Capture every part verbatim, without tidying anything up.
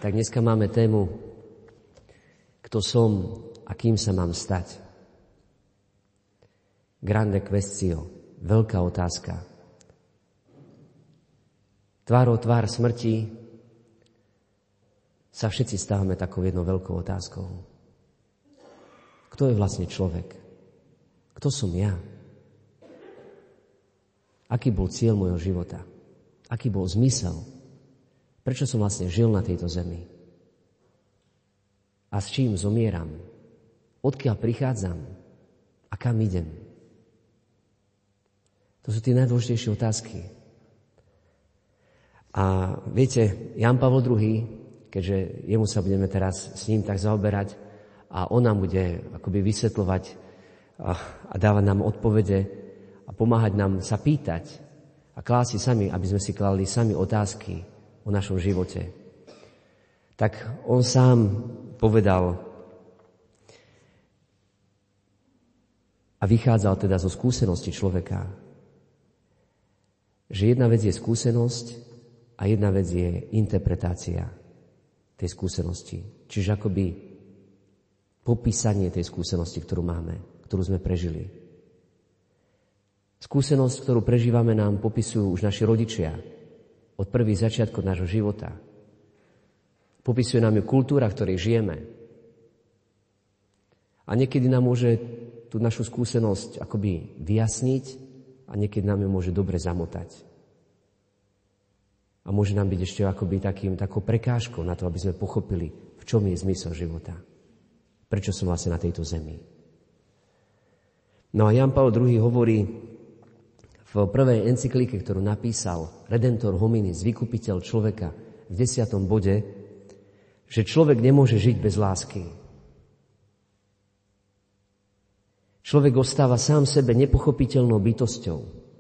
tak dneska máme tému Kto som a kým sa mám stať. Grande questio, veľká otázka. Tvárou tvár smrti sa všetci stávame takou jednou veľkou otázkou. Kto je vlastne človek? Kto som ja? Aký bol cieľ môjho života? Aký bol zmysel? Prečo som vlastne žil na tejto zemi? A s čím zomieram? Odkiaľ prichádzam? A kam idem? To sú tie najdôležitejšie otázky. A viete, Ján Pavol druhý, keďže jemu sa budeme teraz s ním tak zaoberať a on nám bude akoby vysvetľovať a, a dávať nám odpovede a pomáhať nám sa pýtať a klásť si sami, aby sme si kladli sami otázky o našom živote. Tak on sám povedal a vychádzal teda zo skúsenosti človeka, že jedna vec je skúsenosť a jedna vec je interpretácia tej skúsenosti. Čiže akoby popísanie tej skúsenosti, ktorú máme, ktorú sme prežili. Skúsenosť, ktorú prežívame, nám popisujú už naši rodičia od prvých začiatkov nášho života. Popisuje nám ju kultúra, v ktorej žijeme. A niekedy nám môže tú našu skúsenosť akoby vyjasniť a niekedy nám ju môže dobre zamotať. A môže nám byť ešte akoby takým, takou prekážkou na to, aby sme pochopili, v čom je zmysel života. Prečo som vlastne na tejto zemi. No a Ján Pavol druhý hovorí v prvej encyklike, ktorú napísal Redemptor hominis, vykupiteľ človeka, v desiatom bode, že človek nemôže žiť bez lásky. Človek ostáva sám sebe nepochopiteľnou bytosťou.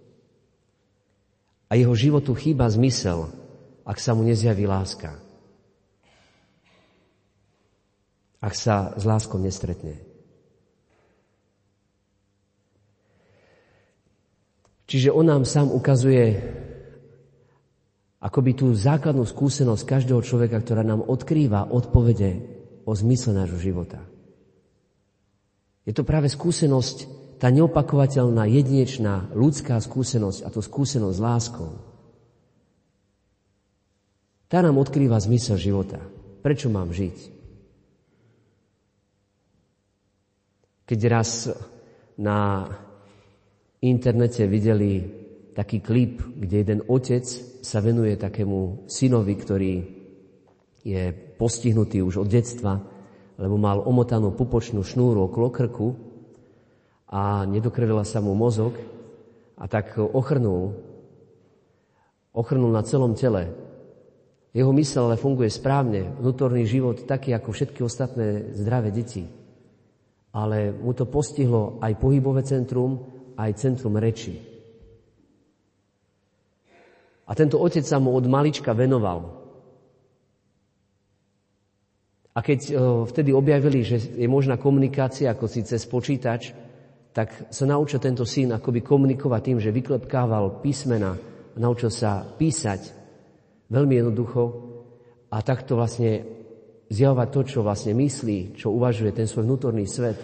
A jeho životu chýba zmysel, ak sa mu nezjaví láska. Ak sa s láskou nestretne. Čiže on nám sám ukazuje akoby tú základnú skúsenosť každého človeka, ktorá nám odkrýva odpovede o zmysle nášho života. Je to práve skúsenosť, tá neopakovateľná, jedinečná ľudská skúsenosť, a to skúsenosť s láskou. Tá nám odkrýva zmysel života. Prečo mám žiť? Keď raz na internete videli taký klip, kde jeden otec sa venuje takému synovi, ktorý je postihnutý už od detstva, lebo mal omotanú pupočnú šnúru okolo krku a nedokrvila sa mu mozog a tak ochrnul, ochrnul na celom tele. Jeho mysel ale funguje správne, vnútorný život taký ako všetky ostatné zdravé deti. Ale mu to postihlo aj pohybové centrum, aj centrum reči. A tento otec sa mu od malička venoval. A keď uh, vtedy objavili, že je možná komunikácia, ako si cez počítač, tak sa naučil tento syn akoby komunikovať tým, že vyklepkával písmena, naučil sa písať veľmi jednoducho a takto vlastne zjavovať to, čo vlastne myslí, čo uvažuje, ten svoj vnútorný svet.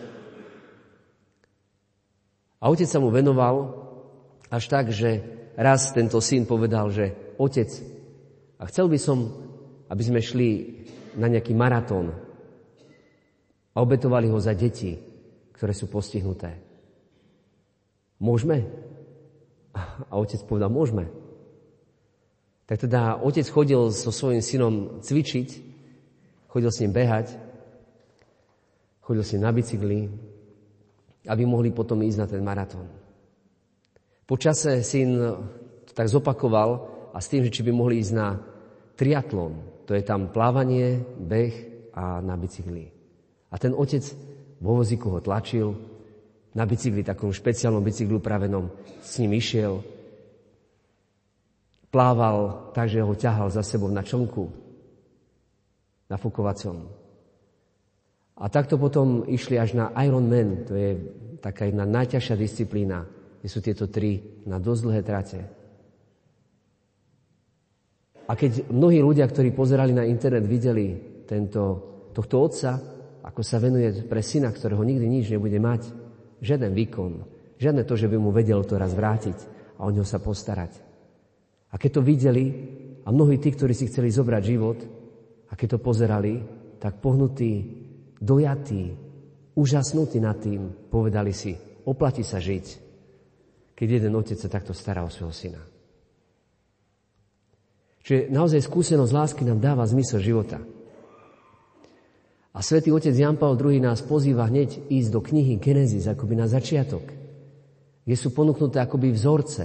A otec sa mu venoval až tak, že raz tento syn povedal, že otec, a chcel by som, aby sme šli na nejaký maratón a obetovali ho za deti, ktoré sú postihnuté. Môžeme? A otec povedal, môžeme. Tak teda otec chodil so svojím synom cvičiť, chodil s ním behať, chodil s ním na bicykli, aby mohli potom ísť na ten maratón. Po čase syn to tak zopakoval a s tým, že či by mohli ísť na triatlon. To je tam plávanie, beh a na bicykli. A ten otec vo vozíku ho tlačil, na bicykli, takom špeciálnom bicykli upravenom, s ním išiel, plával tak, že ho ťahal za sebou na člnku, na fukovacom. A takto potom išli až na Ironman, to je taká jedna najťažšia disciplína, kde sú tieto tri na dosť dlhé trate. A A keď mnohí ľudia, ktorí pozerali na internet, videli tento, tohto otca, ako sa venuje pre syna, ktorého nikdy nič nebude mať, žiaden výkon, žiadne to, že by mu vedel to raz vrátiť a o neho sa postarať. A keď to videli, a mnohí tí, ktorí si chceli zobrať život, a keď to pozerali, tak pohnutí, dojatí, úžasnutí nad tým, povedali si, oplatí sa žiť, keď jeden otec sa takto stará o svojho syna. Čiže naozaj skúsenosť lásky nám dáva zmysel života. A svätý otec Ján Pavol druhý nás pozýva hneď ísť do knihy Genesis, akoby na začiatok, kde sú ponúknuté akoby vzorce.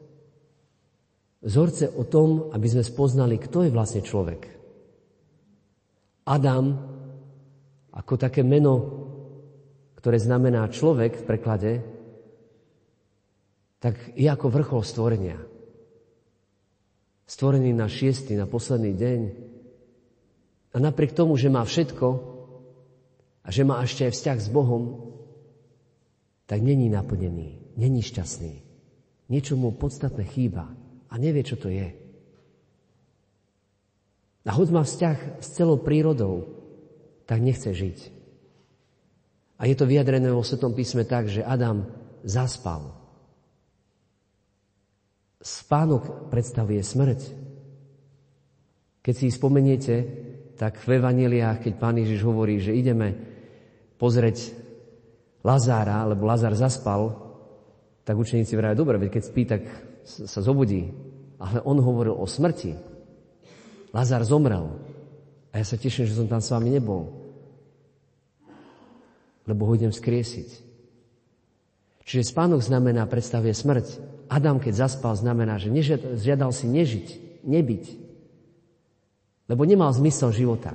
Vzorce o tom, aby sme spoznali, kto je vlastne človek. Adam, ako také meno, ktoré znamená človek v preklade, tak je ako vrchol stvorenia. Stvorený na šiesty, na posledný deň. A napriek tomu, že má všetko a že má ešte aj vzťah s Bohom, tak není naplnený, není šťastný. Niečo mu podstatné chýba a nevie, čo to je. A hoď má vzťah s celou prírodou, tak nechce žiť. A je to vyjadrené vo Svetom písme tak, že Adam zaspal. Spánok predstavuje smrť. Keď si spomeniete, tak v evanjeliách, keď Pán Ježiš hovorí, že ideme pozrieť Lazára, lebo Lazár zaspal, tak učeníci vrajú, dobre, veď keď spí, tak sa zobudí. Ale on hovoril o smrti. Lazár zomrel. A ja sa teším, že som tam s vami nebol. Lebo ho idem vzkriesiť. Čiže spánok znamená, predstavuje smrť. Adam, keď zaspal, znamená, že žiadal si nežiť, nebyť. Lebo nemal zmysel života.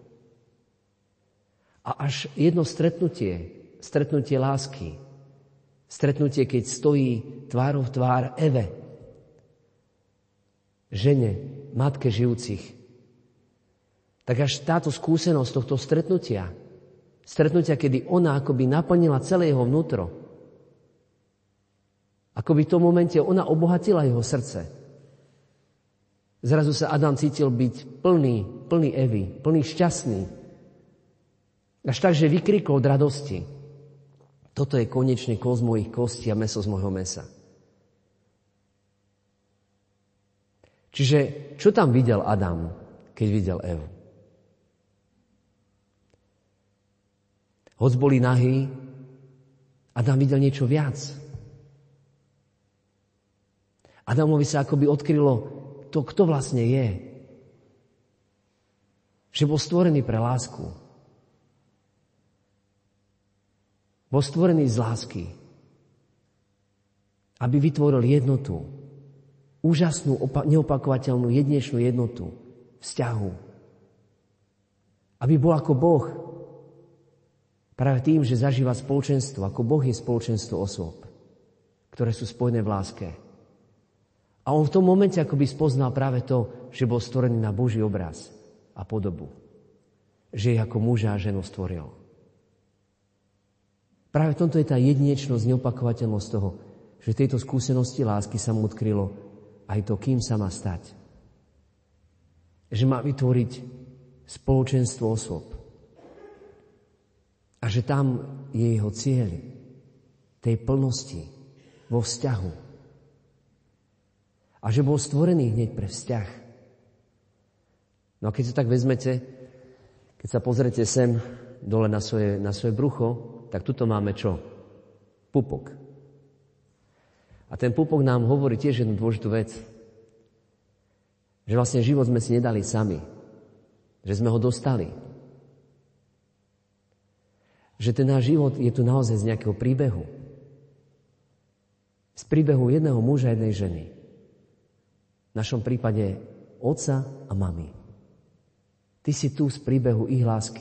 A až jedno stretnutie, stretnutie lásky, stretnutie, keď stojí tvárou v tvár Eve, žene, matke žijúcich, tak až táto skúsenosť tohto stretnutia, stretnutia, kedy ona akoby naplnila celé jeho vnútro, akoby v tom momente ona obohatila jeho srdce. Zrazu sa Adam cítil byť plný, plný Evy, plný šťastný. Až tak, že vykrikol od radosti. Toto je konečne kosť z mojich kostí a mäso z mojho mäsa. Čiže, čo tam videl Adam, keď videl Evu? Hoď boli nahý, Adam videl niečo viac. Adamovi sa akoby odkrylo to, kto vlastne je. Že bol stvorený pre lásku. Bol stvorený z lásky. Aby vytvoril jednotu. Úžasnú, opa- neopakovateľnú, jedinečnú jednotu. Vzťahu. Aby bol ako Boh. Práve tým, že zažíva spoločenstvo. Ako Boh je spoločenstvo osôb, ktoré sú spojené v láske. A on v tom momente akoby spoznal práve to, že bol stvorený na Boží obraz a podobu. Že je ako muža a ženu stvoril. Práve v tomto je tá jedinečnosť, neopakovateľnosť toho, že v tejto skúsenosti lásky sa mu odkrylo aj to, kým sa má stať. Že má vytvoriť spoločenstvo osôb. A že tam je jeho cieľ tej plnosti vo vzťahu. A že bol stvorený hneď pre vzťah. No a keď sa tak vezmete, keď sa pozrete sem dole na svoje, na svoje brucho, tak tuto máme čo? Pupok. A ten pupok nám hovorí tiež jednu dôležitú vec. Že vlastne život sme si nedali sami. Že sme ho dostali. Že ten náš život je tu naozaj z nejakého príbehu. Z príbehu jedného muža a jednej ženy. V našom prípade otca a mamy. Ty si tu z príbehu ich lásky.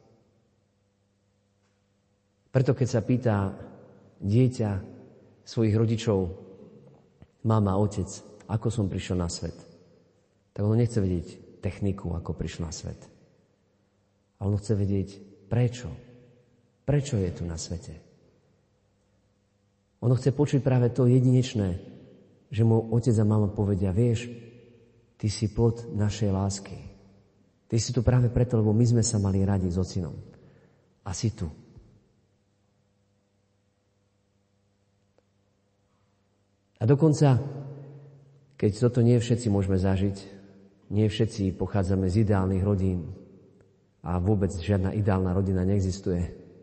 Preto keď sa pýta dieťa svojich rodičov, mama, otec, ako som prišiel na svet, tak ono nechce vedieť techniku, ako prišiel na svet. Ale ono chce vedieť prečo. Prečo je tu na svete. Ono chce počuť práve to jedinečné, že mu otec a mama povedia, vieš, ty ty si plod našej lásky. Ty si tu práve preto, lebo my sme sa mali radi s ocinom. A si tu. A dokonca, keď toto nie všetci môžeme zažiť, nie všetci pochádzame z ideálnych rodín a vôbec žiadna ideálna rodina neexistuje.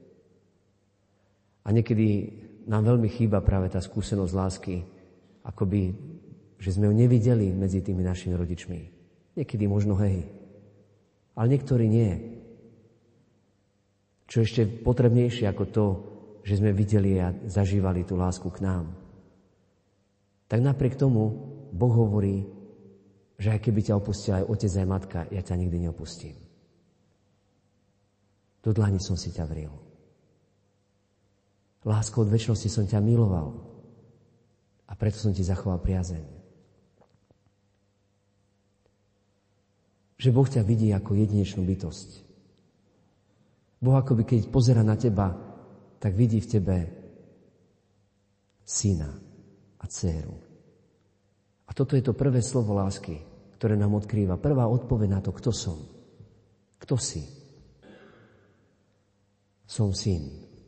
A niekedy nám veľmi chýba práve tá skúsenosť lásky, akoby, že sme ju nevideli medzi tými našimi rodičmi. Niekedy možno hej, ale niektorí nie. Čo ešte potrebnejšie ako to, že sme videli a zažívali tú lásku k nám. Tak napriek tomu Boh hovorí, že aj keby ťa opustil aj otec, aj matka, ja ťa nikdy neopustím. Do dlani som si ťa vril. Láskou od večnosti som ťa miloval a preto som ti zachoval priazeň. Že Boh ťa vidí ako jedinečnú bytosť. Boh akoby keď pozerá na teba, tak vidí v tebe syna a dcéru. A toto je to prvé slovo lásky, ktoré nám odkrýva. Prvá odpoveď na to, kto som. Kto si? Som syn.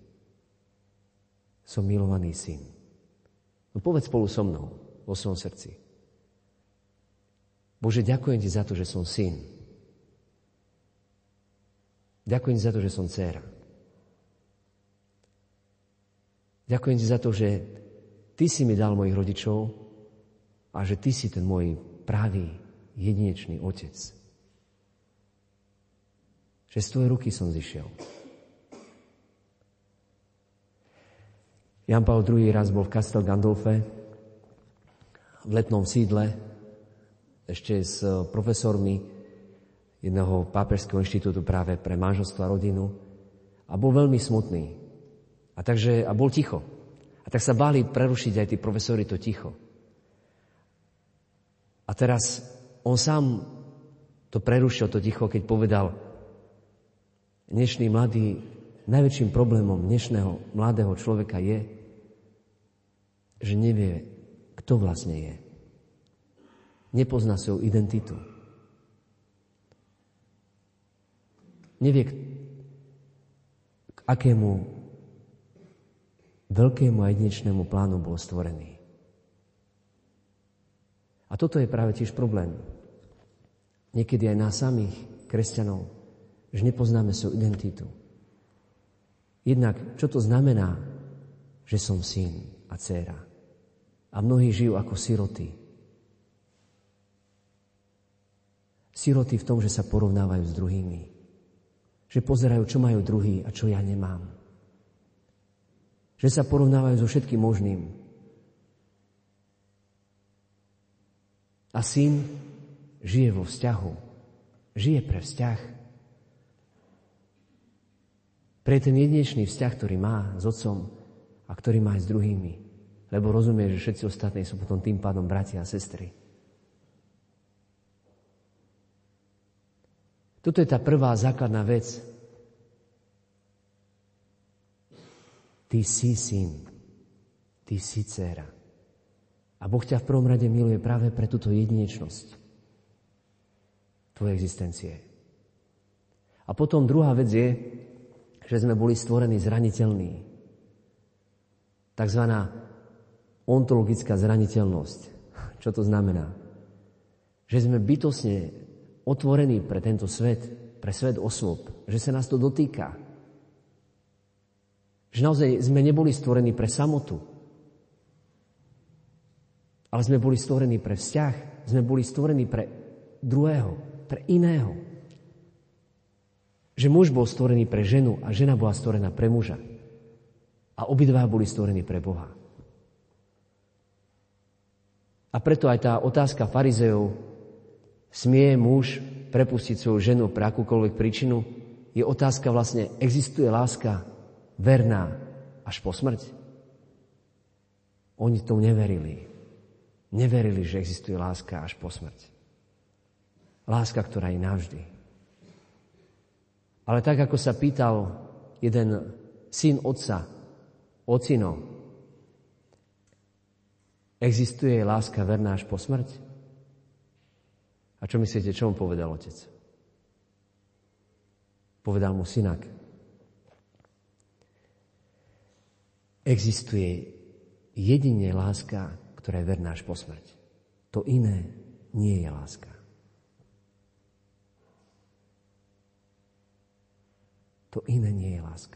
Som milovaný syn. No povedz spolu so mnou, vo svojom srdci. Bože, ďakujem ti za to, že som syn. Ďakujem ti za to, že som dcéra. Ďakujem ti za to, že ty si mi dal mojich rodičov a že ty si ten môj pravý, jedinečný otec. Že z tvojej ruky som zišiel. Jan Paul druhý raz bol v Castel Gandolfe, v letnom sídle, ešte s profesormi jedného pápežského inštitútu práve pre manželstvo a rodinu a bol veľmi smutný. A, takže, a bol ticho. A tak sa báli prerušiť aj tí profesori to ticho. A teraz on sám to prerušil, to ticho, keď povedal, dnešný mladý, najväčším problémom dnešného mladého človeka je, že nevie, kto vlastne je. Nepozná svoju identitu. Nevie, k akému veľkému a jedinečnému plánu bol stvorený. A toto je práve tiež problém. Niekedy aj nás samých, kresťanov, že nepoznáme svoju identitu. Jednak, čo to znamená, že som syn a dcéra. A mnohí žijú ako siroty. Siroty v tom, že sa porovnávajú s druhými. Že pozerajú, čo majú druhí a čo ja nemám. Že sa porovnávajú so všetkým možným. A syn žije vo vzťahu. Žije pre vzťah. Pre ten jedinečný vzťah, ktorý má s otcom a ktorý má aj s druhými. Lebo rozumie, že všetci ostatní sú potom tým pádom bratia a sestry. Toto je tá prvá základná vec. Ty si syn. Ty si dcéra. A Boh ťa v prvom rade miluje práve pre túto jedinečnosť tvojej existencie. A potom druhá vec je, že sme boli stvorení zraniteľní. Takzvaná ontologická zraniteľnosť. Čo to znamená? Že sme bytostne otvorení pre tento svet, pre svet osôb, že sa nás to dotýka. Že naozaj sme neboli stvorení pre samotu, ale sme boli stvorení pre vzťah, sme boli stvorení pre druhého, pre iného. Že muž bol stvorený pre ženu a žena bola stvorená pre muža. A obidva boli stvorení pre Boha. A preto aj tá otázka farizejov, smie muž prepustiť svoju ženu pre akúkoľvek príčinu, je otázka vlastne, existuje láska verná až po smrť? Oni tomu neverili. Neverili, že existuje láska až po smrť. Láska, ktorá je navždy. Ale tak, ako sa pýtal jeden syn otca, ocino, existuje láska verná až po smrť? A čo myslíte, čo mu povedal otec? Povedal mu: synak, existuje jedine láska, ktorá je verná až po smrť. To iné nie je láska. To iné nie je láska.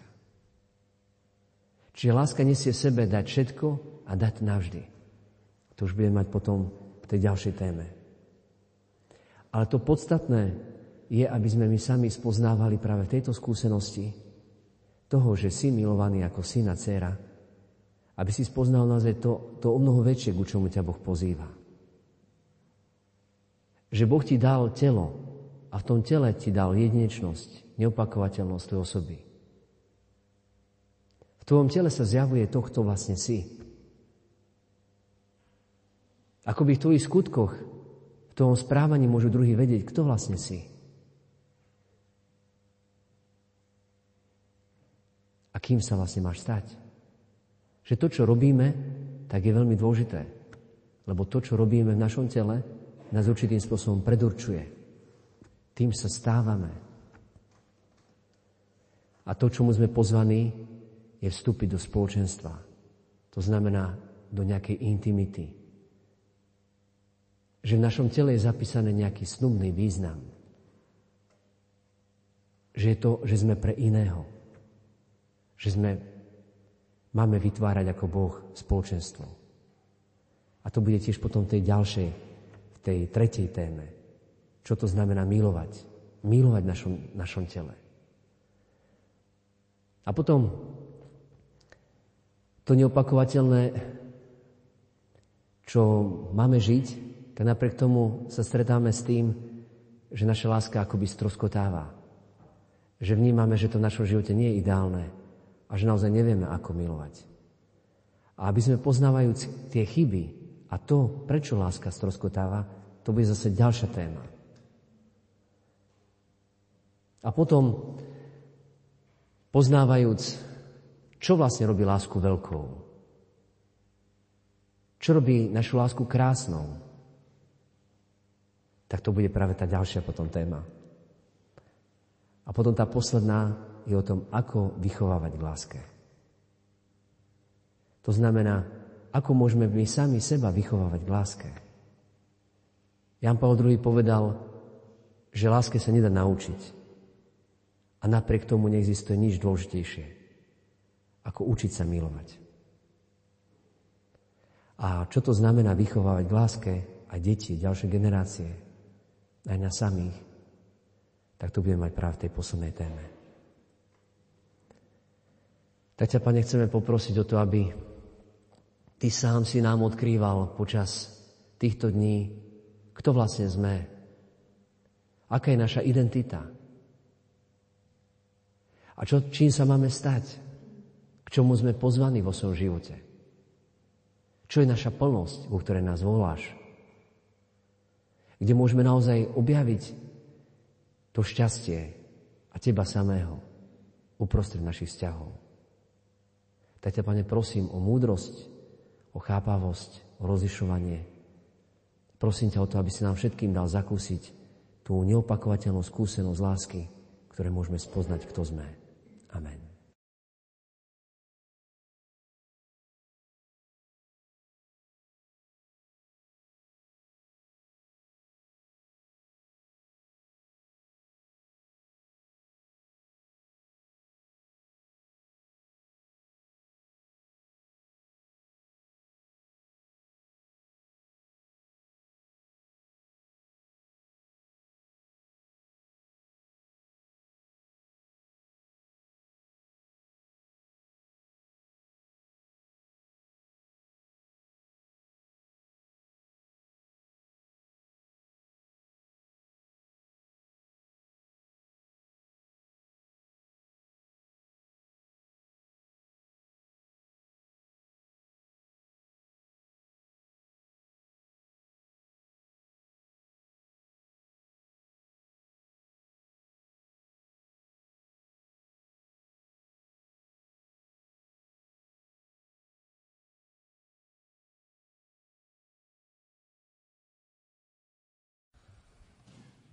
Čiže láska nesie v sebe dať všetko a dať navždy. To už budeme mať potom v tej ďalšej téme. Ale to podstatné je, aby sme my sami spoznávali práve v tejto skúsenosti toho, že si milovaný ako syn a dcéra, aby si spoznal naozaj to, to o mnoho väčšie, ku čomu ťa Boh pozýva. Že Boh ti dal telo a v tom tele ti dal jedinečnosť, neopakovateľnosť tvojej osoby. V tvojom tele sa zjavuje to, kto vlastne si. Ako by v tvojich skutkoch, v tvojom správaní môžu druhí vedieť, kto vlastne si. A kým sa vlastne máš stať. Že to, čo robíme, tak je veľmi dôležité. Lebo to, čo robíme v našom tele, nás určitým spôsobom predurčuje. Tým sa stávame. A to, čomu sme pozvaní, je vstúpiť do spoločenstva. To znamená do nejakej intimity. Že v našom tele je zapísaný nejaký snubný význam. Že je to, že sme pre iného. Že sme, máme vytvárať ako Boh spoločenstvo. A to bude tiež potom v tej ďalšej, v tej tretej téme. Čo to znamená milovať? Milovať v našom, našom tele. A potom to neopakovateľné, čo máme žiť, tak napriek tomu sa stretáme s tým, že naša láska akoby stroskotáva. Že vnímame, že to v našom živote nie je ideálne a že naozaj nevieme, ako milovať. A aby sme poznávajúc tie chyby a to, prečo láska stroskotáva, to bude zase ďalšia téma. A potom, poznávajúc, čo vlastne robí lásku veľkou, čo robí našu lásku krásnou, tak to bude práve tá ďalšia potom téma. A potom tá posledná je o tom, ako vychovávať k láske. To znamená, ako môžeme my sami seba vychovávať k láske. Ján Pavol druhý. povedal, že láske sa nedá naučiť. A napriek tomu neexistuje nič dôležitejšie, ako učiť sa milovať. A čo to znamená vychovávať k láske aj deti, ďalšie generácie, aj na samých, tak to budeme mať práve v tej poslednej téme. Tak ťa, Pane, chceme poprosiť o to, aby Ty sám si nám odkrýval počas týchto dní, kto vlastne sme, aká je naša identita a čo, čím sa máme stať, k čomu sme pozvaní vo svojom živote. Čo je naša plnosť, vo ktorej nás voláš, kde môžeme naozaj objaviť to šťastie a Teba samého uprostred našich vzťahov. Tak ťa, Pane, prosím o múdrosť, o chápavosť, o rozlišovanie. Prosím ťa o to, aby si nám všetkým dal zakúsiť tú neopakovateľnú skúsenosť lásky, ktoré môžeme spoznať, kto sme. Amen.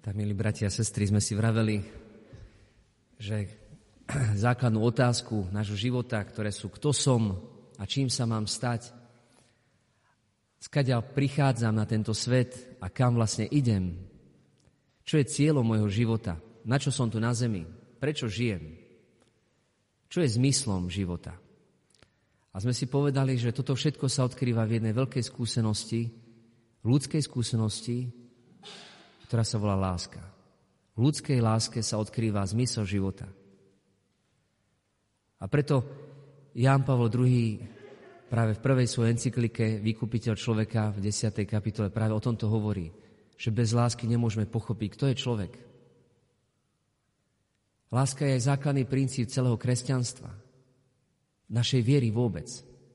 Tak, milí bratia a sestry, sme si vraveli, že základnú otázku nášho života, ktoré sú kto som a čím sa mám stať, skadiaľ prichádzam na tento svet a kam vlastne idem, čo je cieľom môjho života, na čo som tu na zemi, prečo žijem, čo je zmyslom života. A sme si povedali, že toto všetko sa odkrýva v jednej veľkej skúsenosti, ľudskej skúsenosti, ktorá sa volá láska. V ľudskej láske sa odkrýva zmysel života. A preto Ján Pavol druhý. práve v prvej svojej encyklike Vykupiteľ človeka v desiatej kapitole práve o tomto hovorí, že bez lásky nemôžeme pochopiť, kto je človek. Láska je aj základný princíp celého kresťanstva, našej viery vôbec.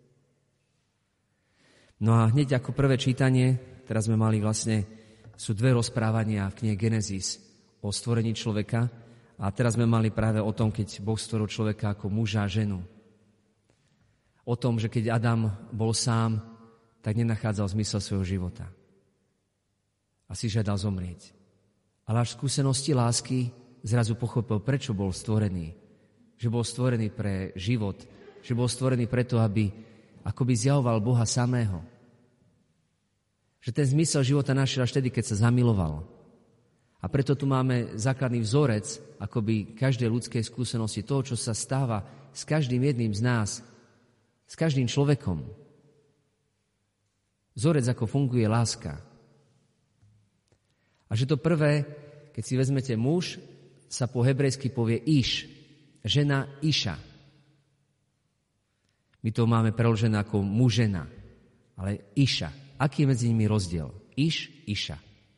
No a hneď ako prvé čítanie, teraz sme mali vlastne, sú dve rozprávania v knihe Genesis o stvorení človeka a teraz sme mali práve o tom, keď Boh stvoril človeka ako muža a ženu. O tom, že keď Adam bol sám, tak nenachádzal zmysel svojho života. A si žiadal zomrieť. Ale až v skúsenosti lásky zrazu pochopil, prečo bol stvorený. Že bol stvorený pre život, že bol stvorený preto, aby akoby zjavoval Boha samého. Že ten zmysel života našiel až vtedy, keď sa zamiloval. A preto tu máme základný vzorec akoby každej ľudskej skúsenosti, toho, čo sa stáva s každým jedným z nás, s každým človekom. Vzorec, ako funguje láska. A že to prvé, keď si vezmete muž, sa po hebrejsky povie iš, žena iša. My to máme preložené ako mužena, ale iša. Aký je medzi nimi rozdiel? Iš, iša.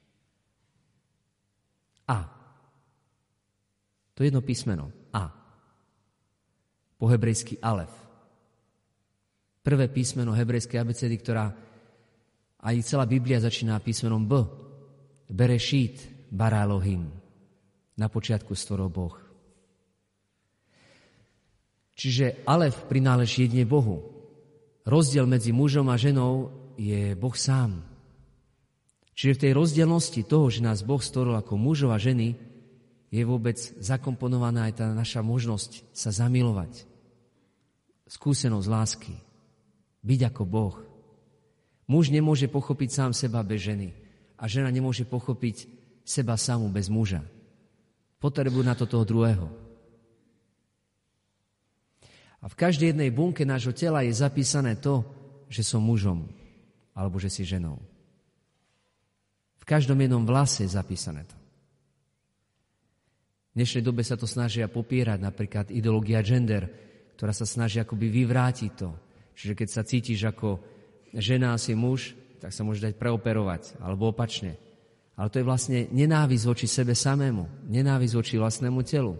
A. To je jedno písmeno. A. Po hebrejsky alef. Prvé písmeno hebrejskej abecedy, ktorá aj celá Biblia začína písmenom B. Berešít, bara Elohim. Na počiatku stvoril Boh. Čiže alef prináleží jedine Bohu. Rozdiel medzi mužom a ženou je Boh sám. Čiže v tej rozdielnosti toho, že nás Boh stvoril ako mužov a ženy, je vôbec zakomponovaná aj tá naša možnosť sa zamilovať. Skúsenosť lásky. Byť ako Boh. Muž nemôže pochopiť sám seba bez ženy a žena nemôže pochopiť seba samú bez muža. Potrebujú na to toho druhého. A v každej jednej bunke nášho tela je zapísané to, že som mužom alebo že si ženou. V každom jednom vlase je zapísané to. V dnešnej dobe sa to snažia popierať, napríklad ideológia gender, ktorá sa snaží akoby vyvrátiť to. Čiže keď sa cítiš ako žena a si muž, tak sa môžeš dať preoperovať, alebo opačne. Ale to je vlastne nenávisť voči sebe samému, nenávisť voči vlastnému telu.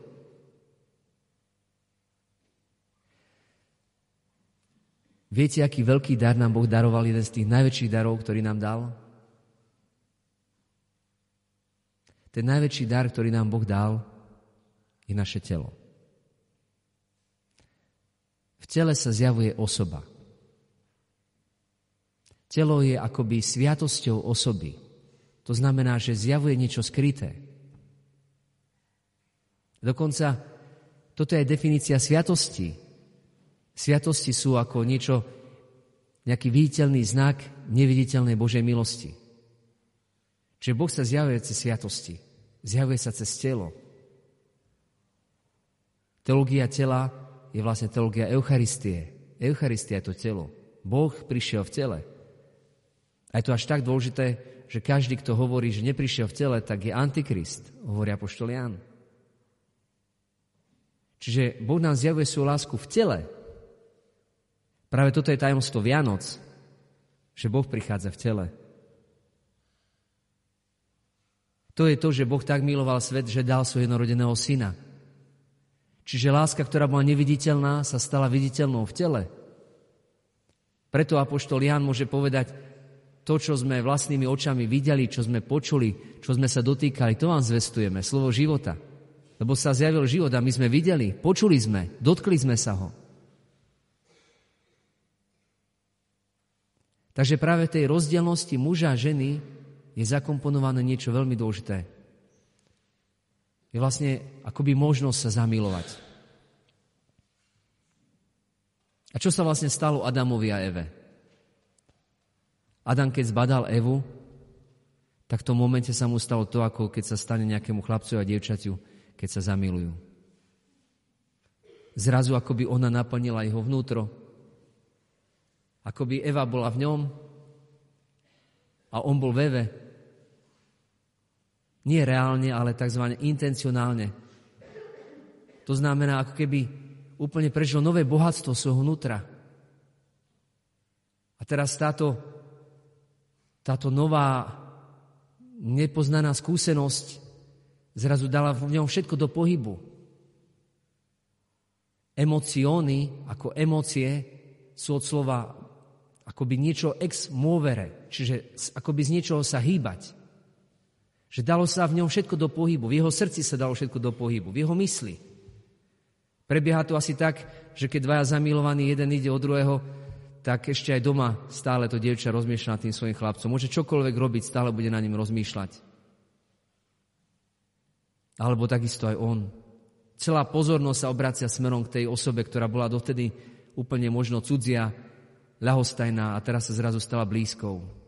Viete, aký veľký dar nám Boh daroval, jeden z tých najväčších darov, ktorý nám dal? Ten najväčší dar, ktorý nám Boh dal, je naše telo. V tele sa zjavuje osoba. Telo je akoby sviatosťou osoby. To znamená, že zjavuje niečo skryté. Dokonca toto je definícia sviatosti. Sviatosti sú ako niečo, nejaký viditeľný znak neviditeľnej Božej milosti. Čiže Boh sa zjavuje cez sviatosti. Zjavuje sa cez telo. Teológia tela je vlastne teológia Eucharistie. Eucharistia je to telo. Boh prišiel v tele. A je to až tak dôležité, že každý, kto hovorí, že neprišiel v tele, tak je antikrist, hovorí apoštol Ján. Čiže Boh nám zjavuje svoju lásku v tele. Práve toto je tajomstvo Vianoc, že Boh prichádza v tele. To je to, že Boh tak miloval svet, že dal svojho jednorodeného syna. Čiže láska, ktorá bola neviditeľná, sa stala viditeľnou v tele. Preto apoštol Ján môže povedať, to, čo sme vlastnými očami videli, čo sme počuli, čo sme sa dotýkali, to vám zvestujeme, slovo života. Lebo sa zjavil život a my sme videli, počuli sme, dotkli sme sa ho. Takže práve v tej rozdielnosti muža a ženy je zakomponované niečo veľmi dôležité. Je vlastne akoby možnosť sa zamilovať. A čo sa vlastne stalo Adamovi a Eve? Adam, keď zbadal Evu, tak v tom momente sa mu stalo to, ako keď sa stane nejakému chlapcu a dievčaťu, keď sa zamilujú. Zrazu akoby ona naplnila jeho vnútro, akoby Eva bola v ňom a on bol v Eve. Nie reálne, ale takzvané intencionálne. To znamená, ako keby úplne prežil nové bohatstvo svojho vnútra. A teraz táto, táto nová nepoznaná skúsenosť zrazu dala v ňom všetko do pohybu. Emocióny, ako emócie, sú od slova akoby niečo ex movere, čiže akoby z niečoho sa hýbať. Že dalo sa v ňom všetko do pohybu. V jeho srdci sa dalo všetko do pohybu. V jeho mysli. Prebieha to asi tak, že keď dvaja zamilovaní, jeden ide od druhého, tak ešte aj doma stále to dievča rozmýšľa nad tým svojim chlapcom. Môže čokoľvek robiť, stále bude na ním rozmýšľať. Alebo takisto aj on. Celá pozornosť sa obracia smerom k tej osobe, ktorá bola dovtedy úplne možno cudzia, ľahostajná a teraz sa zrazu stala blízkou.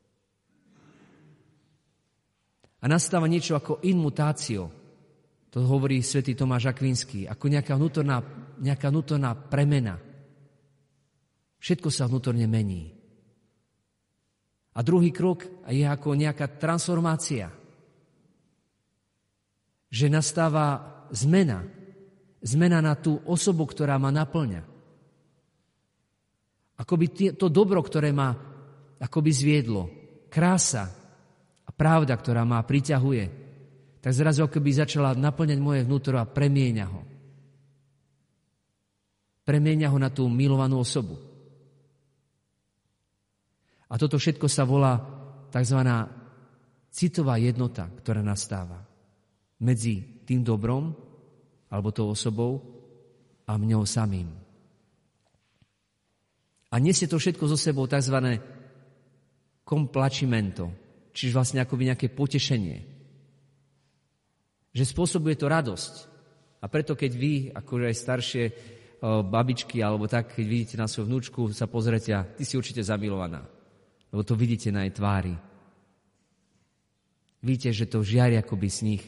A nastáva niečo ako inmutácio. To hovorí svätý Tomáš Akvinský. Ako nejaká vnútorná, nejaká vnútorná premena. Všetko sa vnútorne mení. A druhý krok je ako nejaká transformácia. Že nastáva zmena. Zmena na tú osobu, ktorá ma naplňa. Akoby to dobro, ktoré ma akoby zviedlo. Krása. Pravda, ktorá ma priťahuje, tak zrazu akoby začala naplňať moje vnútro a premieňa ho. Premieňa ho na tú milovanú osobu. A toto všetko sa volá tzv. Citová jednota, ktorá nastáva medzi tým dobrom, alebo tou osobou a mňou samým. A nesie to všetko so sebou tzv. Complacimento, čiže vlastne akoby nejaké potešenie. Že spôsobuje to radosť. A preto, keď vy, akože aj staršie o, babičky, alebo tak, keď vidíte na svoju vnúčku, sa pozrete a ty si určite zamilovaná. Lebo to vidíte na jej tvári. Vidíte, že to žiari akoby sníh.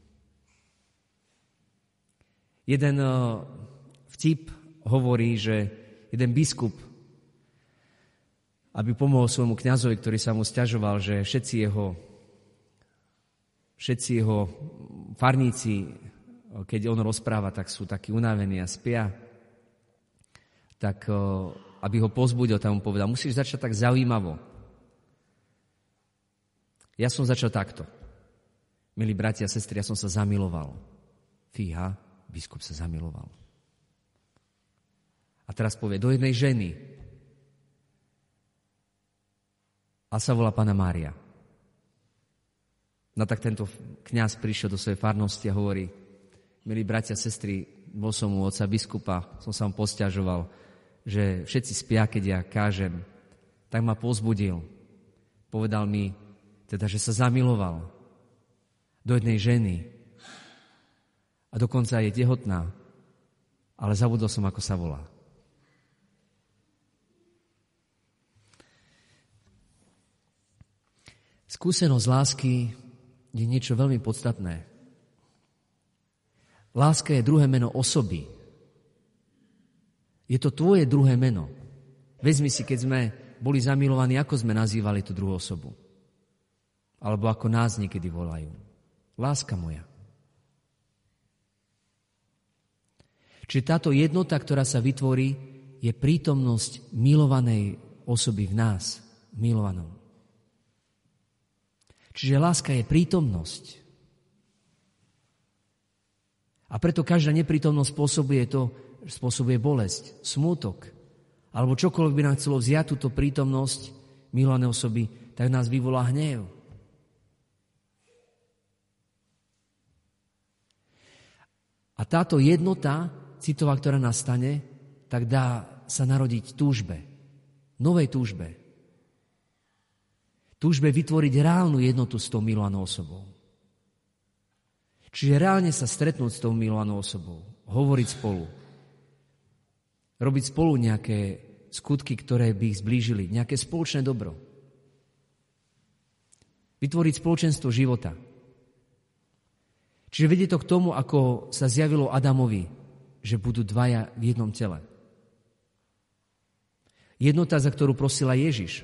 Jeden o, vtip hovorí, že jeden biskup, aby pomohol svojmu kňazovi, ktorý sa mu sťažoval, že všetci jeho, všetci jeho farníci, keď on rozpráva, tak sú takí unavení a spia. Tak aby ho pozbudil, tam mu povedal, musíš začať tak zaujímavo. Ja som začal takto. Milí bratia a sestry, ja som sa zamiloval. Fíha, biskup sa zamiloval. A teraz povie, do jednej ženy, a sa volá Panna Mária. No tak tento kňaz prišiel do svojej farnosti a hovorí, milí bratia a sestry, bol som u otca biskupa, som sa mu posťažoval, že všetci spia, keď ja kážem. Tak ma povzbudil. Povedal mi, teda, že sa zamiloval do jednej ženy a dokonca je tehotná, ale zabudol som, ako sa volá. Skúsenosť lásky je niečo veľmi podstatné. Láska je druhé meno osoby. Je to tvoje druhé meno. Vezmi si, keď sme boli zamilovaní, ako sme nazývali tú druhú osobu. Alebo ako nás niekedy volajú. Láska moja. Čiže táto jednota, ktorá sa vytvorí, je prítomnosť milovanej osoby v nás, milovanom. Čiže láska je prítomnosť. A preto každá neprítomnosť spôsobuje to, spôsobuje bolesť, smútok, alebo čokoľvek by nám chcelo vziať túto prítomnosť milovanej osoby, tak nás vyvolá hnev. A táto jednota citová, ktorá nastane, tak dá sa narodiť túžbe, novej túžbe. Túžbe vytvoriť reálnu jednotu s tou milovanou osobou. Čiže reálne sa stretnúť s tou milovanou osobou, hovoriť spolu, robiť spolu nejaké skutky, ktoré by ich zblížili, nejaké spoločné dobro. Vytvoriť spoločenstvo života. Čiže vedie to k tomu, ako sa zjavilo Adamovi, že budú dvaja v jednom tele. Jednota, za ktorú prosila Ježiš,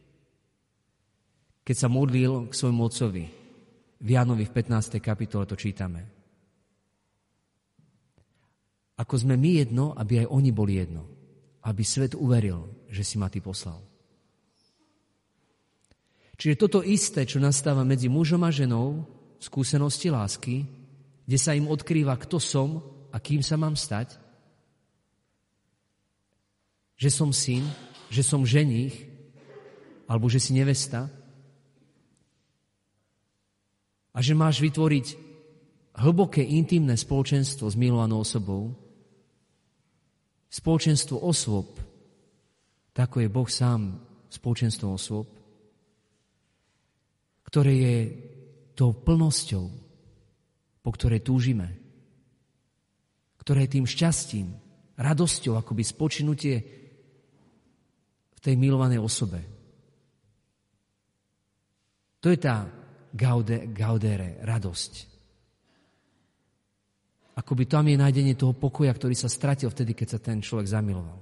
keď sa modlil k svojmu otcovi. V Jánovi v pätnástej kapitole to čítame. Ako sme my jedno, aby aj oni boli jedno. Aby svet uveril, že si ma ty poslal. Čiže toto isté, čo nastáva medzi mužom a ženou, skúsenosti lásky, kde sa im odkrýva, kto som a kým sa mám stať, že som syn, že som ženích, alebo že si nevesta, a že máš vytvoriť hlboké, intimné spoločenstvo s milovanou osobou, spoločenstvo osôb, tak ako je Boh sám spoločenstvom osôb, ktoré je tou plnosťou, po ktorej túžime, ktoré je tým šťastím, radosťou, akoby spočinutie v tej milovanej osobe. To je tá Gaude, gaudere, radosť. Akoby tam je nájdenie toho pokoja, ktorý sa stratil vtedy, keď sa ten človek zamiloval.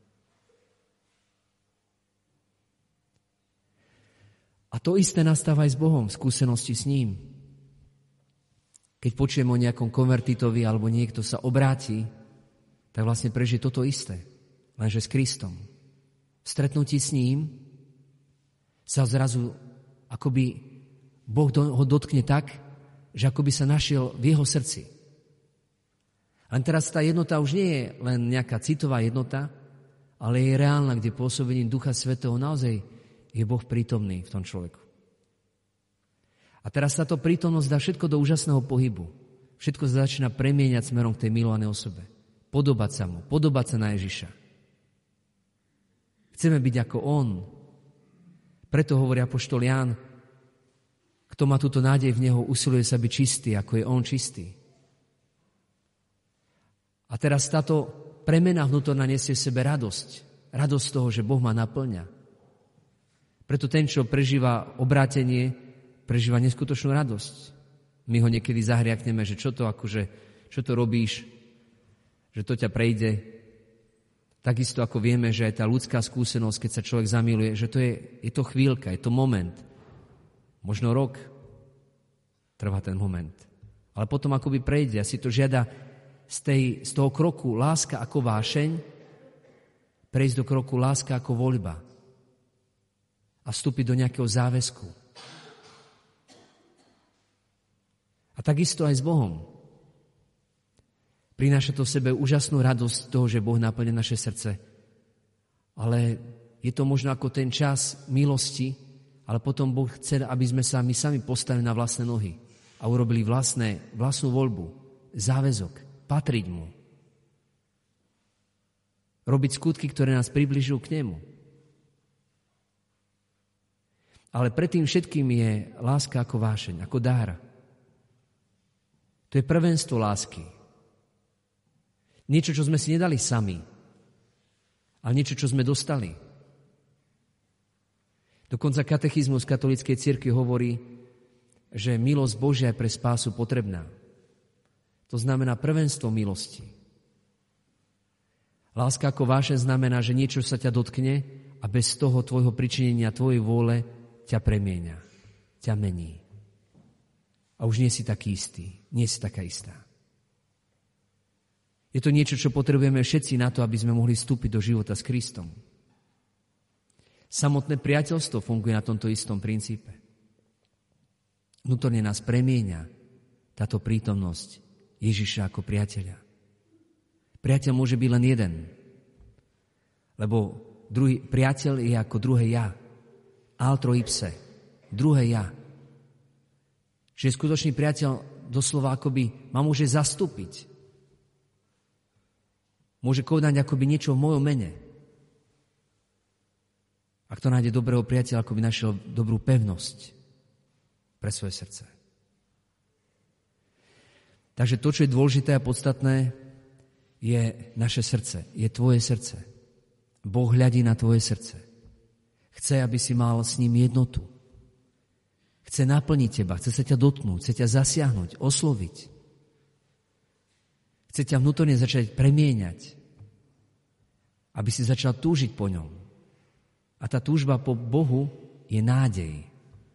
A to isté nastáva aj s Bohom, v skúsenosti s ním. Keď počujeme o nejakom konvertitovi alebo niekto sa obráti, tak vlastne prežije toto isté, lenže s Kristom. V stretnutí s ním sa zrazu akoby Boh ho dotkne tak, že akoby sa našiel v jeho srdci. A teraz tá jednota už nie je len nejaká citová jednota, ale je reálna, kde pôsobením Ducha Svätého naozaj je Boh prítomný v tom človeku. A teraz táto prítomnosť dá všetko do úžasného pohybu. Všetko sa začína premieňať smerom k tej milovanej osobe. Podobať sa mu, podobať sa na Ježiša. Chceme byť ako on. Preto hovorí apoštol Ján, kto má túto nádej v neho, usiluje sa byť čistý, ako je on čistý. A teraz táto premena vnútorná nesie v sebe radosť. Radosť toho, že Boh ma naplňa. Preto ten, čo prežíva obrátenie, prežíva neskutočnú radosť. My ho niekedy zahriakneme, že čo to akože, čo to robíš, že to ťa prejde. Takisto ako vieme, že aj tá ľudská skúsenosť, keď sa človek zamiluje, že to je, je to chvíľka, je to moment. Možno rok trvá ten moment. Ale potom akoby prejde a si to žiada z, tej, z toho kroku láska ako vášeň prejsť do kroku láska ako voľba a vstúpiť do nejakého záväzku. A takisto aj s Bohom. Prináša to v sebe úžasnú radosť toho, že Boh naplňa naše srdce. Ale je to možno ako ten čas milosti, ale potom Boh chce, aby sme sa my sami postavili na vlastné nohy a urobili vlastné, vlastnú voľbu, záväzok, patriť mu. Robiť skutky, ktoré nás približujú k nemu. Ale predtým všetkým je láska ako vášeň, ako dar. To je prvenstvo lásky. Niečo, čo sme si nedali sami, ale niečo, čo sme dostali. Dokonca katechizmus katolíckej cirkvi hovorí, že milosť Božia je pre spásu potrebná. To znamená prvenstvo milosti. Láska ako vášeň znamená, že niečo sa ťa dotkne a bez toho tvojho pričinenia, tvojej vôle ťa premieňa, ťa mení. A už nie si taký istý, nie si taká istá. Je to niečo, čo potrebujeme všetci na to, aby sme mohli vstúpiť do života s Kristom. Samotné priateľstvo funguje na tomto istom princípe. Vnútorne nás premieňa táto prítomnosť Ježiša ako priateľa. Priateľ môže byť len jeden, lebo druhý, priateľ je ako druhé ja, altro ipse, druhé ja. Čiže skutočný priateľ doslova akoby ma môže zastúpiť. Môže konať akoby niečo v mojom mene. Ak to nájde dobrého priateľa, ako by našiel dobrú pevnosť pre svoje srdce. Takže to, čo je dôležité a podstatné, je naše srdce, je tvoje srdce. Boh hľadí na tvoje srdce. Chce, aby si mal s ním jednotu. Chce naplniť teba, chce sa ťa dotknúť, chce ťa zasiahnuť, osloviť. Chce ťa vnútorne začať premieňať, aby si začal túžiť po ňom. A tá túžba po Bohu je nádej.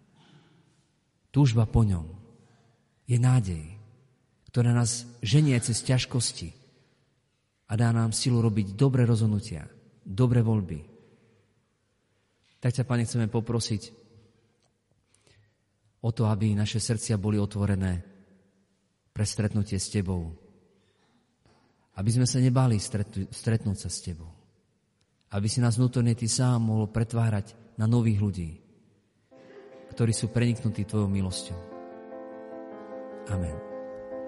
Túžba po ňom je nádej, ktorá nás ženie cez ťažkosti a dá nám silu robiť dobré rozhodnutia, dobré voľby. Tak ťa, Pane, chceme poprosiť o to, aby naše srdcia boli otvorené pre stretnutie s Tebou. Aby sme sa nebáli stretnúť, stretnúť sa s Tebou. Aby si nás vnútorne Ty sám mohol pretvárať na nových ľudí, ktorí sú preniknutí Tvojou milosťou. Amen.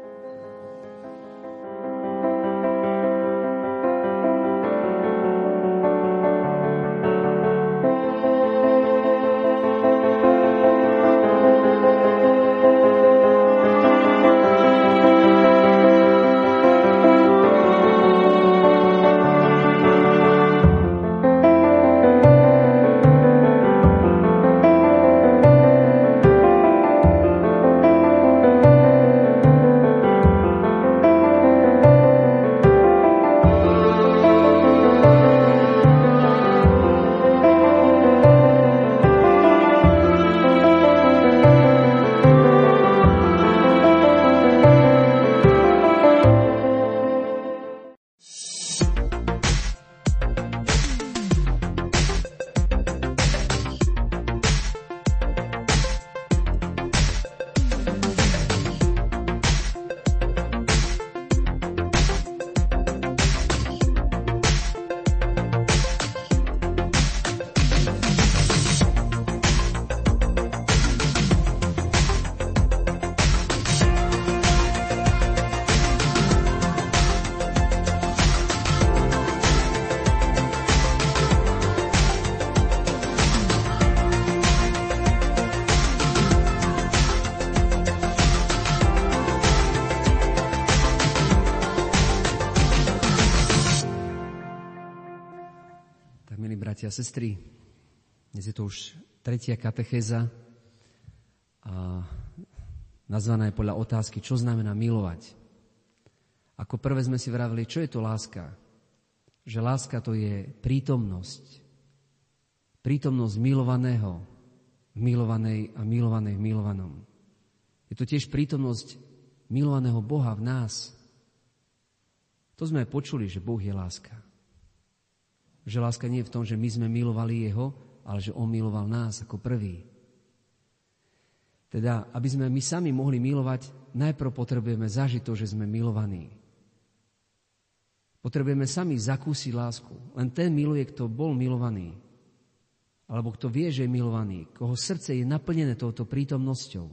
Bratia a sestry, dnes je to už tretia katechéza a nazvaná je podľa otázky, čo znamená milovať. Ako prvé sme si vravili, čo je to láska? Že láska to je prítomnosť. Prítomnosť milovaného v milovanej a milovanej v milovanom. Je to tiež prítomnosť milovaného Boha v nás. To sme počuli, že Boh je láska. Že láska nie je v tom, že my sme milovali Jeho, ale že On miloval nás ako prvý. Teda, aby sme my sami mohli milovať, najprv potrebujeme zažiť to, že sme milovaní. Potrebujeme sami zakúsiť lásku. Len ten miluje, kto bol milovaný. Alebo kto vie, že je milovaný. Koho srdce je naplnené touto prítomnosťou.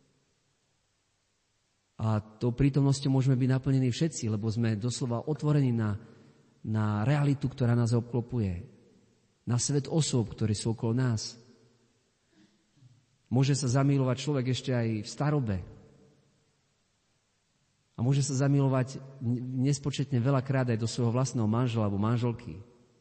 A tou prítomnosťou môžeme byť naplnení všetci, lebo sme doslova otvorení na na realitu, ktorá nás obklopuje, na svet osôb, ktorí sú okolo nás. Môže sa zamilovať človek ešte aj v starobe. A môže sa zamilovať nespočetne veľakrát aj do svojho vlastného manžela alebo manželky.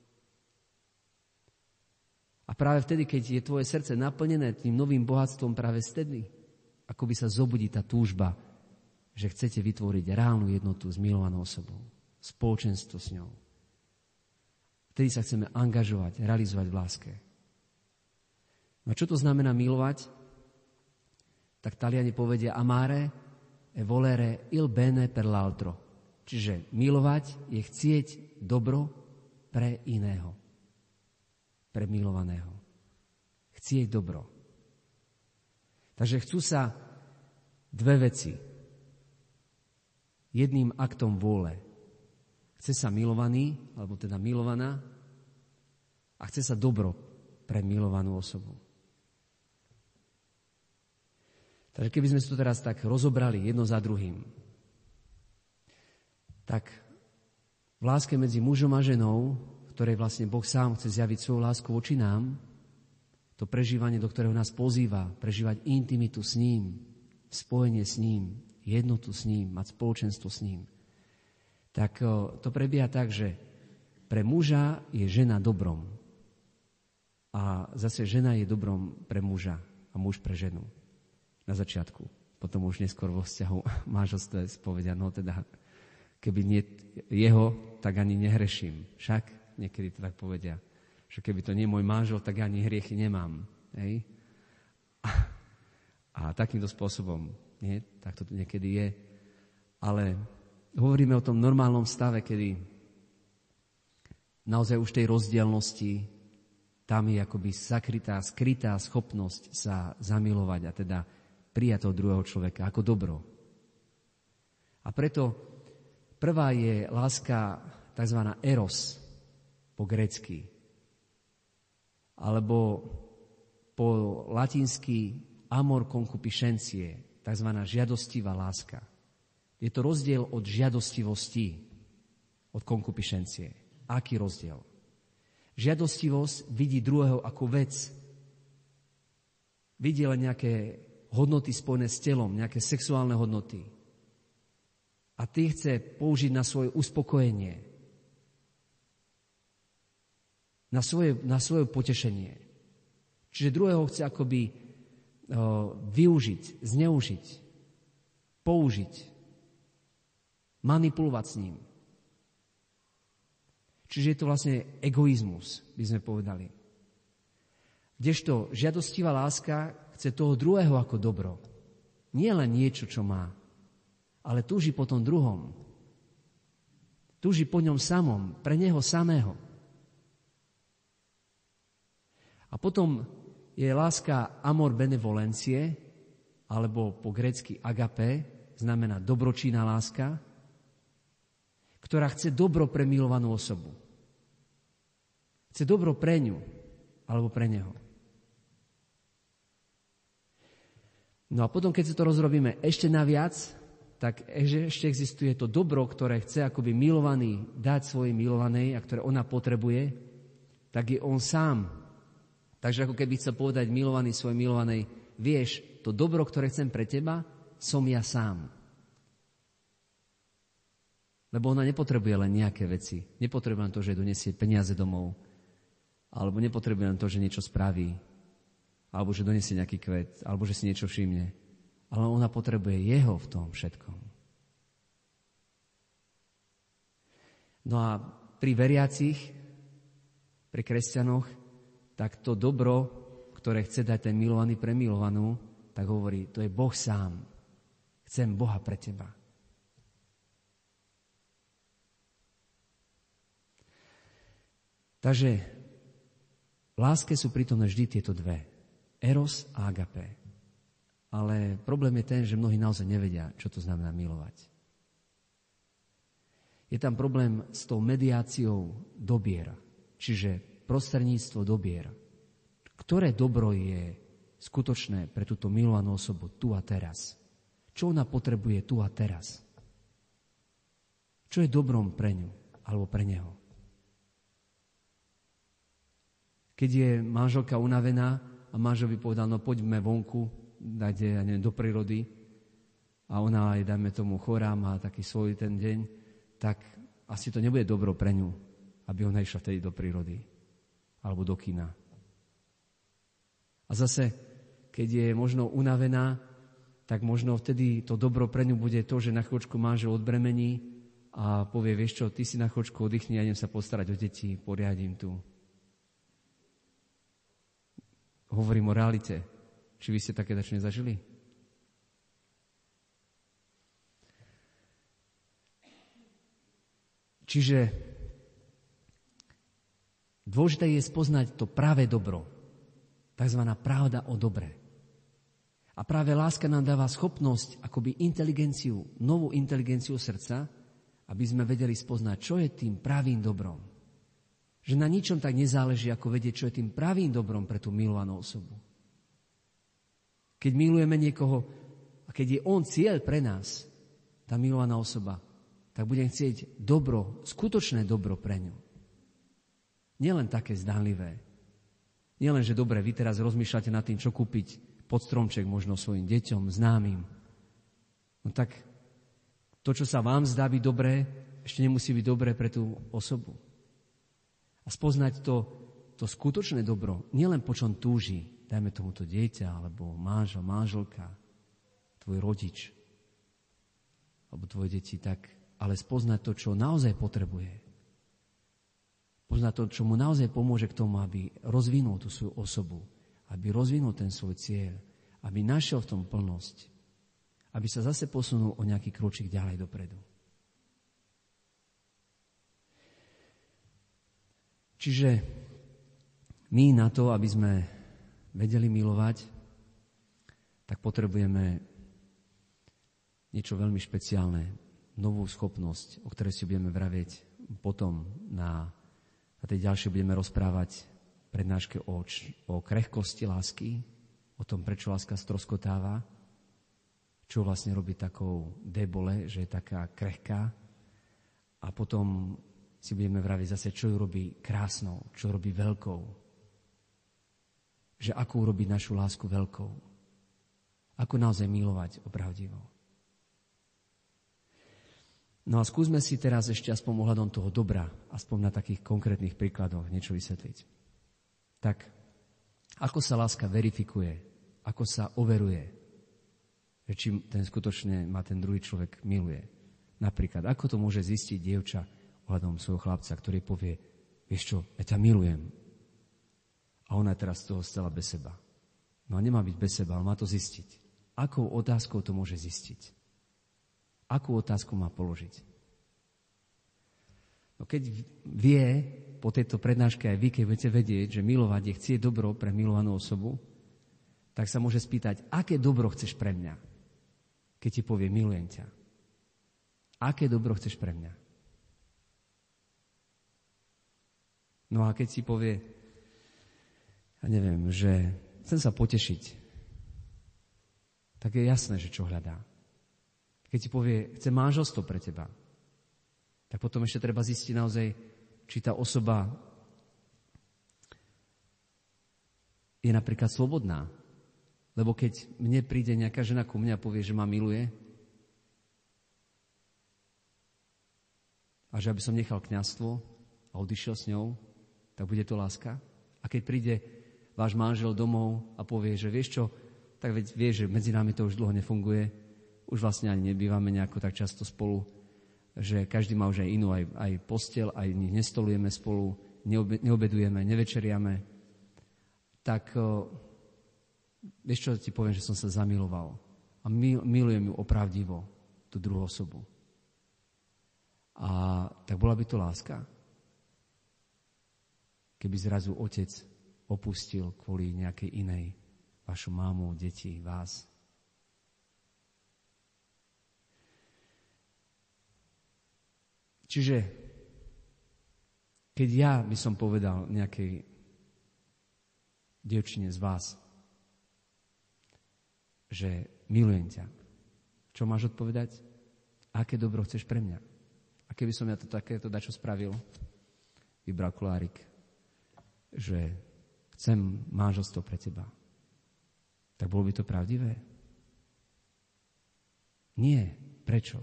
A práve vtedy, keď je tvoje srdce naplnené tým novým bohatstvom, práve vtedy, ako by sa zobudí tá túžba, že chcete vytvoriť reálnu jednotu s milovanou osobou, spoločenstvo s ňou. Vtedy sa chceme angažovať, realizovať v láske. No a čo to znamená milovať? Tak Taliani povedia amare e volere il bene per l'altro. Čiže milovať je chcieť dobro pre iného. Pre milovaného. Chcieť dobro. Takže chcú sa dve veci. Jedným aktom vôle. Chce sa milovaný, alebo teda milovaná, a chce sa dobro pre milovanú osobu. Takže keby sme si to teraz tak rozobrali jedno za druhým, tak v láske medzi mužom a ženou, v ktorej vlastne Boh sám chce zjaviť svoju lásku voči nám, to prežívanie, do ktorého nás pozýva, prežívať intimitu s ním, spojenie s ním, jednotu s ním, mať spoločenstvo s ním, tak to prebieha tak, že pre muža je žena dobrom. A zase žena je dobrom pre muža a muž pre ženu. Na začiatku. Potom už neskôr vo vzťahu manželstve spovedia, no teda, keby nie jeho, tak ani nehreším. Však niekedy to tak povedia, že keby to nie je môj manžel, tak ani hriechy nemám. Hej? A, a takýmto spôsobom, nie? Tak to niekedy je. Ale hovoríme o tom normálnom stave, kedy naozaj už tej rozdielnosti tam je akoby zakrytá, skrytá schopnosť sa zamilovať a teda prijať toho druhého človeka ako dobro. A preto prvá je láska tzv. Eros po grécky, alebo po latinsky amor concupiscentie, tzv. Žiadostivá láska. Je to rozdiel od žiadostivosti, od concupiscencie. Aký rozdiel? Žiadostivosť vidí druhého ako vec. Vidí len nejaké hodnoty spojené s telom, nejaké sexuálne hodnoty. A ty chce použiť na svoje uspokojenie, na svoje, na svoje potešenie. Čiže druhého chce akoby o, využiť, zneužiť, použiť, manipulovať s ním. Čiže je to vlastne egoizmus, by sme povedali. Kdežto žiadostivá láska chce toho druhého ako dobro. Nie len niečo, čo má, ale túži po tom druhom. Túži po ňom samom, pre neho samého. A potom je láska amor benevolencie, alebo po grécky agape, znamená dobročinná láska, ktorá chce dobro pre milovanú osobu. Chce dobro pre ňu, alebo pre neho. No a potom, keď si to rozrobíme ešte naviac, tak ešte existuje to dobro, ktoré chce akoby milovaný dať svojej milovanej a ktoré ona potrebuje, tak je on sám. Takže ako keby chcel povedať milovaný svojej milovanej, vieš, to dobro, ktoré chcem pre teba, som ja sám. Lebo ona nepotrebuje len nejaké veci. Nepotrebuje len to, že donesie peniaze domov. Alebo nepotrebuje len to, že niečo spraví. Alebo že donesie nejaký kvet. Alebo že si niečo všimne. Ale ona potrebuje jeho v tom všetkom. No a pri veriacich, pri kresťanoch, tak to dobro, ktoré chce dať ten milovaný pre milovanú, tak hovorí, to je Boh sám. Chcem Boha pre teba. Takže v láske sú prítomné vždy tieto dve. Eros a agape. Ale problém je ten, že mnohí naozaj nevedia, čo to znamená milovať. Je tam problém s tou mediáciou dobier, čiže prostredníctvo dobier. Ktoré dobro je skutočné pre túto milovanú osobu tu a teraz? Čo ona potrebuje tu a teraz? Čo je dobrom pre ňu alebo pre neho? Keď je manželka unavená a manžel by povedal, no poďme vonku, dajte, ja neviem, do prírody a ona aj, dajme tomu, chorá, má taký svoj ten deň, tak asi to nebude dobro pre ňu, aby ona išla vtedy do prírody alebo do kina. A zase, keď je možno unavená, tak možno vtedy to dobro pre ňu bude to, že na chvíľočku manžel odbremení a povie, vieš čo, ty si na chvíľočku oddychni, ja idem sa postarať o deti, poriadím tu. Hovorím o realite. Či vy ste také dačo nezažili? Čiže dôležité je spoznať to práve dobro. Takzvaná pravda o dobre. A práve láska nám dáva schopnosť, akoby inteligenciu, novú inteligenciu srdca, aby sme vedeli spoznať, čo je tým pravým dobrom. Že na ničom tak nezáleží, ako vedieť, čo je tým pravým dobrom pre tú milovanú osobu. Keď milujeme niekoho a keď je on cieľ pre nás, tá milovaná osoba, tak budem chcieť dobro, skutočné dobro pre ňu. Nielen také zdánlivé. Nielen, že dobre, vy teraz rozmýšľate nad tým, čo kúpiť pod stromček možno svojim deťom, známym. No tak to, čo sa vám zdá byť dobré, ešte nemusí byť dobré pre tú osobu. A spoznať to, to skutočné dobro, nielen po čom túži, dajme tomuto dieťa, alebo manžel, manželka, tvoj rodič, alebo tvoje deti, tak, ale spoznať to, čo naozaj potrebuje. Poznať to, čo mu naozaj pomôže k tomu, aby rozvinul tú svoju osobu, aby rozvinul ten svoj cieľ, aby našiel v tom plnosť, aby sa zase posunul o nejaký kročík ďalej dopredu. Čiže my na to, aby sme vedeli milovať, tak potrebujeme niečo veľmi špeciálne, novú schopnosť, o ktorej si budeme vravieť potom na, na tej ďalšej budeme rozprávať prednáške o, o krehkosti lásky, o tom, prečo láska stroskotáva, čo vlastne robí takou debole, že je taká krehká, a potom si budeme vraviť zase, čo ju robí krásnou, čo robí veľkou. Že ako urobiť našu lásku veľkou. Ako naozaj milovať opravdivo. No a skúsme si teraz ešte aspoň ohľadom toho dobra, aspoň na takých konkrétnych príkladoch niečo vysvetliť. Tak, ako sa láska verifikuje, ako sa overuje, že či ten skutočne ma ten druhý človek miluje. Napríklad, ako to môže zistiť dievča ohľadom svojho chlapca, ktorý povie, vieš čo, ja ťa milujem. A ona je teraz z toho stala bez seba. No a nemá byť bez seba, ale má to zistiť. Akou otázkou to môže zistiť? Akú otázku má položiť? No keď vie, po tejto prednáške aj vy, keď budete vedieť, že milovať je chcieť dobro pre milovanú osobu, tak sa môže spýtať, aké dobro chceš pre mňa? Keď ti povie, milujem ťa. Aké dobro chceš pre mňa? No a keď si povie, ja neviem, že chcem sa potešiť, tak je jasné, že čo hľadá. Keď si povie, chce manželstvo pre teba, tak potom ešte treba zistiť naozaj, či tá osoba je napríklad slobodná. Lebo keď mne príde nejaká žena ku mne a povie, že ma miluje, a že aby som nechal kňazstvo a odišiel s ňou, tak bude to láska. A keď príde váš manžel domov a povie, že vieš čo, tak veď vieš, že medzi nami to už dlho nefunguje, už vlastne ani nebývame nejako tak často spolu, že každý má už aj inú, aj, aj posteľ, aj nestolujeme spolu, neobe, neobedujeme, nevečeriame, tak o, vieš čo, ti poviem, že som sa zamiloval. A mil, milujem ju opravdivo, tú druhú osobu. A tak bola by to láska? Keby zrazu otec opustil kvôli nejakej inej vašu mámu, deti, vás. Čiže keď ja by som povedal nejakej dievčine z vás, že milujem ťa, čo máš odpovedať? Aké dobro chceš pre mňa? A keby som ja to takéto dačo spravil, vybral kolárik, že chcem manželstvo pre teba, tak bolo by to pravdivé? Nie. Prečo?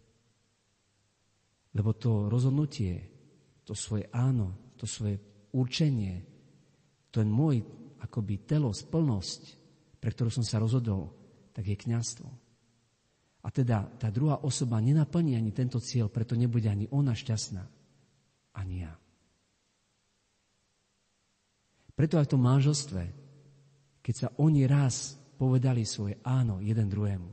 Lebo to rozhodnutie, to svoje áno, to svoje určenie, ten môj akoby telos, plnosť, pre ktorú som sa rozhodol, tak je kňazstvo. A teda tá druhá osoba nenaplní ani tento cieľ, preto nebude ani ona šťastná, ani ja. Preto aj v tom manželstve, keď sa oni raz povedali svoje áno jeden druhému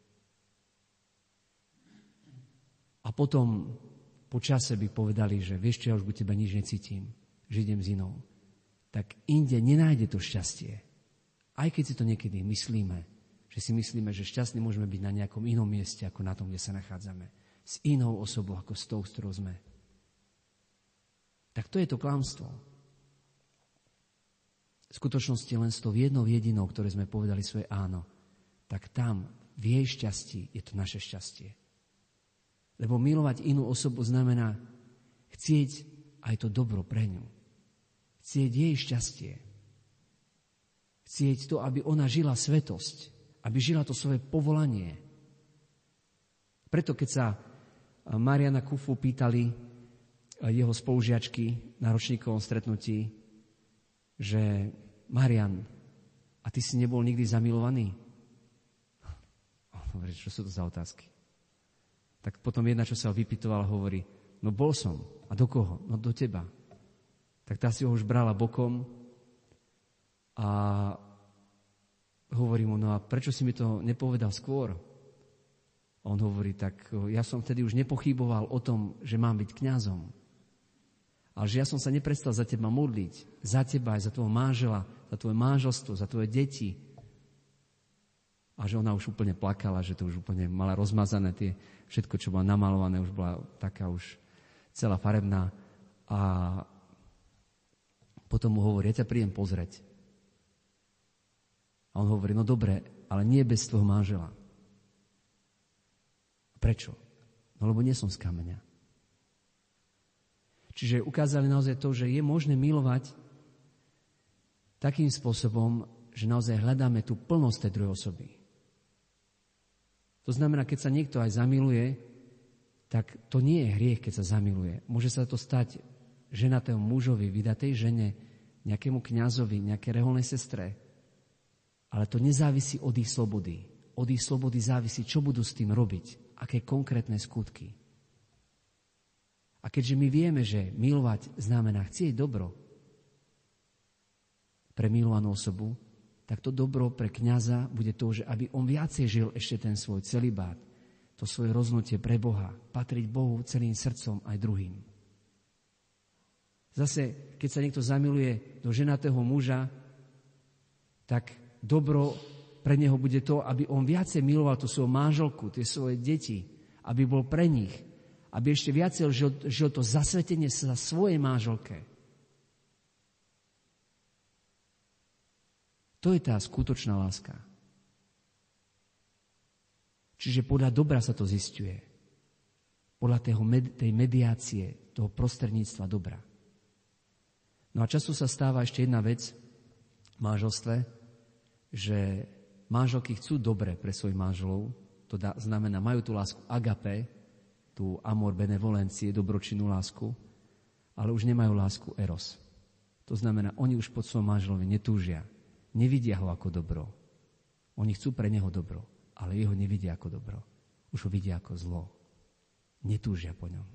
a potom po čase by povedali, že vieš čo, ja už u teba nič necítim, že idem s inou, tak inde nenájde to šťastie. Aj keď si to niekedy myslíme, že si myslíme, že šťastní môžeme byť na nejakom inom mieste, ako na tom, kde sa nachádzame. S inou osobou, ako s tou, s ktorou sme. Tak to je to klamstvo. V skutočnosti len s tou jednou jedinou, ktoré sme povedali svoje áno, tak tam, v jej šťastí, je to naše šťastie. Lebo milovať inú osobu znamená chcieť aj to dobro pre ňu. Chcieť jej šťastie. Chcieť to, aby ona žila svetosť, aby žila to svoje povolanie. Preto keď sa Mariana Kufu pýtali jeho spolužiačky na ročníkovom stretnutí, že Marian, a ty si nebol nikdy zamilovaný? Hovorí, čo sú to za otázky? Tak potom jedna, čo sa ho vypytovala, hovorí, no bol som. A do koho? No do teba. Tak tá si ho už brala bokom a hovorí mu, no a prečo si mi to nepovedal skôr? A on hovorí, tak ja som vtedy už nepochyboval o tom, že mám byť kňazom. Ale že ja som sa neprestal za teba modliť, za teba aj za tvojho manžela, za tvoje manželstvo, za tvoje deti. A že ona už úplne plakala, že to už úplne mala rozmazané, tie, všetko, čo bola namalované, už bola taká už celá farebná. A potom mu hovorí, ja ťa prídem pozrieť. A on hovorí, no dobre, ale nie bez tvojho manžela. Prečo? No lebo nie som z kameňa. Čiže ukázali naozaj to, že je možné milovať takým spôsobom, že naozaj hľadáme tú plnosť tej druhej osoby. To znamená, keď sa niekto aj zamiluje, tak to nie je hriech, keď sa zamiluje. Môže sa to stať ženatému mužovi, vydatej žene, nejakému kňazovi, nejakej reholnej sestre. Ale to nezávisí od ich slobody. Od ich slobody závisí, čo budú s tým robiť, aké konkrétne skutky. A keďže my vieme, že milovať znamená chcieť dobro pre milovanú osobu, tak to dobro pre kňaza bude to, že aby on viacej žil ešte ten svoj celibát, to svoje rozhodnutie pre Boha, patriť Bohu celým srdcom aj druhým. Zase, keď sa niekto zamiluje do ženatého muža, tak dobro pre neho bude to, aby on viacej miloval tú svoju manželku, tie svoje deti, aby bol pre nich, aby ešte viacej žil, žil to zasvetenie sa svojej manželke. To je tá skutočná láska. Čiže podľa dobra sa to zisťuje. Podľa toho, tej mediácie, toho prostredníctva dobra. No a často sa stáva ešte jedna vec v manželstve, že manželky chcú dobre pre svojich manželov, to dá, znamená, majú tú lásku agape, tú amor benevolencie, dobročinnú lásku, ale už nemajú lásku eros. To znamená, oni už pod svojom manželovi netúžia, nevidia ho ako dobro. Oni chcú pre neho dobro, ale jeho nevidia ako dobro. Už ho vidia ako zlo. Netúžia po ňom.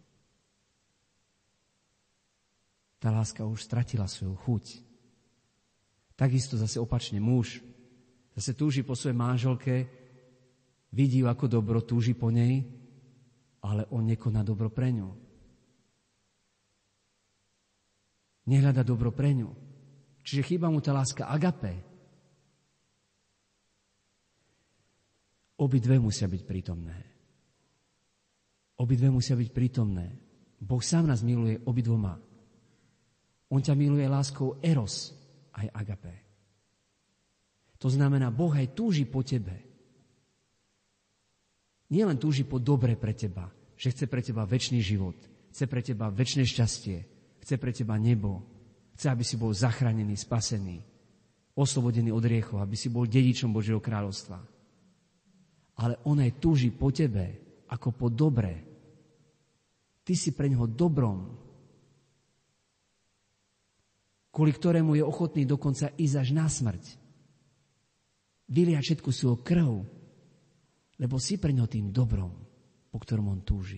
Tá láska už stratila svoju chuť. Takisto zase opačne muž zase túži po svojej manželke, vidí ju ako dobro, túži po nej, ale on nekoná dobro pre ňu. Nehľada dobro pre ňu. Čiže chýba mu tá láska agape. Obidve musia byť prítomné. Obidve musia byť prítomné. Boh sám nás miluje obidvoma. On ťa miluje láskou eros, aj agape. To znamená, Boh aj túži po tebe. Nie len túži po dobre pre teba, že chce pre teba večný život, chce pre teba večné šťastie, chce pre teba nebo, chce, aby si bol zachránený, spasený, oslobodený od hriechov, aby si bol dedičom Božieho kráľovstva. Ale on aj túži po tebe, ako po dobre. Ty si pre ňoho dobrom, kvôli ktorému je ochotný dokonca ísť až na smrť. Vyliať všetku svoju krv, lebo si pre ňo tým dobrom, po ktorom on túži.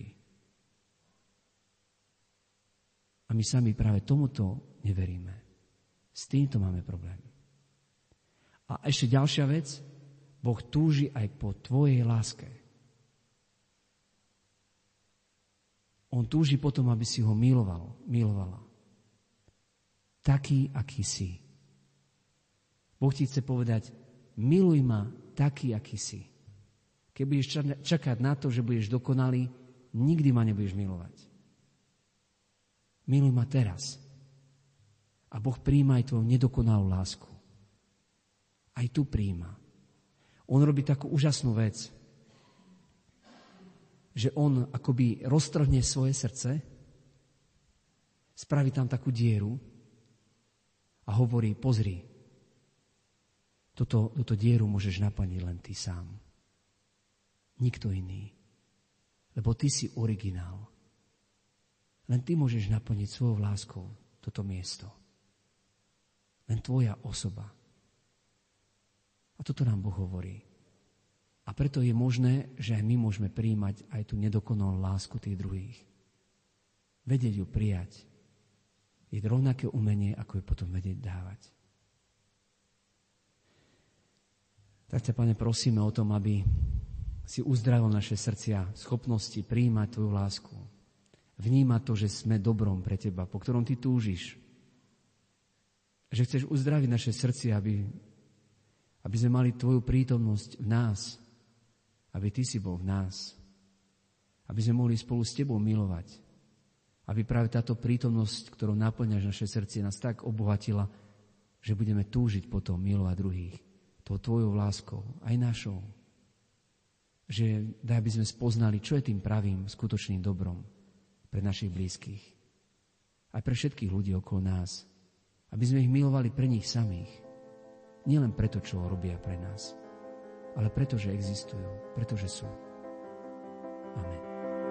A my sami práve tomuto neveríme. S týmto máme problém. A ešte ďalšia vec, Boh túži aj po tvojej láske. On túži potom, aby si ho miloval, milovala. Taký, aký si. Boh ti chce povedať, miluj ma taký, aký si. Keď budeš čakať na to, že budeš dokonalý, nikdy ma nebudeš milovať. Miluj ma teraz. A Boh prijíma aj tvoju nedokonalú lásku. Aj tu prijíma. On robí takú úžasnú vec, že on akoby roztrhne svoje srdce, spraví tam takú dieru a hovorí, pozri, toto, toto dieru môžeš naplniť len ty sám. Nikto iný. Lebo ty si originál. Len ty môžeš naplniť svojou láskou toto miesto. Len tvoja osoba. A toto nám Boh hovorí. A preto je možné, že aj my môžeme prijímať aj tú nedokonalú lásku tých druhých. Vedieť ju prijať. Je rovnaké umenie, ako je potom vedieť dávať. Tak ťa, Pane, prosíme o tom, aby si uzdravil naše srdcia, schopnosti prijímať tvoju lásku. Vnímať to, že sme dobrom pre teba, po ktorom ty túžiš. Že chceš uzdraviť naše srdcia, aby, aby sme mali tvoju prítomnosť v nás. Aby ty si bol v nás. Aby sme mohli spolu s tebou milovať. Aby práve táto prítomnosť, ktorou naplňaš naše srdcie, nás tak obohatila, že budeme túžiť potom milovať druhých. Tou tvojou láskou, aj našou. Že daj, aby sme spoznali, čo je tým pravým, skutočným dobrom pre našich blízkych. Aj pre všetkých ľudí okolo nás. Aby sme ich milovali pre nich samých. Nielen preto, čo robia pre nás, ale preto, že existujú, pretože sú. Amen.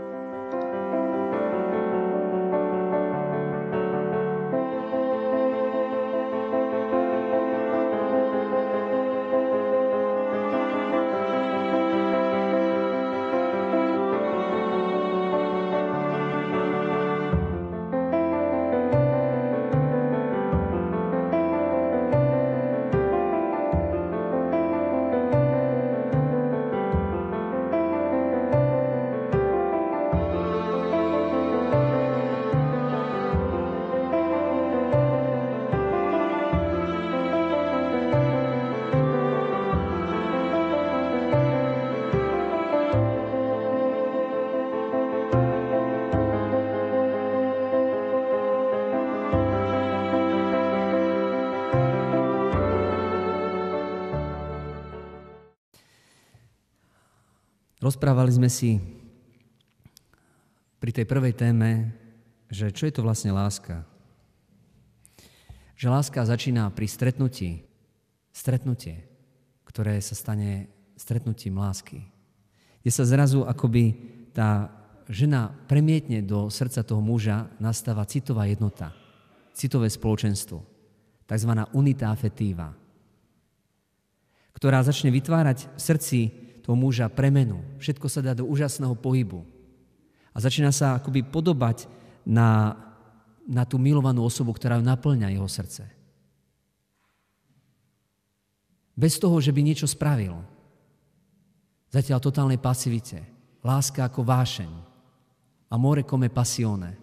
Rozprávali sme si pri tej prvej téme, že čo je to vlastne láska. Že láska začína pri stretnutí. Stretnutie, ktoré sa stane stretnutím lásky. Kde sa zrazu akoby tá žena premietne do srdca toho muža, nastáva citová jednota, citové spoločenstvo, takzvaná unita affectiva, ktorá začne vytvárať v srdci toho muža premenu. Všetko sa dá do úžasného pohybu. A začína sa akoby podobať na, na tú milovanú osobu, ktorá ju naplňa jeho srdce. Bez toho, že by niečo spravil. Zatiaľ totálnej pasivite. Láska ako vášeň. Amore come passione.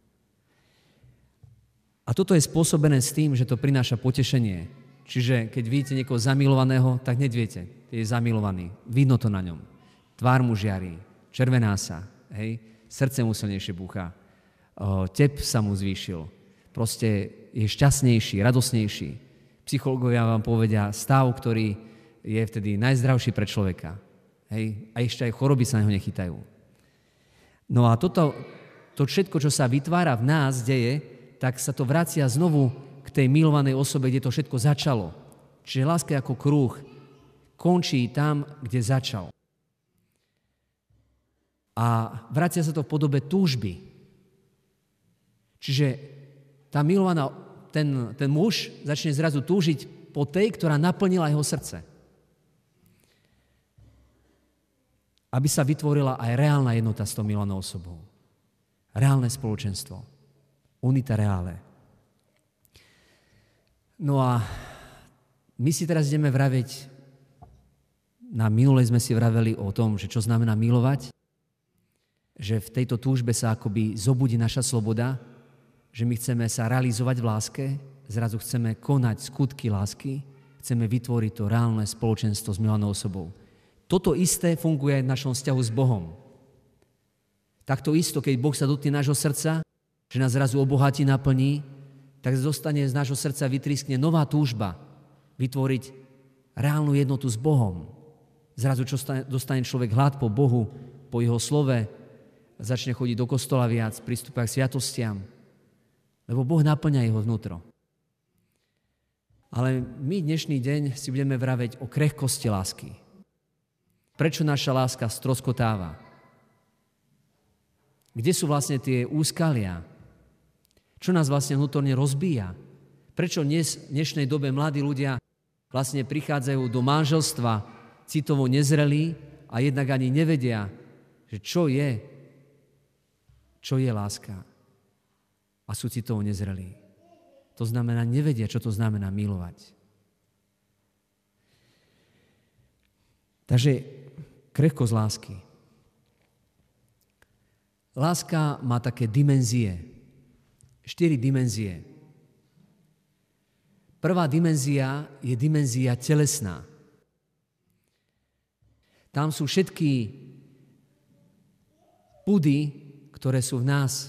A toto je spôsobené s tým, že to prináša potešenie. Čiže keď vidíte niekoho zamilovaného, tak hneď viete, je zamilovaný. Vidno to na ňom. Tvár mu žiari, červená sa, hej? Srdce mu silnejšie búcha, o, tep sa mu zvýšil. Proste je šťastnejší, radosnejší. Psychológovia vám povedia stav, ktorý je vtedy najzdravší pre človeka. Hej? A ešte aj choroby sa na neho nechytajú. No a toto, to všetko, čo sa vytvára v nás, deje, tak sa to vracia znovu k tej milovanej osobe, kde to všetko začalo. Čiže láska je ako kruh. Končí tam, kde začal. A vracia sa to v podobe túžby. Čiže tá milovaná, ten, ten muž začne zrazu túžiť po tej, ktorá naplnila jeho srdce. Aby sa vytvorila aj reálna jednota s tou milovanou osobou. Reálne spoločenstvo. Unita reale. No a my si teraz ideme vraviť, na minule sme si vraveli o tom, že čo znamená milovať, že v tejto túžbe sa akoby zobudí naša sloboda, že my chceme sa realizovať v láske, zrazu chceme konať skutky lásky, chceme vytvoriť to reálne spoločenstvo s milovanou osobou. Toto isté funguje aj v našom vzťahu s Bohom. Takto isto, keď Boh sa dotkne nášho srdca, že nás zrazu obohatí, naplní, tak zostane z nášho srdca vytrískne nová túžba vytvoriť reálnu jednotu s Bohom. Zrazu čo dostane človek hlad po Bohu, po jeho slove, začne chodiť do kostola viac, pristúpať k sviatostiam, lebo Boh naplňa jeho vnútro. Ale my dnešný deň si budeme vraveť o krehkosti lásky. Prečo naša láska stroskotáva? Kde sú vlastne tie úskalia? Čo nás vlastne vnútorne rozbíja? Prečo dnes, v dnešnej dobe mladí ľudia vlastne prichádzajú do manželstva citovo nezrelí a jednak ani nevedia, že čo je, čo je láska. A sú citovo nezrelí. To znamená, nevedia, čo to znamená milovať. Takže krehkosť lásky. Láska má také dimenzie. Štyri dimenzie. Prvá dimenzia je dimenzia telesná. Tam sú všetky pudy, ktoré sú v nás.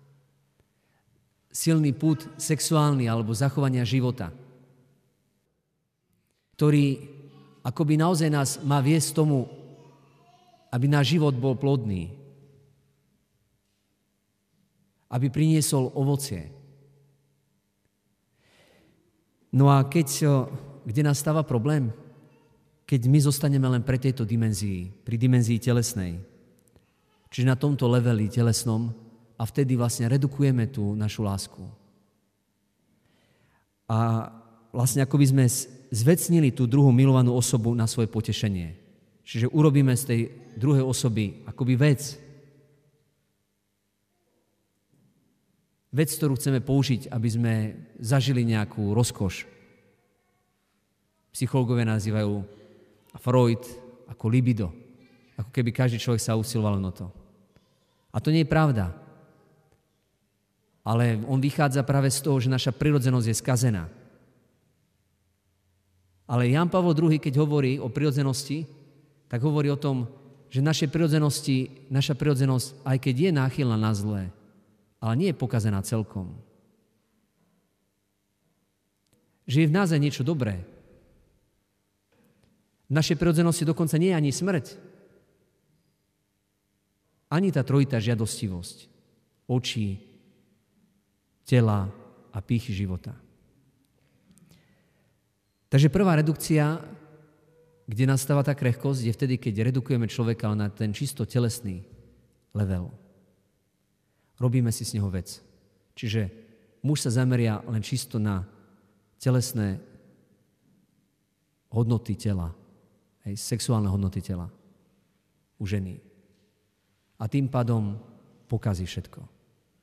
Silný pud sexuálny alebo zachovania života, ktorý akoby naozaj nás má viesť tomu, aby náš život bol plodný, aby priniesol ovocie. No a keď, kde nastáva problém? Keď my zostaneme len pre tejto dimenzii, pri dimenzii telesnej, čiže na tomto leveli telesnom, a vtedy vlastne redukujeme tú našu lásku. A vlastne ako by sme zvecnili tú druhú milovanú osobu na svoje potešenie. Čiže urobíme z tej druhej osoby akoby vec. Vec, ktorú chceme použiť, aby sme zažili nejakú rozkoš. Psychológovia nazývajú Freud ako libido. Ako keby každý človek sa usiloval o to. A to nie je pravda. Ale on vychádza práve z toho, že naša prirodzenosť je skazená. Ale Ján Pavol druhý, keď hovorí o prirodzenosti, tak hovorí o tom, že naše prirodzenosti, naša prirodzenosť, aj keď je náchylná na zlé, ale nie je pokazená celkom. Že je v nás aj niečo dobré. V našej prirodzenosti dokonca nie je ani smrť, ani tá trojitá žiadostivosť očí, tela a pýchy života. Takže prvá redukcia, kde nastáva tá krehkosť, je vtedy, keď redukujeme človeka na ten čisto telesný level. Robíme si z neho vec. Čiže muž sa zameria len čisto na telesné hodnoty tela, hej, sexuálne hodnoty tela u ženy. A tým pádom pokazí všetko.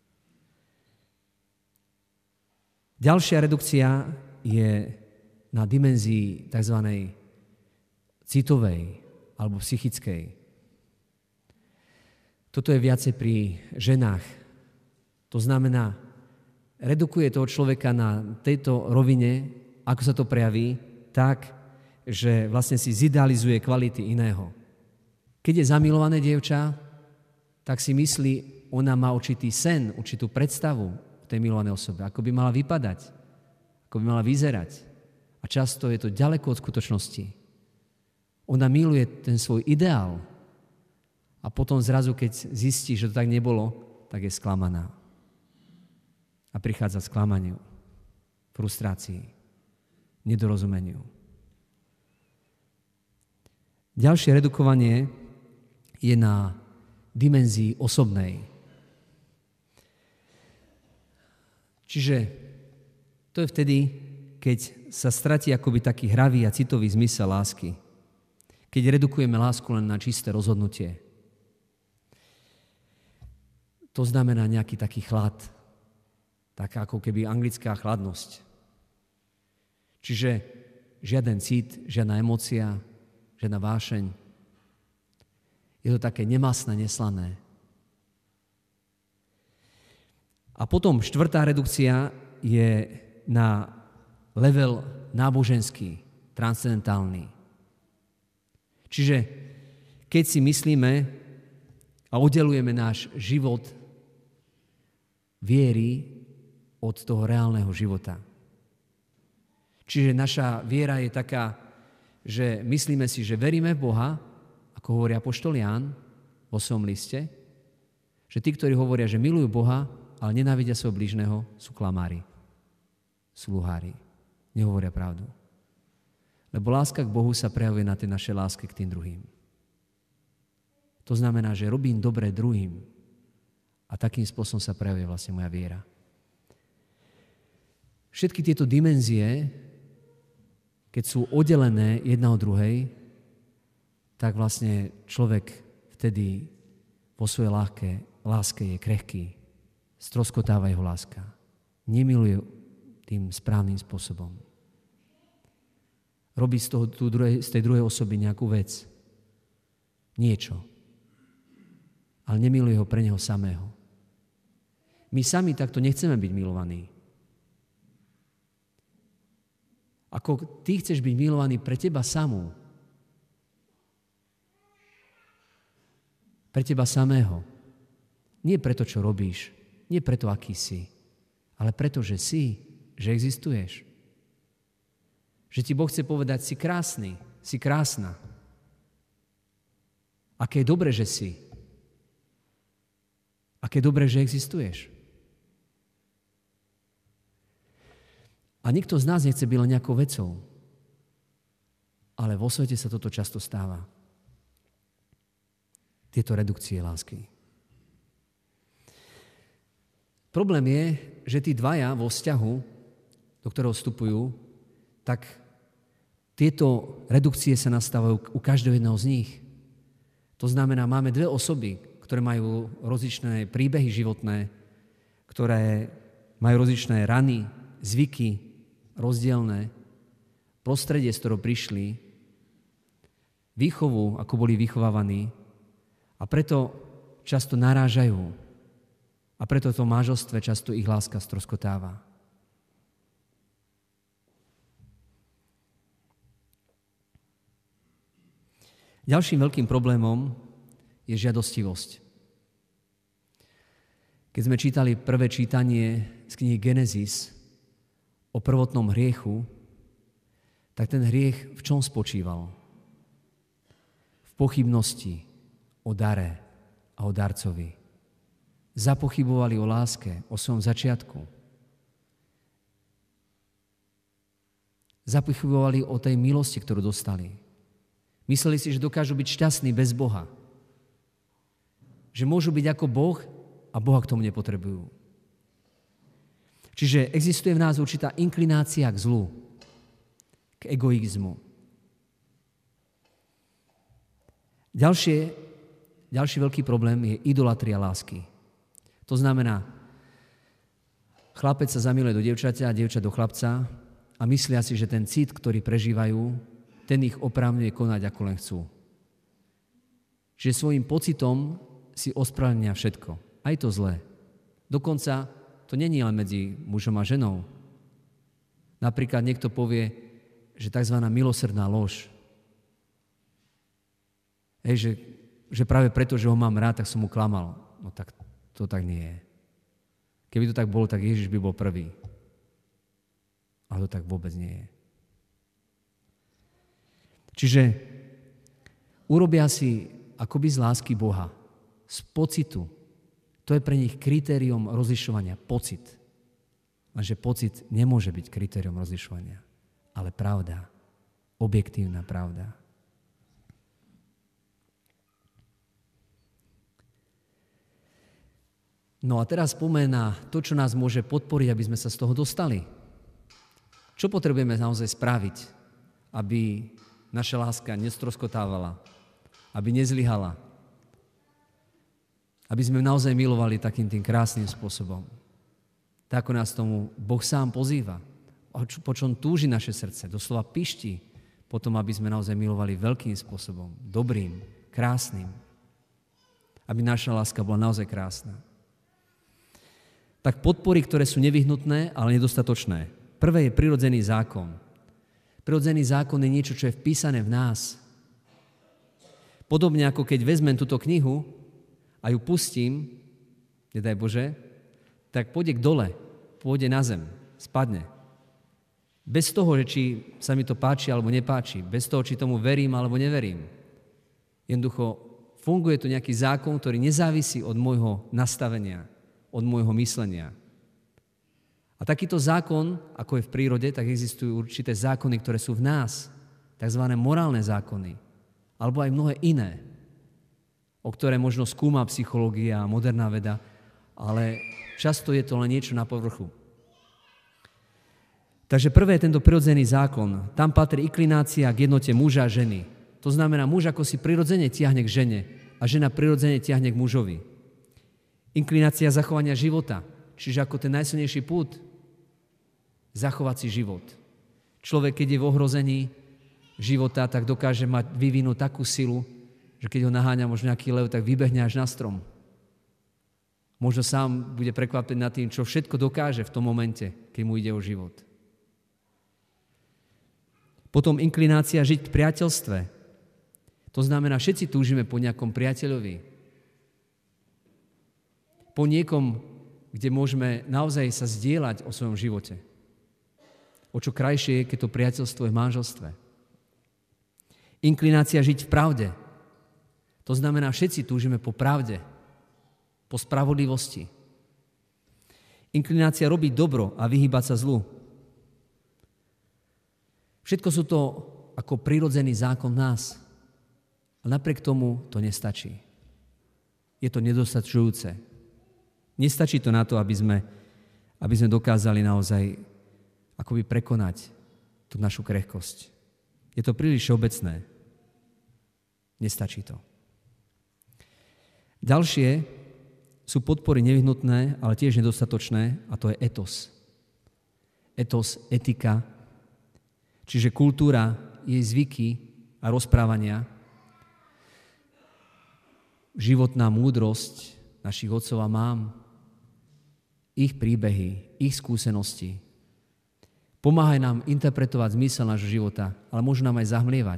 Ďalšia redukcia je na dimenzii tzv. Citovej alebo psychickej. Toto je viacej pri ženách. To znamená, redukuje toho človeka na tejto rovine, ako sa to prejaví, tak, že vlastne si zidealizuje kvality iného. Keď je zamilované dievča, tak si myslí, ona má určitý sen, určitú predstavu tej milovanej osobe, ako by mala vypadať, ako by mala vyzerať. A často je to ďaleko od skutočnosti. Ona miluje ten svoj ideál a potom zrazu, keď zistí, že to tak nebolo, tak je sklamaná. A prichádza k sklamaniu, frustrácii, nedorozumeniu. Ďalšie redukovanie je na dimenzii osobnej. Čiže to je vtedy, keď sa stratí akoby taký hravý a citový zmysel lásky. Keď redukujeme lásku len na čisté rozhodnutie. To znamená nejaký taký chlad. Taká ako keby anglická chladnosť. Čiže žiaden cit, žiadna emócia, žiadna vášeň. Je to také nemastné, neslané. A potom štvrtá redukcia je na level náboženský, transcendentálny. Čiže keď si myslíme a oddelujeme náš život viery od toho reálneho života. Čiže naša viera je taká, že myslíme si, že veríme v Boha, ako hovorí apoštol Ján vo svojom liste, že tí, ktorí hovoria, že milujú Boha, ale nenávidia svojho blížneho, sú klamári, sú luhári, nehovoria pravdu. Lebo láska k Bohu sa prejavuje na tej našej láske k tým druhým. To znamená, že robím dobre druhým A takým spôsobom sa prejavuje vlastne moja viera. Všetky tieto dimenzie, keď sú oddelené jedna od druhej, tak vlastne človek vtedy vo svojej láske, láske je krehký. Stroskotáva jeho láska. Nemiluje tým správnym spôsobom. Robí z, toho, tú druhej, z tej druhej osoby nejakú vec. Niečo. Ale nemiluje ho pre neho samého. My sami takto nechceme byť milovaní. Ako ty chceš byť milovaný pre teba samú. Pre teba samého. Nie preto, čo robíš. Nie preto, aký si. Ale preto, že si. Že existuješ. Že ti Boh chce povedať, si krásny. Si krásna. Aké je dobre, že si. Aké je dobre, že existuješ. A nikto z nás nechce byť len nejakou vecou. Ale vo svete sa toto často stáva. Tieto redukcie lásky. Problém je, že tí dvaja vo vzťahu, do ktorého vstupujú, tak tieto redukcie sa nastávajú u každého jedného z nich. To znamená, máme dve osoby, ktoré majú rozličné príbehy životné, ktoré majú rozličné rany, zvyky, rozdielne, prostredie, z ktorého prišli, výchovu, ako boli vychovávaní, a preto často narážajú. A preto v tom manželstve často ich láska stroskotáva. Ďalším veľkým problémom je žiadostivosť. Keď sme čítali prvé čítanie z knihy Genesis o prvotnom hriechu, tak ten hriech v čom spočíval? V pochybnosti o dare a o darcovi. Zapochybovali o láske, o svojom začiatku. Zapochybovali o tej milosti, ktorú dostali. Mysleli si, že dokážu byť šťastní bez Boha. Že môžu byť ako Boh a Boha k tomu nepotrebujú. Čiže existuje v nás určitá inklinácia k zlu, k egoizmu. Ďalšie, ďalší veľký problém je idolatria lásky. To znamená, chlapec sa zamiluje do dievčaťa a dievča do chlapca a myslia si, že ten cit, ktorý prežívajú, ten ich oprávňuje konať, ako len chcú. Čiže svojím pocitom si ospravedlnia všetko, aj to zlé. Dokonca to nie je len medzi mužom a ženou. Napríklad niekto povie, že tzv. Milosrdná lož. Hej, že, že práve preto, že ho mám rád, tak som mu klamal. No tak to tak nie je. Keby to tak bolo, tak Ježiš by bol prvý. Ale to tak vôbec nie je. Čiže urobia si akoby z lásky Boha, z pocitu. To je pre nich kritérium rozlišovania, pocit. Lenže pocit nemôže byť kritérium rozlišovania, ale pravda, objektívna pravda. No a teraz poďme na to, čo nás môže podporiť, aby sme sa z toho dostali. Čo potrebujeme naozaj spraviť, aby naša láska nestroskotávala, aby nezlyhala, aby sme naozaj milovali takým tým krásnym spôsobom. Tak, ako nás tomu Boh sám pozýva, po čom túži naše srdce, doslova pišti, potom, aby sme naozaj milovali veľkým spôsobom, dobrým, krásnym, aby naša láska bola naozaj krásna. Tak podpory, ktoré sú nevyhnutné, ale nedostatočné. Prvé je prirodzený zákon. Prirodzený zákon je niečo, čo je vpísané v nás. Podobne ako keď vezmem túto knihu a ju pustím, nedaj Bože, tak pôjde k dole, pôjde na zem, spadne. Bez toho, že či sa mi to páči alebo nepáči, bez toho, či tomu verím alebo neverím. Jednoducho funguje tu nejaký zákon, ktorý nezávisí od môjho nastavenia, od môjho myslenia. A takýto zákon, ako je v prírode, tak existujú určité zákony, ktoré sú v nás, takzvané morálne zákony, alebo aj mnohé iné, o ktoré možno skúma psychológia a moderná veda, ale často je to len niečo na povrchu. Takže prvé je tento prirodzený zákon. Tam patrí inklinácia k jednote muža a ženy. To znamená, muž ako si prirodzene tiahne k žene a žena prirodzene tiahne k mužovi. Inklinácia zachovania života, čiže ako ten najsilnejší pút, zachovať si život. Človek, keď je v ohrození života, tak dokáže mať vyvinúť takú silu, že keď ho naháňa možno nejaký lev, tak vybehne až na strom. Možno sám bude prekvapený nad tým, čo všetko dokáže v tom momente, keď mu ide o život. Potom inklinácia žiť v priateľstve. To znamená, všetci túžime po nejakom priateľovi. Po niekom, kde môžeme naozaj sa zdieľať o svojom živote. O čo krajšie je, keď to priateľstvo je v manželstve. Inklinácia žiť v pravde. To znamená, všetci túžime po pravde, po spravodlivosti. Inklinácia robiť dobro a vyhýbať sa zlu. Všetko sú to ako prirodzený zákon nás. A napriek tomu to nestačí. Je to nedostačujúce. Nestačí to na to, aby sme, aby sme dokázali naozaj akoby prekonať tú našu krehkosť. Je to príliš všeobecné. Nestačí to. Ďalšie sú podpory nevyhnutné, ale tiež nedostatočné, a to je etos. Etos, etika, čiže kultúra, jej zvyky a rozprávania, životná múdrosť našich otcov a mám, ich príbehy, ich skúsenosti, pomáhajú nám interpretovať zmysel nášho života, ale môžu nám aj zahmlievať.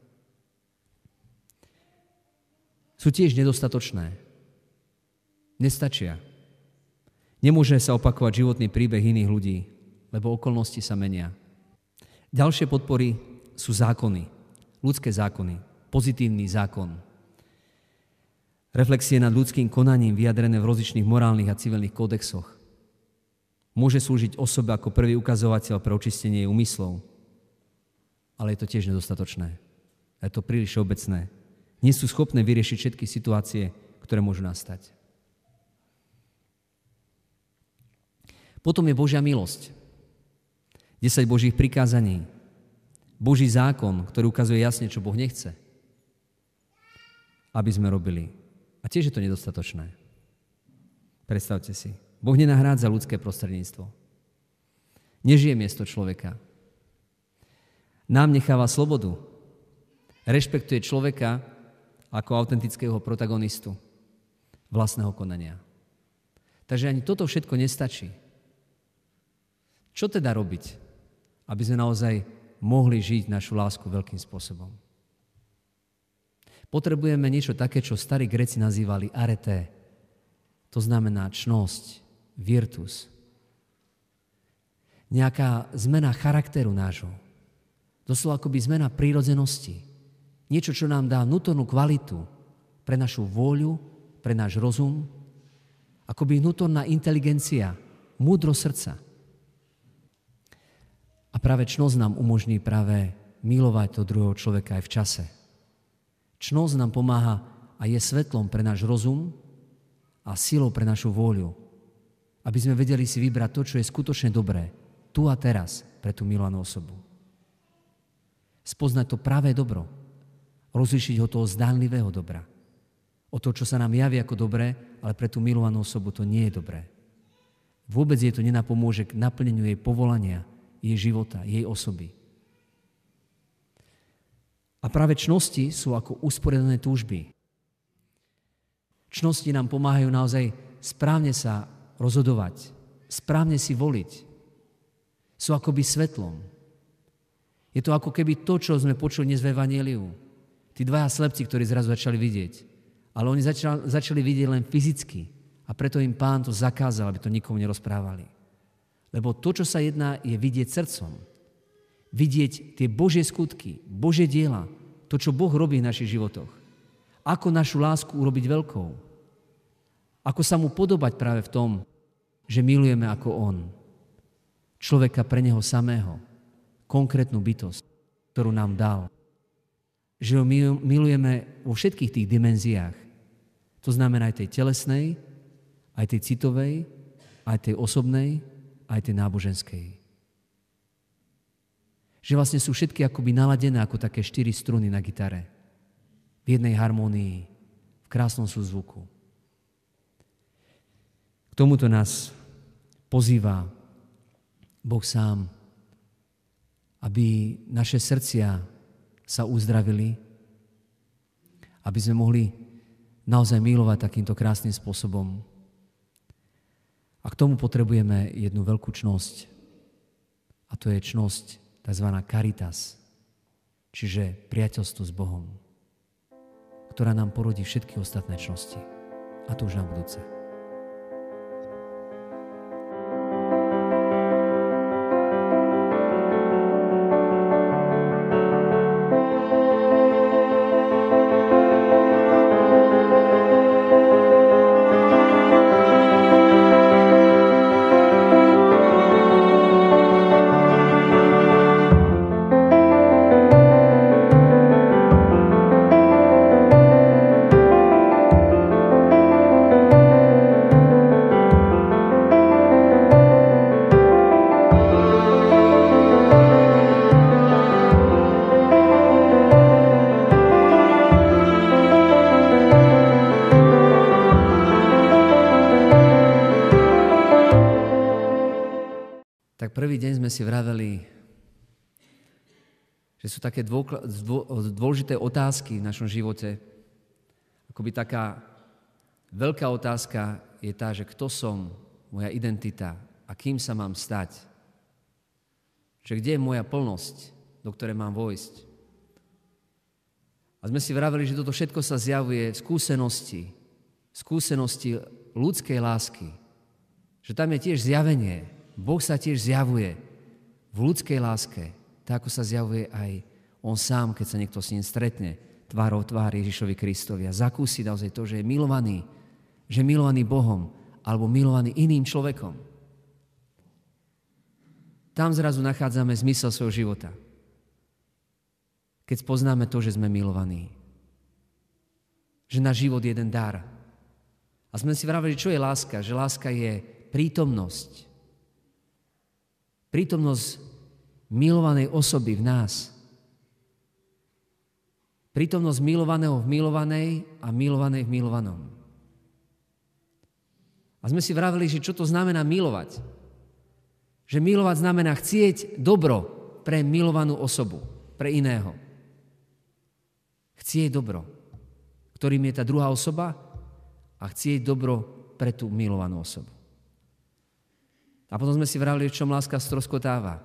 Sú tiež nedostatočné. Nestačia. Nemôže sa opakovať životný príbeh iných ľudí, lebo okolnosti sa menia. Ďalšie podpory sú zákony, ľudské zákony, pozitívny zákon. Reflexie nad ľudským konaním vyjadrené v rozličných morálnych a civilných kódexoch. Môže slúžiť osobe ako prvý ukazovateľ pre očistenie jej úmyslov, ale je to tiež nedostatočné. Je to príliš všeobecné. Nie sú schopné vyriešiť všetky situácie, ktoré môžu nastať. Potom je Božia milosť. desať Božích prikázaní. Boží zákon, ktorý ukazuje jasne, čo Boh nechce, aby sme robili. A tiež je to nedostatočné. Predstavte si. Boh nenahrádza ľudské prostredníctvo. Nežije miesto človeka. Nám necháva slobodu. Rešpektuje človeka ako autentického protagonistu vlastného konania. Takže ani toto všetko nestačí. Čo teda robiť, aby sme naozaj mohli žiť našu lásku veľkým spôsobom? Potrebujeme niečo také, čo starí Gréci nazývali areté. To znamená čnosť, virtus. Nejaká zmena charakteru nášho. Doslova akoby zmena prírodzenosti. Niečo, čo nám dá vnútornú kvalitu pre našu vôľu, pre náš rozum, akoby vnútorná inteligencia, múdro srdca. A práve čnosť nám umožní práve milovať toho druhého človeka aj v čase. Čnosť nám pomáha a je svetlom pre náš rozum a silou pre našu vôľu, aby sme vedeli si vybrať to, čo je skutočne dobré, tu a teraz pre tú milovanú osobu. Spoznať to pravé dobro, rozlíšiť ho toho zdánlivého dobra. O to, čo sa nám javí ako dobré, ale pre tú milovanú osobu to nie je dobré. Vôbec jej to nenapomôže k naplneniu jej povolania, jej života, jej osoby. A práve čnosti sú ako usporiadané túžby. Čnosti nám pomáhajú naozaj správne sa rozhodovať, správne si voliť. Sú akoby svetlom. Je to ako keby to, čo sme počuli dnes v Evanjeliu. Tí dvaja slepci, ktorí zrazu začali vidieť. Ale oni začali, začali vidieť len fyzicky. A preto im Pán to zakázal, aby to nikomu nerozprávali. Lebo to, čo sa jedná, je vidieť srdcom. Vidieť tie Božie skutky, Božie diela, to, čo Boh robí v našich životoch. Ako našu lásku urobiť veľkou. Ako sa mu podobať práve v tom, že milujeme ako on. Človeka pre neho samého. Konkrétnu bytosť, ktorú nám dal. Že ho milujeme vo všetkých tých dimenziách. To znamená aj tej telesnej, Aj tej citovej, aj tej osobnej, aj tej náboženskej. Že vlastne sú všetky akoby naladené ako také štyri struny na gitare. V jednej harmónii, v krásnom súzvuku. K tomuto nás pozýva Boh sám, aby naše srdcia sa uzdravili, aby sme mohli naozaj milovať takýmto krásnym spôsobom. A k tomu potrebujeme jednu veľkú čnosť. A to je čnosť tzv. Caritas, čiže priateľstvo s Bohom, ktorá nám porodí všetky ostatné čnosti. A to už na budúce. Prvý deň sme si vraveli, že sú také dôležité otázky v našom živote. Akoby taká veľká otázka je tá, že kto som, moja identita a kým sa mám stať. Že kde je moja plnosť, do ktorej mám vojsť. A sme si vraveli, že toto všetko sa zjavuje v skúsenosti, v skúsenosti ľudskej lásky. Že tam je tiež zjavenie. Boh sa tiež zjavuje v ľudskej láske, tak ako sa zjavuje aj on sám, keď sa niekto s ním stretne, tvárou tvár Ježišovi Kristovi a zakúsi naozaj to, že je milovaný, že je milovaný Bohom alebo milovaný iným človekom. Tam zrazu nachádzame zmysel svojho života. Keď spoznáme to, že sme milovaní. Že náš život je jeden dar. A sme si vraveli, čo je láska? Že láska je prítomnosť. Prítomnosť milovanej osoby v nás. Prítomnosť milovaného v milovanej a milovanej v milovanom. A sme si vraveli, že čo to znamená milovať. Že milovať znamená chcieť dobro pre milovanú osobu, pre iného. Chcieť dobro, ktorým je tá druhá osoba a chcieť dobro pre tú milovanú osobu. A potom sme si vravili, v čom láska stroskotáva.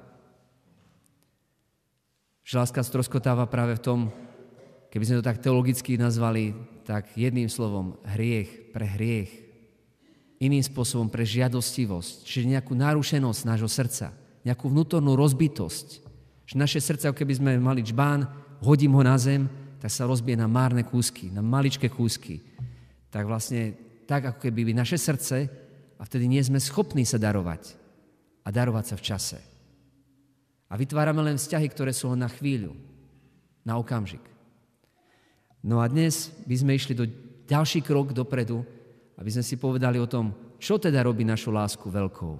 Že láska stroskotáva práve v tom, keby sme to tak teologicky nazvali, tak jedným slovom hriech pre hriech. Iným spôsobom pre žiadostivosť, čiže nejakú narušenosť nášho srdca, nejakú vnútornú rozbitosť. Že naše srdce, ako keby sme mali džbán, hodím ho na zem, tak sa rozbije na márne kúsky, na maličké kúsky. Tak vlastne tak, ako keby naše srdce, a vtedy nie sme schopní sa darovať. A darovať sa v čase. A vytvárame len vzťahy, ktoré sú len na chvíľu, na okamžik. No a dnes by sme išli do ďalší krok dopredu, aby sme si povedali o tom, čo teda robí našu lásku veľkou.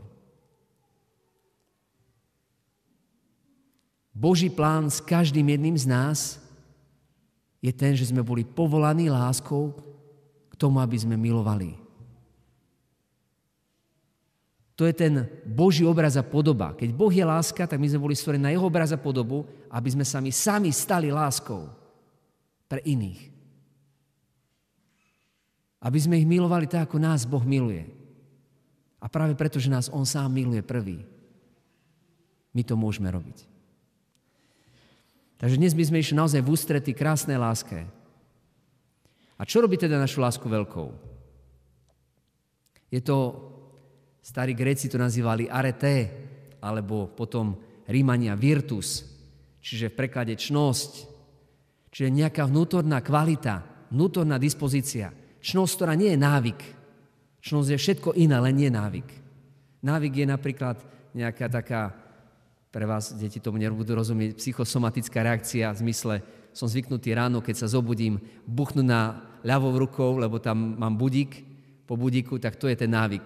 Boží plán s každým jedným z nás je ten, že sme boli povolaní láskou k tomu, aby sme milovali. To je ten Boží obraz a podoba. Keď Boh je láska, tak my sme boli stvorení na jeho obraz a podobu, aby sme sami sami stali láskou pre iných. Aby sme ich milovali tak, ako nás Boh miluje. A práve preto, že nás on sám miluje prvý, my to môžeme robiť. Takže dnes by sme išli naozaj v ústrety krásnej láske. A čo robí teda našu lásku veľkou? Je to, starí Gréci to nazývali arete, alebo potom Rímania virtus, čiže v preklade čnosť, čiže nejaká vnútorná kvalita, vnútorná dispozícia. Čnosť, ktorá nie je návyk. Čnosť je všetko iné, len nie návyk. Návyk je napríklad nejaká taká, pre vás, deti tomu nebudú rozumieť, psychosomatická reakcia v zmysle, som zvyknutý ráno, keď sa zobudím, buchnú na ľavou rukou, lebo tam mám budík, po budíku, tak to je ten návyk.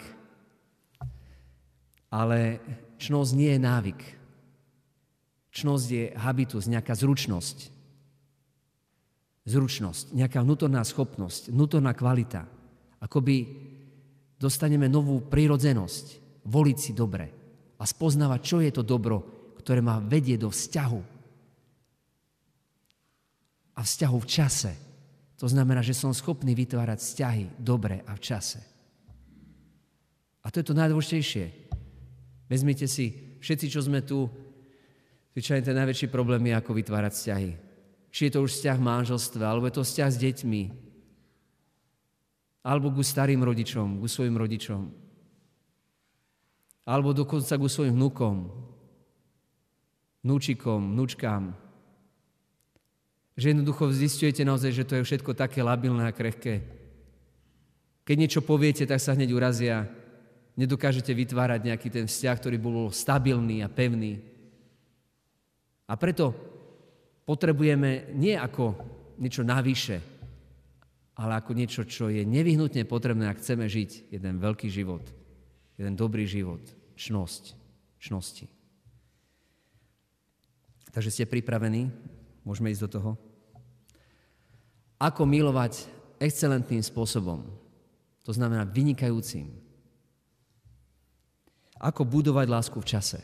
Ale čnosť nie je návyk. Čnosť je habitus, nejaká zručnosť. Zručnosť, nejaká vnútorná schopnosť, vnútorná kvalita. Akoby dostaneme novú prirodzenosť, voliť si dobre a spoznávať, čo je to dobro, ktoré ma vedie do vzťahu. A vzťahu v čase. To znamená, že som schopný vytvárať vzťahy dobre a v čase. A to je to najdôležitejšie. Vezmite si, všetci, čo sme tu, zvyčajne ten najväčší problém je, ako vytvárať vzťahy. Či je to už vzťah v manželstve, alebo je to vzťah s deťmi, alebo ku starým rodičom, ku svojim rodičom, alebo dokonca ku svojim vnukom, vnúčikom, vnúčkám. Že jednoducho zisťujete naozaj, že to je všetko také labilné a krehké. Keď niečo poviete, tak sa hneď urazia. Nedokážete vytvárať nejaký ten vzťah, ktorý bol stabilný a pevný. A preto potrebujeme nie ako niečo navyše, ale ako niečo, čo je nevyhnutne potrebné, ak chceme žiť jeden veľký život, jeden dobrý život, čnosť, čnosti. Takže ste pripravení? Môžeme ísť do toho? Ako milovať excelentným spôsobom, to znamená vynikajúcim. Ako budovať lásku v čase.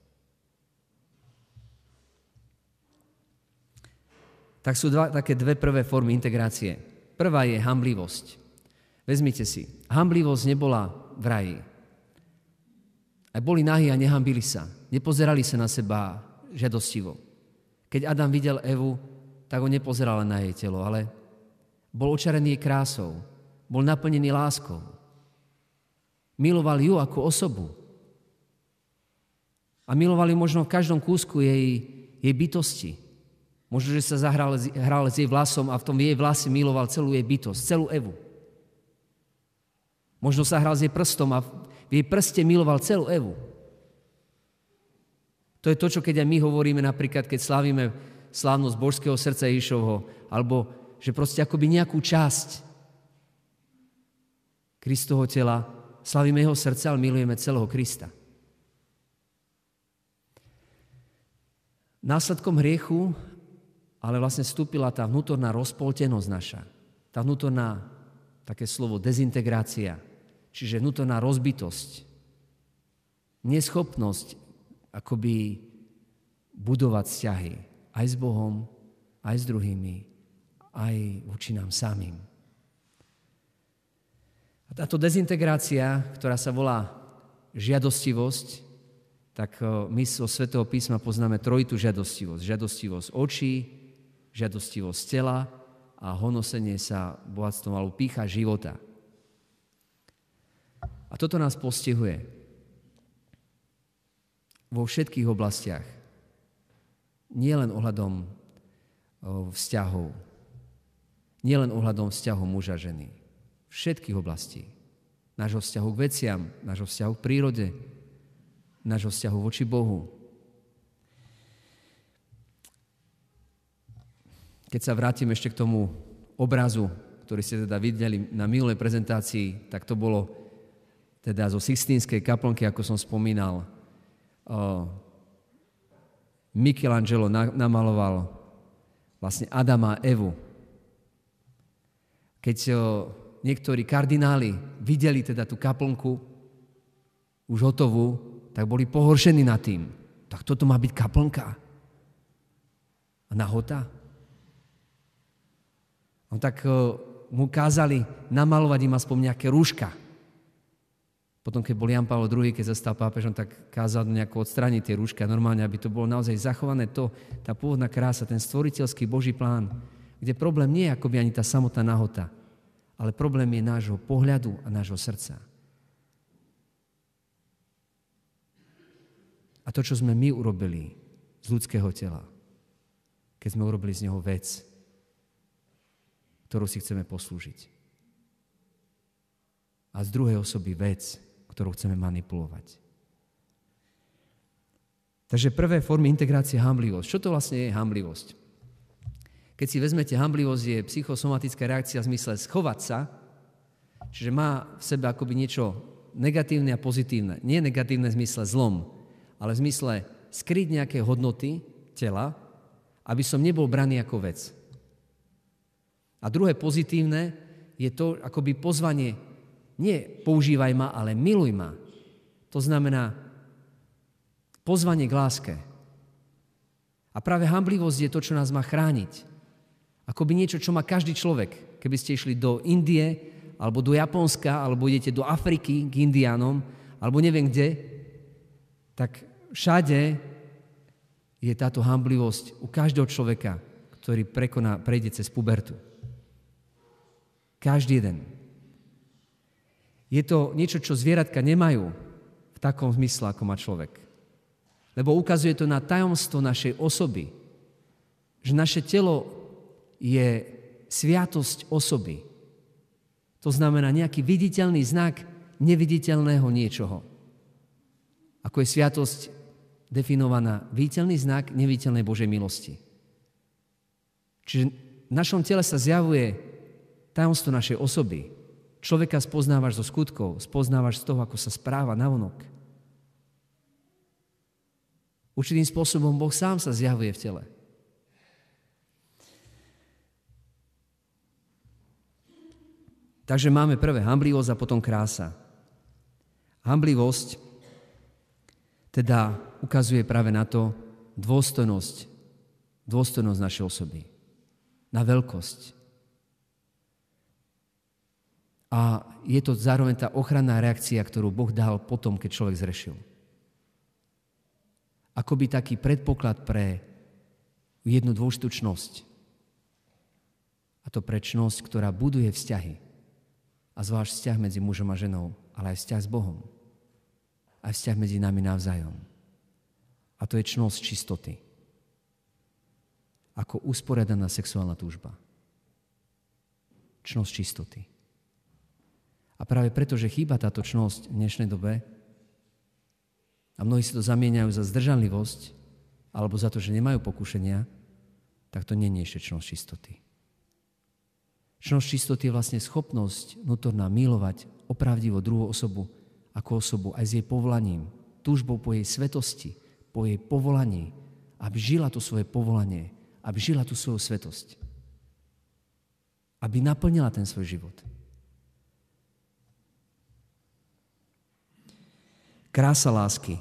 Tak sú dva, také dve prvé formy integrácie. Prvá je hanblivosť. Vezmite si, hanblivosť nebola v raji. Aj boli nahí a nehambili sa. Nepozerali sa na seba žiadostivo. Keď Adam videl Evu, tak ho nepozeral len na jej telo, ale bol očarený jej krásou, bol naplnený láskou. Miloval ju ako osobu. A miloval ju možno v každom kúsku jej, jej bytosti. Možno, že sa zahral hral s jej vlasom a v tom jej vlasi miloval celú jej bytosť, celú Evu. Možno sa hral s jej prstom a v jej prste miloval celú Evu. To je to, čo keď aj my hovoríme napríklad, keď slávime slávnosť božského srdca Ježišovho, alebo že proste akoby nejakú časť Kristovho tela, slávime jeho srdce, ale milujeme celého Krista. Následkom hriechu ale vlastne vstúpila tá vnútorná rozpoltenosť naša. Tá vnútorná, také slovo, dezintegrácia, čiže vnútorná rozbitosť. Neschopnosť akoby budovať vzťahy aj s Bohom, aj s druhými, aj voči nám samým. A táto dezintegrácia, ktorá sa volá žiadostivosť, tak my zo Svätého písma poznáme trojitú žiadostivosť. Žiadostivosť očí, žiadostivosť tela a honosenie sa bohatstvom alebo pýcha života. A toto nás postihuje vo všetkých oblastiach. Nie len ohľadom vzťahov, nie len ohľadom vzťahov muža a ženy. Všetkých oblastí. Nášho vzťahu k veciam, nášho vzťahu k prírode, nášho vzťahu voči Bohu. Keď sa vrátim ešte k tomu obrazu, ktorý ste teda videli na minulej prezentácii, tak to bolo teda zo Sixtínskej kaplnky, ako som spomínal. Michelangelo namaloval vlastne Adama a Evu. Keď niektorí kardináli videli teda tú kaplnku už hotovú, tak boli pohoršení nad tým. Tak toto má byť kaplnka. A nahota? No tak mu kázali namalovať im aspoň nejaké rúška. Potom, keď bol Jan Pavol druhý, keď sa stal pápežom, tak kázal nejako odstrániť tie rúška normálne, aby to bolo naozaj zachované to, tá pôvodná krása, ten stvoriteľský Boží plán, kde problém nie je akoby ani tá samotná nahota, ale problém je nášho pohľadu a nášho srdca. A to, čo sme my urobili z ľudského tela, keď sme urobili z neho vec, ktorú si chceme poslúžiť. A z druhej osoby vec, ktorú chceme manipulovať. Takže prvé formy integrácie hanblivosť. Čo to vlastne je hanblivosť? Keď si vezmete, hanblivosť je psychosomatická reakcia v zmysle schovať sa Čiže má v sebe akoby niečo negatívne a pozitívne. Nie negatívne v zmysle zlom, ale v zmysle skryť nejaké hodnoty tela, aby som nebol braný ako vec. A druhé pozitívne je to akoby pozvanie, nie používaj ma, ale miluj ma. To znamená pozvanie k láske. A práve hanblivosť je to, čo nás má chrániť. Akoby niečo, čo má každý človek. Keby ste išli do Indie, alebo do Japonska, alebo idete do Afriky k Indiánom, alebo neviem kde, tak všade je táto hanblivosť u každého človeka, ktorý prekoná, prejde cez pubertu. Každý jeden. Je to niečo, čo zvieratka nemajú v takom zmysle, ako má človek. Lebo ukazuje to na tajomstvo našej osoby. Že naše telo je sviatosť osoby. To znamená nejaký viditeľný znak neviditeľného niečoho. Ako je sviatosť definovaná viditeľný znak neviditeľnej Božej milosti. Čiže v našom tele sa zjavuje tajomstvo našej osoby. Človeka spoznávaš zo skutkov, spoznávaš z toho, ako sa správa navonok. Určitým spôsobom Boh sám sa zjavuje v tele. Takže máme prvé hanblivosť a potom krása. Hanblivosť teda ukazuje práve na to dôstojnosť, dôstojnosť našej osoby, na veľkosť. A je to zároveň tá ochranná reakcia, ktorú Boh dal potom, keď človek zrešil. Akoby taký predpoklad pre jednu dôležitú čnosť. A to pre čnosť, ktorá buduje vzťahy. A zvlášť vzťah medzi mužom a ženou, ale aj vzťah s Bohom. Aj vzťah medzi nami navzájom. A to je čnosť čistoty. Ako usporiadaná sexuálna túžba. Čnosť čistoty. A práve preto, že chýba táto čnosť v dnešnej dobe, a mnohí si to zamieňajú za zdržanlivosť alebo za to, že nemajú pokušenia, tak to nie je ešte čnosť čistoty. Čnosť čistoty je vlastne schopnosť vnútorná milovať opravdivo druhú osobu ako osobu aj s jej povolaním, túžbou po jej svetosti, po jej povolaní, aby žila to svoje povolanie, aby žila tú svoju svetosť. Aby naplnila ten svoj život. Krása lásky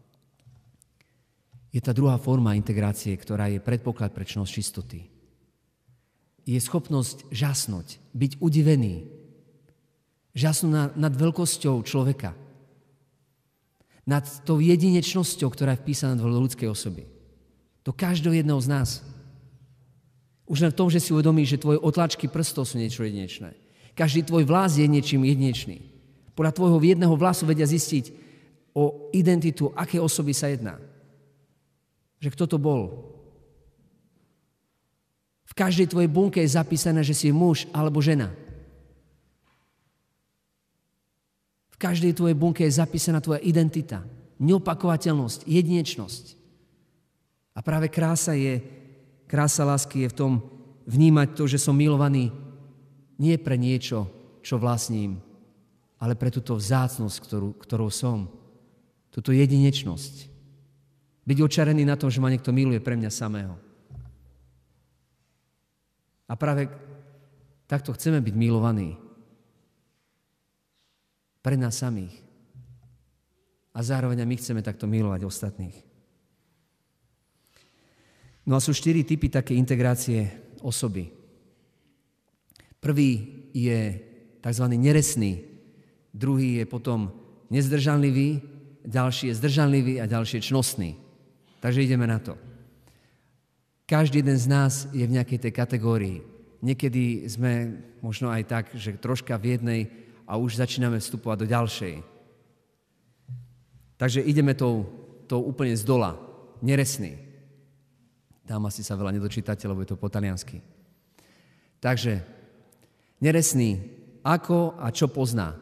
je tá druhá forma integrácie, ktorá je predpoklad pre čnosť čistoty. Je schopnosť žasnúť, byť udivený, žasnúť nad, nad veľkosťou človeka, nad tou jedinečnosťou, ktorá je vpísaná do ľudskej osoby. To každého jedného z nás. Už len v tom, že si uvedomíš, že tvoje otlačky prstov sú niečo jedinečné. Každý tvoj vlas je niečím jedinečný. Podľa tvojho jedného vlasu vedia zistiť o identitu, aké osoby sa jedná. Že kto to bol. V každej tvojej bunke je zapísané, že si muž alebo žena. V každej tvojej bunke je zapísaná tvoja identita, neopakovateľnosť, jedinečnosť. A práve krása je, krása lásky je v tom vnímať to, že som milovaný nie pre niečo, čo vlastním, ale pre túto vzácnosť, ktorú, ktorou som. Túto jedinečnosť. Byť očarený na tom, že ma niekto miluje pre mňa samého. A práve takto chceme byť milovaní. Pre nás samých. A zároveň my chceme takto milovať ostatných. No a sú štyri typy také integrácie osoby. Prvý je tzv. Neresný, druhý je potom nezdržanlivý, ďalší je zdržanlivý a ďalší je čnostný. Takže ideme na to. Každý jeden z nás je v nejakej tej kategórii. Niekedy sme možno aj tak, že troška v jednej a už začíname vstupovať do ďalšej. Takže ideme tou, tou úplne z dola. Neresný. Tam asi sa veľa nedočítate, lebo je to po taliansky. Takže neresný. Ako a čo pozná?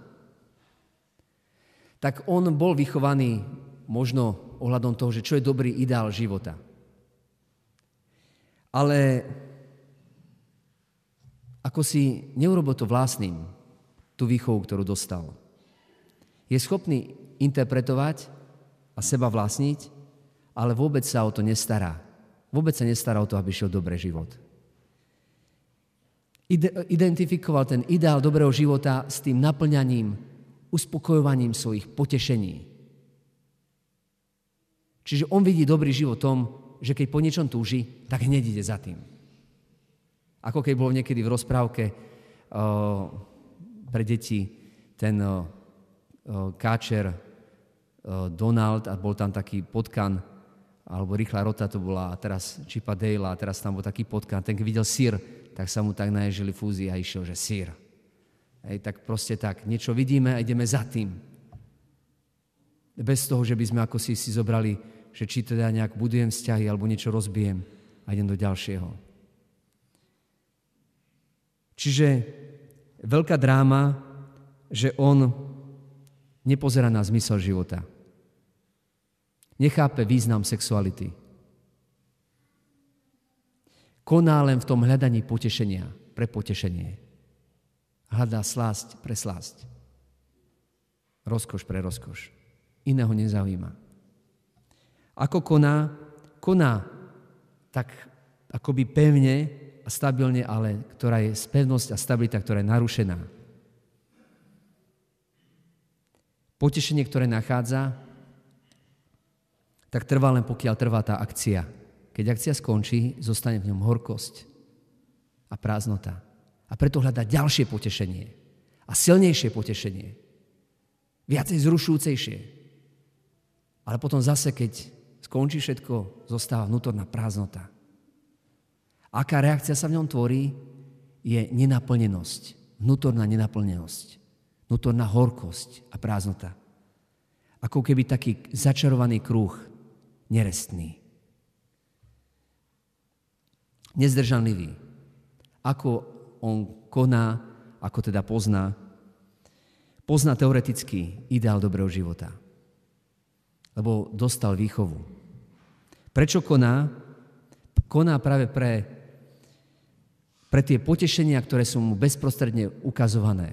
Tak on bol vychovaný možno ohľadom toho, že čo je dobrý ideál života. Ale ako si neurobil to vlastným, tú výchovu, ktorú dostal. Je schopný interpretovať a seba vlastniť, ale vôbec sa o to nestará. Vôbec sa nestará o to, aby šiel dobrý život. Identifikoval ten ideál dobrého života s tým naplňaním, uspokojovaním svojich potešení. Čiže on vidí dobrý život v tom, že keď po niečom túži, tak hneď ide za tým. Ako keď bolo niekedy v rozprávke o, pre deti ten o, o, káčer o, Donald a bol tam taký potkan, alebo Rýchla rota to bola, a teraz Čipa Dale, a teraz tam bol taký potkan. Ten, keď videl sír, tak sa mu tak naježili fúzy a išiel, že sír. Hej, tak proste tak, niečo vidíme a ideme za tým. Bez toho, že by sme ako si si zobrali, že či teda nejak budujem vzťahy, alebo niečo rozbijem a idem do ďalšieho. Čiže veľká dráma, že on nepozerá na zmysel života. Nechápe význam sexuality. Koná len v tom hľadaní potešenia pre potešenie. Hľadá slásť pre slásť. Rozkoš pre rozkoš. Iného nezaujíma. Ako koná? Koná tak akoby pevne a stabilne, ale ktorá je pevnosť a stabilita, ktorá je narušená. Potešenie, ktoré nachádza, tak trvá len pokiaľ trvá tá akcia. Keď akcia skončí, zostane v ňom horkosť a prázdnota. A preto hľadá ďalšie potešenie a silnejšie potešenie. Viacej zrušujúcejšie. Ale potom zase, keď skončí všetko, zostáva vnútorná prázdnota. Aká reakcia sa v ňom tvorí, je nenaplnenosť. Vnútorná nenaplnenosť. Vnútorná horkosť a prázdnota. Ako keby taký začarovaný kruh, nerestný. Nezdržanlivý. Ako on koná, ako teda pozná, pozná teoretický ideál dobrého života. Lebo dostal výchovu. Prečo koná? Koná práve pre, pre tie potešenia, ktoré sú mu bezprostredne ukazované.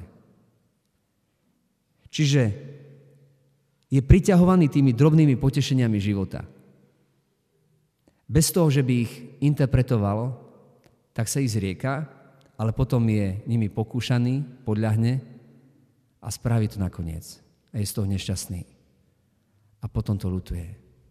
Čiže je priťahovaný tými drobnými potešeniami života. Bez toho, že by ich interpretovalo, tak sa ich zrieka, ale potom je nimi pokúšaný, podľahne a spraví to nakoniec. A je z toho nešťastný. A potom to ľutuje.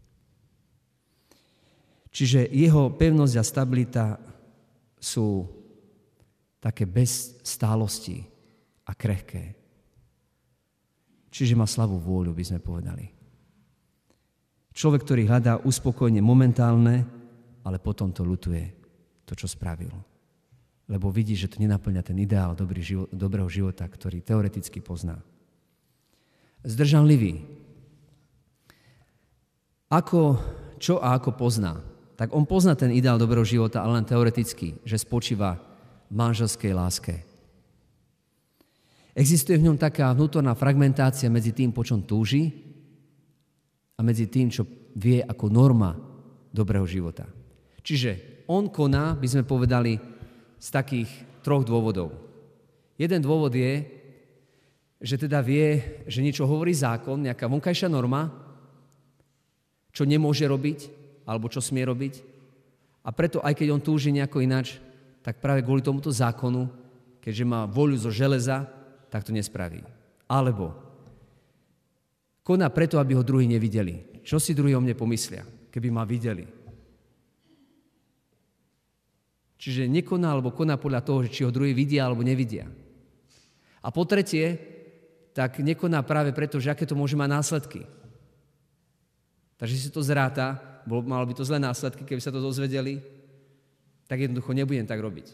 Čiže jeho pevnosť a stabilita sú také bez stálosti a krehké. Čiže má slabú vôľu, by sme povedali. Človek, ktorý hľadá uspokojenie momentálne, ale potom to ľutuje, to, čo spravil. Lebo vidí, že to nenaplňa ten ideál dobrý život, dobrého života, ktorý teoreticky pozná. Zdržanlivý. Ako, čo a ako pozná? Tak on pozná ten ideál dobrého života, ale len teoreticky, že spočíva v manželskej láske. Existuje v ňom taká vnútorná fragmentácia medzi tým, po čom túži, a medzi tým, čo vie ako norma dobrého života. Čiže on koná, by sme povedali, z takých troch dôvodov. Jeden dôvod je, že teda vie, že niečo hovorí zákon, nejaká vonkajšia norma, čo nemôže robiť, alebo čo smie robiť. A preto, aj keď on túži nejako ináč, tak práve kvôli tomuto zákonu, keďže má voľu zo železa, tak to nespraví. Alebo koná preto, aby ho druhí nevideli. Čo si druhí o mne pomyslia, keby ma videli? Čiže nekoná alebo koná podľa toho, či ho druhí vidia alebo nevidia. A po tretie, tak nekoná práve preto, že aké to môže mať následky. Takže si to zráta, malo by to zlé následky, keby sa to dozvedeli, tak jednoducho nebudem tak robiť.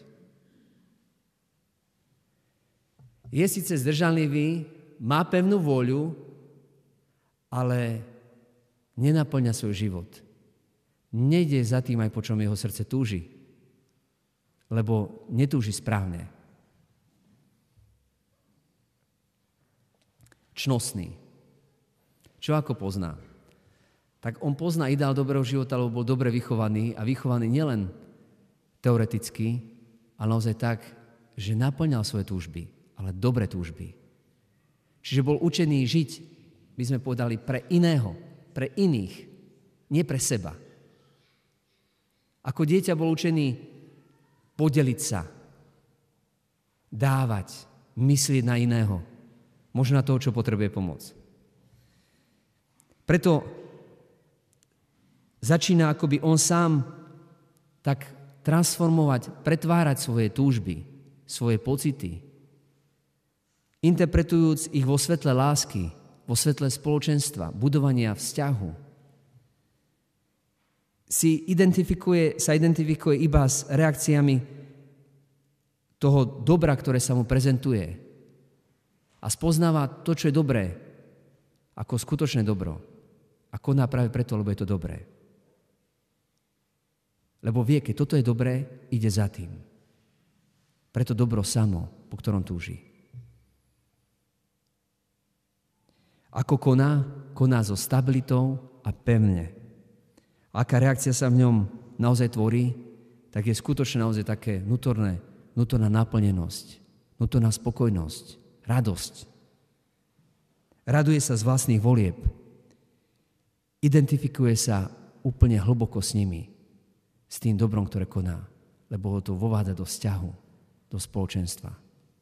Je síce zdržanlivý, má pevnú vôľu, ale nenaplňa svoj život. Nejde za tým aj po čom jeho srdce túži, lebo netúži správne. Čnostný. Čo ako pozná? Tak on pozná ideál dobrého života, lebo bol dobre vychovaný a vychovaný nielen teoreticky, ale naozaj tak, že naplňal svoje túžby, ale dobré túžby. Čiže bol učený žiť, by sme povedali, pre iného, pre iných, nie pre seba. Ako dieťa bol učený podeliť sa, dávať, myslieť na iného, možno na toho, čo potrebuje pomoc. Preto začína akoby on sám tak transformovať, pretvárať svoje túžby, svoje pocity, interpretujúc ich vo svetle lásky, vo svetle spoločenstva, budovania vzťahu. Si identifikuje, sa identifikuje iba s reakciami toho dobra, ktoré sa mu prezentuje a spoznáva to, čo je dobré, ako skutočné dobro. A koná práve preto, lebo je to dobré. Lebo vie, keď toto je dobré, ide za tým. Preto dobro samo, po ktorom túži. Ako koná? Koná so stabilitou a pevne. Aká reakcia sa v ňom naozaj tvorí, tak je skutočne naozaj také vnútorné, vnútorná naplnenosť, vnútorná spokojnosť, radosť. Raduje sa z vlastných volieb. Identifikuje sa úplne hlboko s nimi, s tým dobrom, ktoré koná, lebo ho to vovádza do vzťahu, do spoločenstva.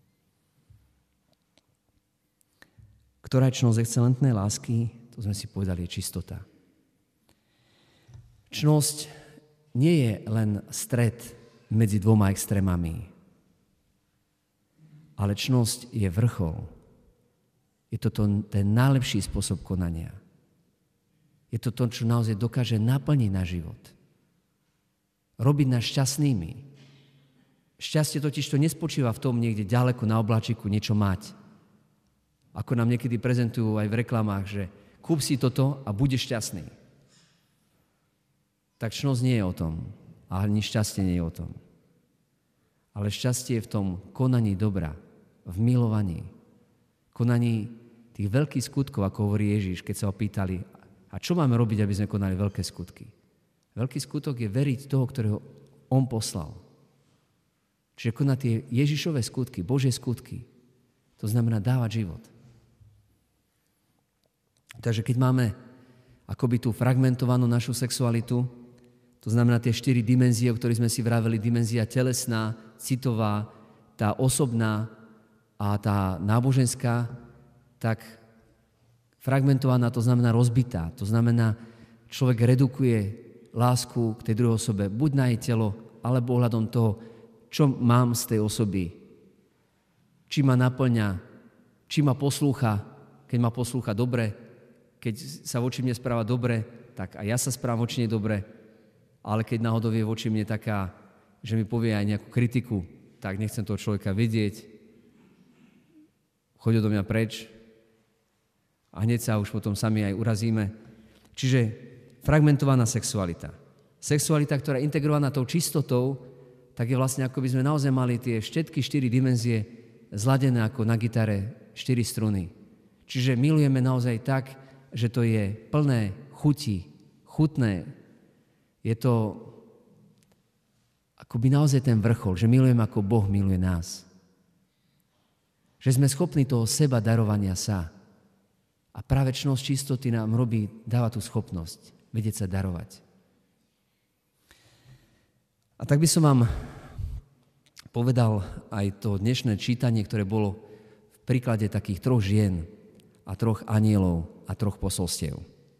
Ktorá je čnosť excelentnej lásky, to sme si povedali, je čistota. Čnosť nie je len stred medzi dvoma extrémami, ale čnosť je vrchol. Je to ten najlepší spôsob konania. Je to to, čo naozaj dokáže naplniť náš život. Robiť nás šťastnými. Šťastie totiž to nespočíva v tom niekde ďaleko na obláčiku niečo mať. Ako nám niekedy prezentujú aj v reklamách, že kúp si toto a budeš šťastný. Tak čnosť nie je o tom. A ani šťastie nie je o tom. Ale šťastie je v tom konaní dobra, v milovaní, konaní tých veľkých skutkov, ako hovorí Ježiš, keď sa ho pýtali, a čo máme robiť, aby sme konali veľké skutky? Veľký skutok je veriť toho, ktorého on poslal. Čiže konať tie Ježišové skutky, Božie skutky, to znamená dávať život. Takže keď máme akoby tú fragmentovanú našu sexualitu, to znamená tie štyri dimenzie, o ktorých sme si vraveli, dimenzia telesná, citová, tá osobná a tá náboženská, tak fragmentovaná, to znamená rozbitá. To znamená, človek redukuje lásku k tej druhej osobe, buď na jej telo, alebo ohľadom toho, čo mám z tej osoby. Či ma naplňa, či ma poslúcha, keď ma poslúcha dobre, keď sa voči mne správa dobre, tak aj ja sa správam voči nej dobre, ale keď náhodou je voči mne taká, že mi povie aj nejakú kritiku, tak nechcem toho človeka vidieť, choď odo mňa preč a hneď sa už potom sami aj urazíme. Čiže fragmentovaná sexualita. Sexualita, ktorá je integrovaná tou čistotou, tak je vlastne ako by sme naozaj mali tie všetky štyri dimenzie zladené ako na gitare štyri struny. Čiže milujeme naozaj tak, že to je plné chuti, chutné. Je to akoby naozaj ten vrchol, že milujeme ako Boh miluje nás. Že sme schopní toho seba darovania sa. A práve čnosť čistoty nám robí, dáva tú schopnosť vedieť sa darovať. A tak by som vám povedal aj to dnešné čítanie, ktoré bolo v príklade takých troch žien a troch anielov a troch posolstiev.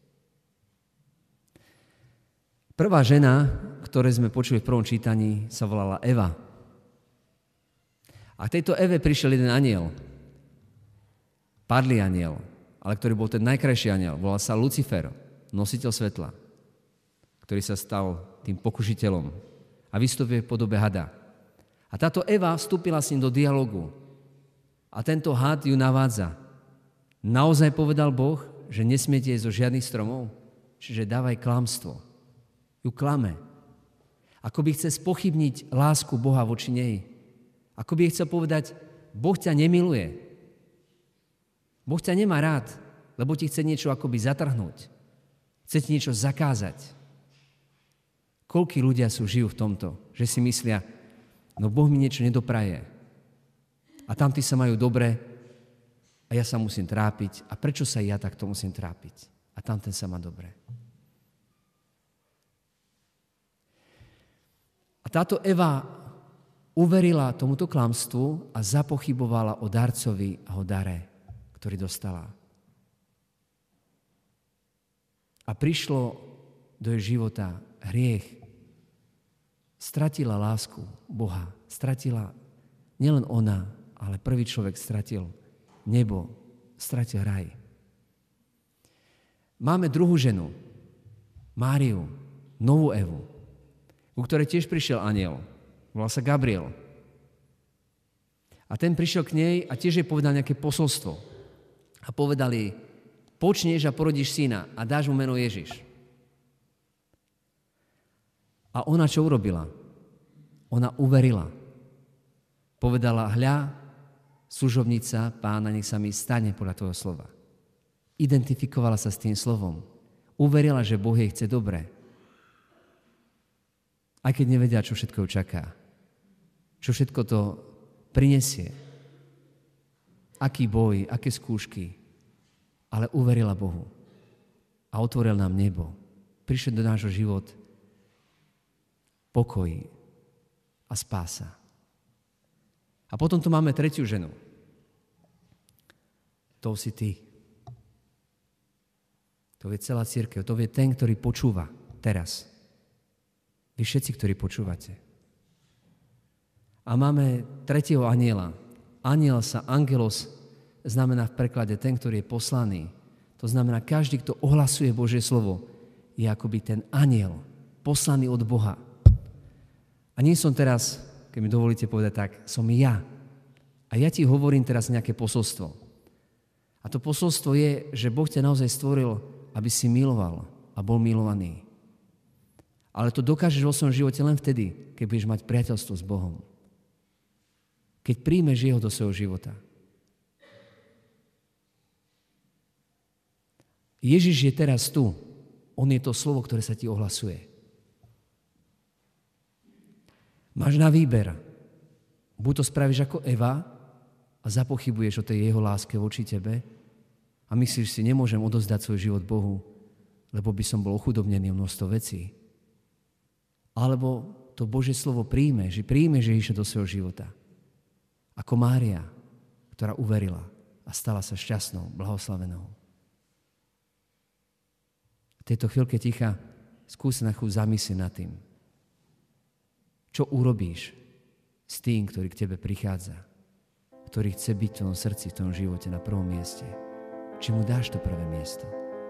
Prvá žena, ktoré sme počuli v prvom čítaní, sa volala Eva. A k tejto Eve prišiel jeden aniel, padlý aniel, ale ktorý bol ten najkrajší aniel, volal sa Lucifer, nositeľ svetla, ktorý sa stal tým pokušiteľom a vystúpil v podobe hada. A táto Eva vstúpila s ním do dialogu a tento had ju navádza. Naozaj povedal Boh, že nesmiete jesť zo žiadnych stromov, čiže dávaj klamstvo. Ju klame. Ako by chce spochybniť lásku Boha voči nej. Ako by chcel povedať, Boh ťa nemiluje. Boh ťa nemá rád, lebo ti chce niečo akoby zatrhnúť. Chce ti niečo zakázať. Koľkí ľudia sú žijú v tomto, že si myslia, no Boh mi niečo nedopraje. A tamtí sa majú dobre a ja sa musím trápiť. A prečo sa ja takto musím trápiť? A tamten sa má dobre. A táto Eva uverila tomuto klamstvu a zapochybovala o darcovi a o dare, ktorý dostala. A prišlo do jej života hriech. Stratila lásku Boha. Stratila nielen ona, ale prvý človek stratil nebo, stratil raj. Máme druhú ženu, Máriu, novú Evu, u ktorej tiež prišiel anjel. Volal sa Gabriel. A ten prišiel k nej a tiež jej povedal nejaké posolstvo. A povedal jej, počneš a porodíš syna a dáš mu meno Ježiš. A ona čo urobila? Ona uverila. Povedala, hľa, služobnica pána, nech sa mi stane podľa tvojho slova. Identifikovala sa s tým slovom. Uverila, že Boh jej chce dobre. Aj keď nevedia, čo všetko ju čaká. Čo všetko to prinesie. Aký boj, aké skúšky. Ale uverila Bohu. A otvoril nám nebo. Prišiel do nášho život pokoj a spása. A potom tu máme tretiu ženu. To si ty. To vie celá cirkev. To vie ten, ktorý počúva teraz. Vy všetci, ktorí počúvate. A máme tretieho anjela. Anjel sa, angelos, znamená v preklade ten, ktorý je poslaný. To znamená, každý, kto ohlasuje Božie slovo, je akoby ten anjel, poslaný od Boha. A nie som teraz, keď mi dovolíte povedať tak, som ja. A ja ti hovorím teraz nejaké posolstvo. A to posolstvo je, že Boh ťa naozaj stvoril, aby si miloval a bol milovaný. Ale to dokážeš vo svojom živote len vtedy, keď budeš mať priateľstvo s Bohom. Keď príjmeš Jeho do svojho života. Ježiš je teraz tu. On je to slovo, ktoré sa ti ohlasuje. Máš na výber. Buď to spravíš ako Eva a zapochybuješ o tej jeho láske voči tebe a myslíš si, nemôžem odozdať svoj život Bohu, lebo by som bol ochudobnený o množstvo vecí. Alebo to Božie slovo príjmeš, že príjmeš Ježiša do svojho života. Ako Mária, ktorá uverila a stala sa šťastnou, blahoslavenou. V tejto chvíľke ticha skúsi na chvíľu zamysli nad tým, čo urobíš s tým, ktorý k tebe prichádza, ktorý chce byť v tvojom srdci, v tvojom živote na prvom mieste. Či mu dáš to prvé miesto?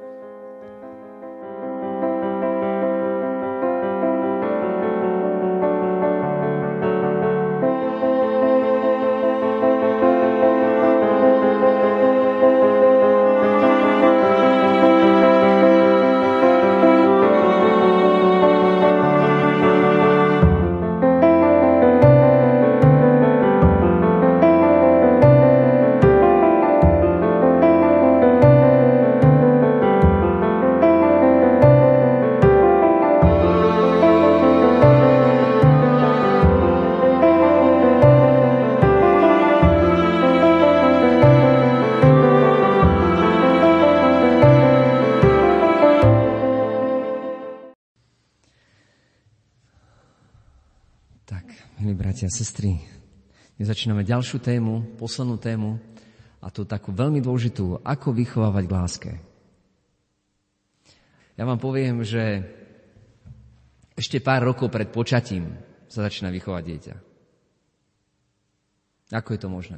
Bratia a sestry, dnes začíname ďalšiu tému, poslednú tému, a to takú veľmi dôležitú, ako vychovávať k láske. Ja vám poviem, že ešte pár rokov pred počatím sa začína vychovať dieťa. Ako je to možné?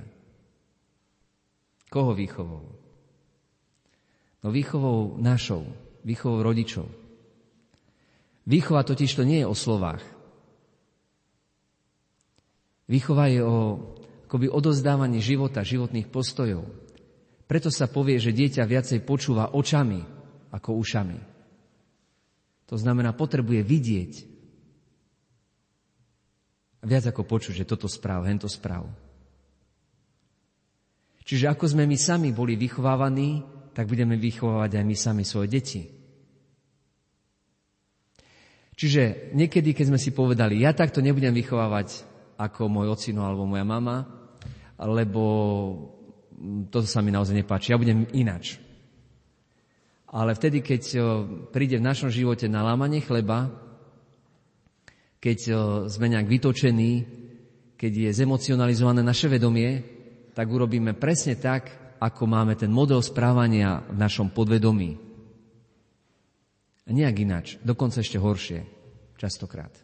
Koho výchovou? No výchovou našou, výchovou rodičov. Výchova totiž to nie je o slovách. Výchova je o akoby odozdávanie života, životných postojov. Preto sa povie, že dieťa viacej počúva očami ako ušami. To znamená, potrebuje vidieť. Viac ako počuť, že toto správ, hento správ. Čiže ako sme my sami boli vychovávaní, tak budeme vychovávať aj my sami svoje deti. Čiže niekedy, keď sme si povedali, ja takto nebudem vychovávať ako môj ocino alebo moja mama, lebo toto sa mi naozaj nepáči, ja budem inač. Ale vtedy, keď príde v našom živote na lámanie chleba, keď sme nejak vytočení, keď je zemocionalizované naše vedomie, tak urobíme presne tak, ako máme ten model správania v našom podvedomí. A nejak ináč, dokonca ešte horšie, častokrát.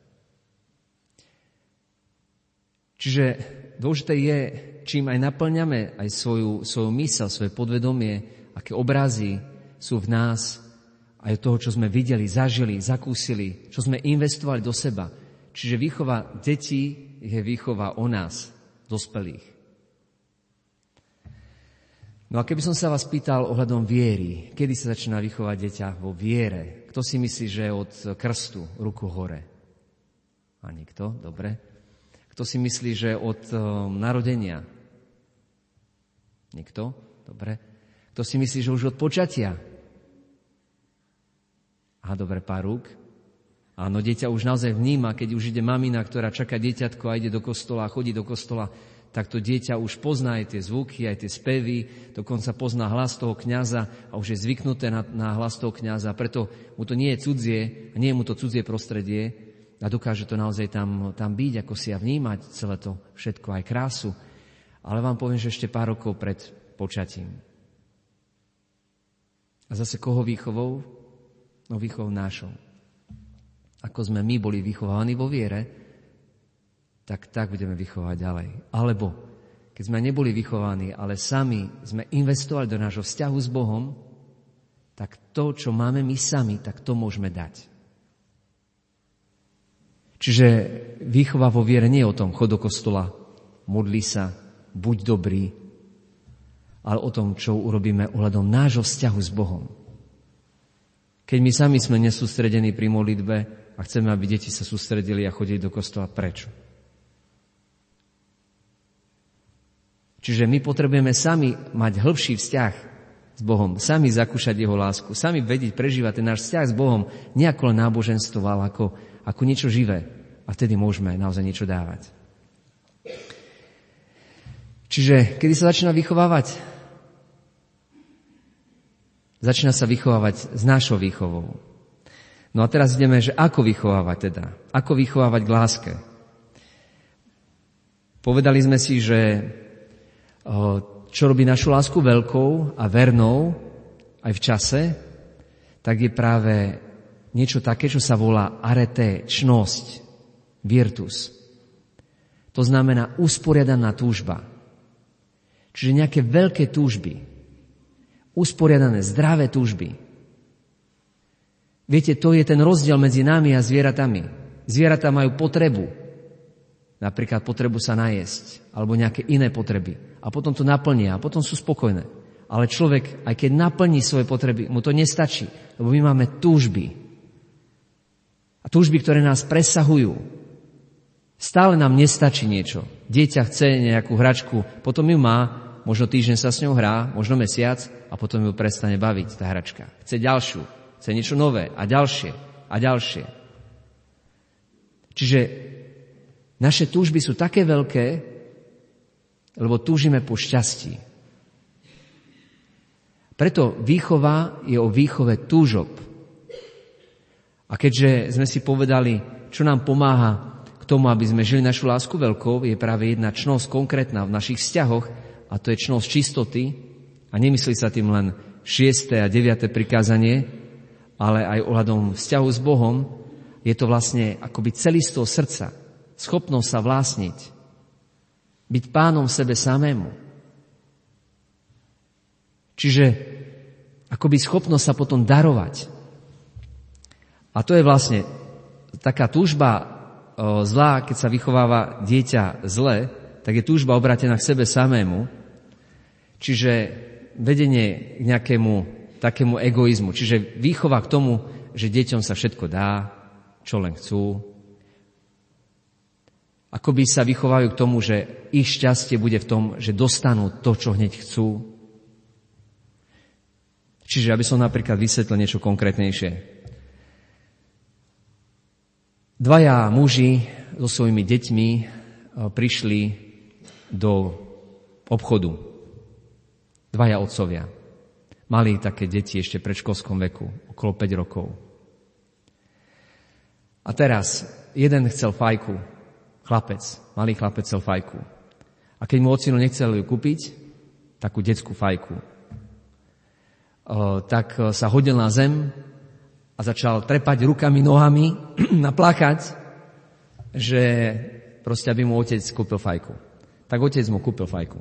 Čiže dôležité je, čím aj naplňame aj svoju, svoju mysel, svoje podvedomie, aké obrazy sú v nás, aj toho, čo sme videli, zažili, zakúsili, čo sme investovali do seba. Čiže výchova detí je výchova o nás, dospelých. No a keby som sa vás pýtal ohľadom viery, kedy sa začína vychovať dieťa vo viere? Kto si myslí, že od krstu, ruku hore? A nikto? Dobre. Kto si myslí, že od um, narodenia? Nikto? Dobre. Kto si myslí, že už od počatia? Aha, dobre, pár rúk. Áno, dieťa už naozaj vníma, keď už ide mamina, ktorá čaká dieťatko a ide do kostola a chodí do kostola, tak to dieťa už pozná aj tie zvuky, aj tie spevy, dokonca pozná hlas toho kňaza a už je zvyknuté na, na hlas toho kňaza. Preto mu to nie je cudzie, a nie je mu to cudzie prostredie a dokáže to naozaj tam, tam byť, ako si a vnímať celé to všetko, aj krásu. Ale vám poviem, že ešte pár rokov pred počatím. A zase koho výchovou? No výchovou nášou. Ako sme my boli vychováni vo viere, tak tak budeme vychovať ďalej. Alebo keď sme neboli vychovaní, ale sami sme investovali do nášho vzťahu s Bohom, tak to, čo máme my sami, tak to môžeme dať. Čiže výchova vo viere nie je o tom, chod do kostola, modli sa, buď dobrý, ale o tom, čo urobíme ohľadom nášho vzťahu s Bohom. Keď my sami sme nesústredení pri modlitbe a chceme, aby deti sa sústredili a chodili do kostola, prečo? Čiže my potrebujeme sami mať hĺbší vzťah s Bohom, sami zakúšať jeho lásku, sami vedieť, prežívať ten náš vzťah s Bohom nie ako len náboženstvo, ale ako, ako niečo živé. A vtedy môžeme naozaj niečo dávať. Čiže kedy sa začína vychovávať? Začína sa vychovávať s našou výchovou. No a teraz ideme, že ako vychovávať teda? Ako vychovávať k láske? Povedali sme si, že čo robí našu lásku veľkou a vernou aj v čase, tak je práve niečo také, čo sa volá arete, čnosť, virtus. To znamená usporiadaná túžba. Čiže nejaké veľké túžby, usporiadané, zdravé túžby. Viete, to je ten rozdiel medzi nami a zvieratami. Zvieratá majú potrebu, napríklad potrebu sa najesť, alebo nejaké iné potreby. A potom to naplnia, a potom sú spokojné. Ale človek, aj keď naplní svoje potreby, mu to nestačí, lebo my máme túžby. A túžby, ktoré nás presahujú. Stále nám nestačí niečo. Dieťa chce nejakú hračku, potom ju má, možno týždeň sa s ňou hrá, možno mesiac a potom ju prestane baviť tá hračka. Chce ďalšiu, chce niečo nové a ďalšie a ďalšie. Čiže naše túžby sú také veľké, lebo túžime po šťastí. Preto výchova je o výchove túžob. A keďže sme si povedali, čo nám pomáha k tomu, aby sme žili našu lásku veľkou, je práve jedna čnosť konkrétna v našich vzťahoch, a to je čnosť čistoty, a nemyslí sa tým len šieste a deviate prikázanie, ale aj ohľadom vzťahu s Bohom, je to vlastne akoby celistého srdca, schopnosť sa vlastniť, byť pánom sebe samému. Čiže akoby schopnosť sa potom darovať. A to je vlastne taká túžba o, zlá, keď sa vychováva dieťa zle, tak je túžba obrátená k sebe samému. Čiže vedenie k nejakému takému egoizmu. Čiže výchova k tomu, že deťom sa všetko dá, čo len chcú. Akoby sa vychovajú k tomu, že ich šťastie bude v tom, že dostanú to, čo hneď chcú. Čiže aby som napríklad vysvetlil niečo konkrétnejšie. Dvaja muži so svojimi deťmi prišli do obchodu. Dvaja otcovia. Mali také deti ešte v predškolskom veku, okolo päť rokov. A teraz jeden chcel fajku, chlapec, malý chlapec chcel fajku. A keď mu ocino nechcel ju kúpiť, takú detskú fajku, tak sa hodil na zem a začal trepať rukami, nohami a plakať, že proste aby mu otec kúpil fajku. Tak otec mu kúpil fajku.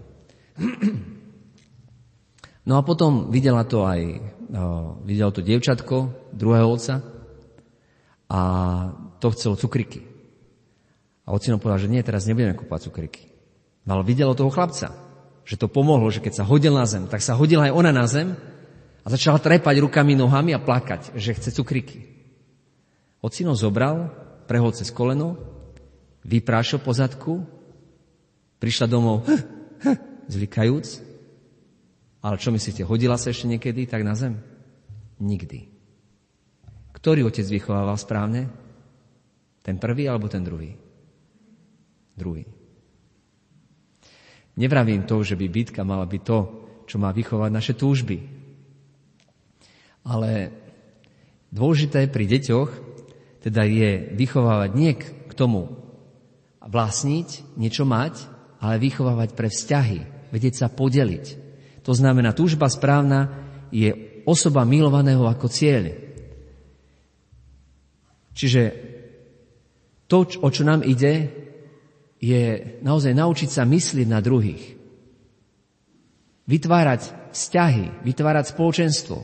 No a potom videla to aj, videlo to dievčatko druhého otca a to chcelo cukriky. A ocino povedal, že nie, teraz nebudeme kúpať cukriky. No ale videlo toho chlapca, že to pomohlo, že keď sa hodil na zem, tak sa hodila aj ona na zem a začala trepať rukami, nohami a plakať, že chce cukriky. Ocino zobral, prehol cez koleno, vyprášil po zadku, prišla domov hm, hm, zlikajúc. Ale čo myslíte, hodila sa ešte niekedy tak na zem? Nikdy. Ktorý otec vychovával správne? Ten prvý alebo ten druhý? Druhý. Nevravím to, že by bitka mala byť to, čo má vychovať naše túžby. Ale dôležité pri deťoch teda je vychovávať nie k tomu vlastniť, niečo mať, ale vychovávať pre vzťahy, vedieť sa podeliť. To znamená, túžba správna je osoba milovaného ako cieľ. Čiže to, o čo nám ide, je naozaj naučiť sa myslieť na druhých. Vytvárať vzťahy, vytvárať spoločenstvo.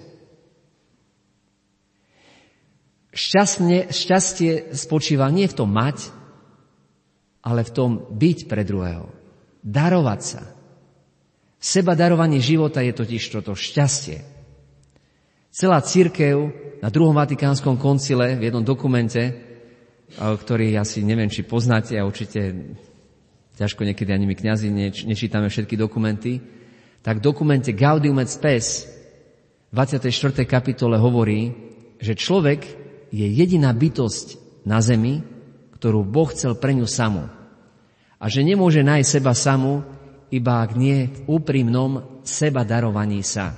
Šťastne, šťastie spočíva nie v tom mať, ale v tom byť pre druhého. Darovať sa. Seba darovanie života je totiž toto šťastie. Celá cirkev na druhom Vatikánskom koncile v jednom dokumente, ktorý asi neviem, či poznáte, a určite ťažko niekedy ani my kňazi neč, nečítame všetky dokumenty, tak v dokumente Gaudium et Spes v dvadsiatej štvrtej kapitole hovorí, že človek je jediná bytosť na zemi, ktorú Boh chcel pre ňu samú. A že nemôže nájsť seba samú, iba ak nie v úprimnom seba darovaní sa.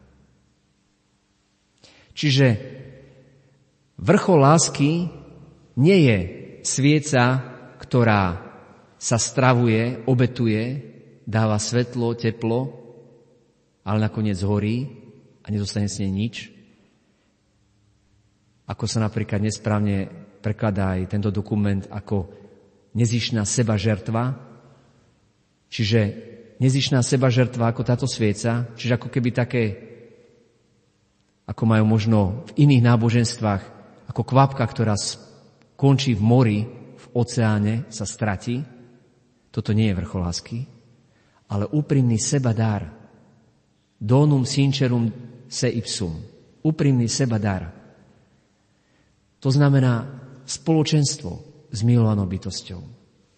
Čiže vrchol lásky nie je svieca, ktorá sa stravuje, obetuje, dáva svetlo, teplo, ale nakoniec horí a nedostane s nej nič. Ako sa napríklad nesprávne prekladá aj tento dokument ako nezištná seba žertva. Čiže nezištná seba žertva ako táto svieca, čiže ako keby také, ako majú možno v iných náboženstvách, ako kvapka, ktorá končí v mori, v oceáne, sa stratí. Toto nie je vrchol lásky, ale úprimný seba dar. Donum sincerum se ipsum. Úprimný seba dar. To znamená spoločenstvo s milovanou bytosťou.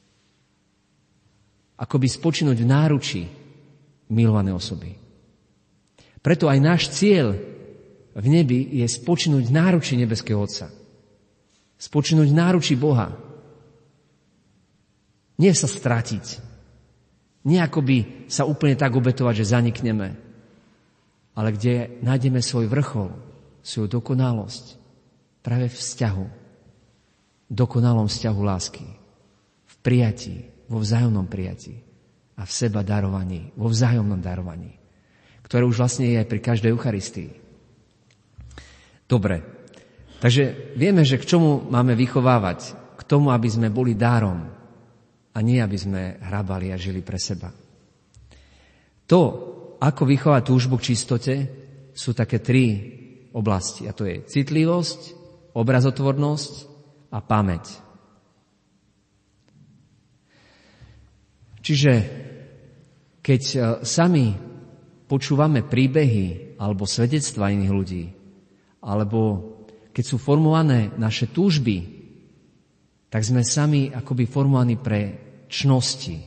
Akoby spočinúť v náručí milovanej osoby. Preto aj náš cieľ v nebi je spočinúť v náručí nebeského Otca. Spočinúť v náručí Boha. Nie sa stratiť. Nie akoby sa úplne tak obetovať, že zanikneme. Ale kde nájdeme svoj vrchol, svoju dokonalosť práve v vzťahu. Dokonalom vzťahu lásky. V prijatí. Vo vzájomnom prijatí a v seba darovaní, vo vzájomnom darovaní, ktoré už vlastne je aj pri každej Eucharistii. Dobre, takže vieme, že k čomu máme vychovávať? K tomu, aby sme boli dárom a nie, aby sme hrabali a žili pre seba. To, ako vychovať túžbu k čistote, sú také tri oblasti. A to je citlivosť, obrazotvornosť a pamäť. Čiže keď sami počúvame príbehy alebo svedectvá iných ľudí, alebo keď sú formované naše túžby, tak sme sami akoby formovaní pre čnosti.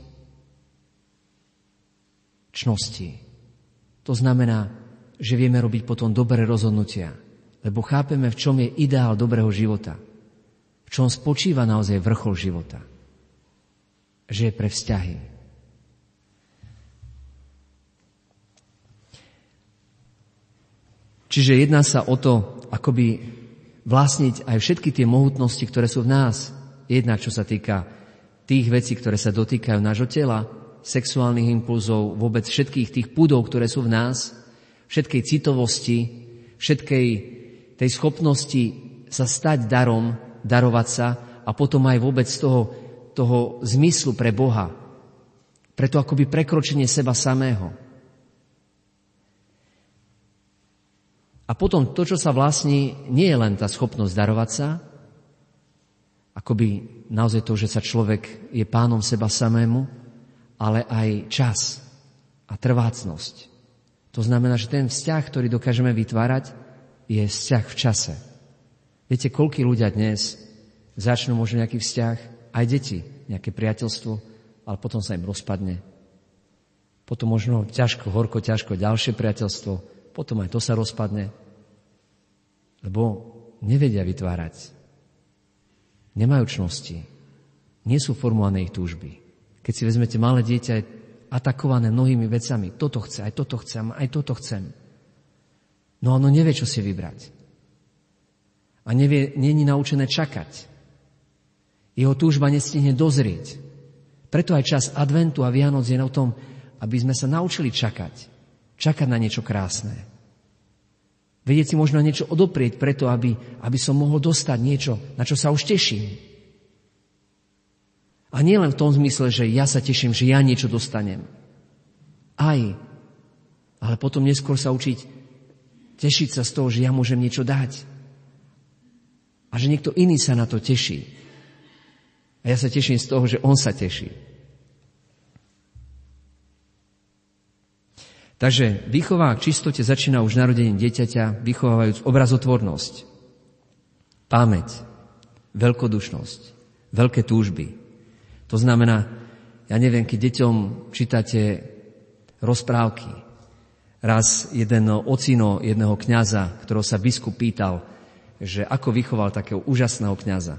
Čnosti. To znamená, že vieme robiť potom dobré rozhodnutia, lebo chápeme, v čom je ideál dobrého života, v čom spočíva naozaj vrchol života. Že je pre vzťahy. Čiže jedná sa o to, akoby vlastniť aj všetky tie mohutnosti, ktoré sú v nás. Jednak, čo sa týka tých vecí, ktoré sa dotýkajú nášho tela, sexuálnych impulzov, vôbec všetkých tých púdov, ktoré sú v nás, všetkej citovosti, všetkej tej schopnosti sa stať darom, darovať sa a potom aj vôbec toho, toho zmyslu pre Boha. Preto akoby prekročenie seba samého. A potom to, čo sa vlastní, nie je len tá schopnosť darovať sa, akoby naozaj to, že sa človek je pánom seba samému, ale aj čas a trvácnosť. To znamená, že ten vzťah, ktorý dokážeme vytvárať, je vzťah v čase. Viete, koľkí ľudia dnes začnú možno nejaký vzťah, aj deti, nejaké priateľstvo, ale potom sa im rozpadne. Potom možno ťažko, horko, ťažko ďalšie priateľstvo, potom aj to sa rozpadne, lebo nevedia vytvárať. Nemajú čnosti, nie sú formované ich túžby. Keď si vezmete malé dieťa, je atakované mnohými vecami. Toto chce, aj toto chcem, aj toto chcem. No ono nevie, čo si vybrať. A nevie, nie je naučené čakať. Jeho túžba nestihne dozrieť. Preto aj čas adventu a Vianoc je o tom, aby sme sa naučili čakať. Čakať na niečo krásne. Vedieť si možno niečo odoprieť preto, aby, aby som mohol dostať niečo, na čo sa už teším. A nie len v tom zmysle, že ja sa teším, že ja niečo dostanem. Aj. Ale potom neskôr sa učiť tešiť sa z toho, že ja môžem niečo dať. A že niekto iný sa na to teší. A ja sa teším z toho, že on sa teší. Takže výchova k čistote začína už narodením dieťaťa, vychovávajúc obrazotvornosť, pamäť, veľkodušnosť, veľké túžby. To znamená, ja neviem, keď deťom čítate rozprávky. Raz jeden ocino jedného kňaza, ktorého sa biskup pýtal, že ako vychoval takého úžasného kňaza.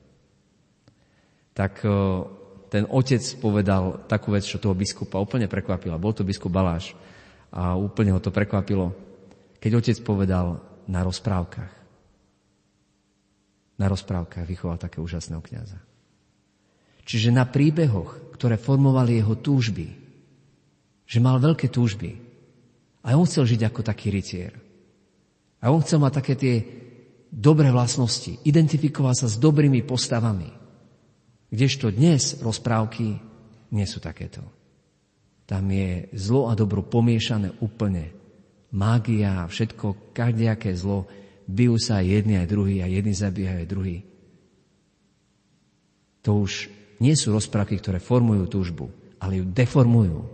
Tak ten otec povedal takú vec, čo toho biskupa úplne prekvapila. Bol to biskup Baláš a úplne ho to prekvapilo, keď otec povedal na rozprávkach. Na rozprávkach vychoval takého úžasného kňaza. Čiže na príbehoch, ktoré formovali jeho túžby, že mal veľké túžby. A on chcel žiť ako taký rytier. A on chcel mať také tie dobré vlastnosti. Identifikoval sa s dobrými postavami. Kdežto dnes rozprávky nie sú takéto. Tam je zlo a dobro pomiešané úplne. Mágia, všetko, kadejaké zlo, bijú sa aj jedni aj druhí a jedni zabíjajú aj druhí. To už nie sú rozprávky, ktoré formujú túžbu, ale ju deformujú.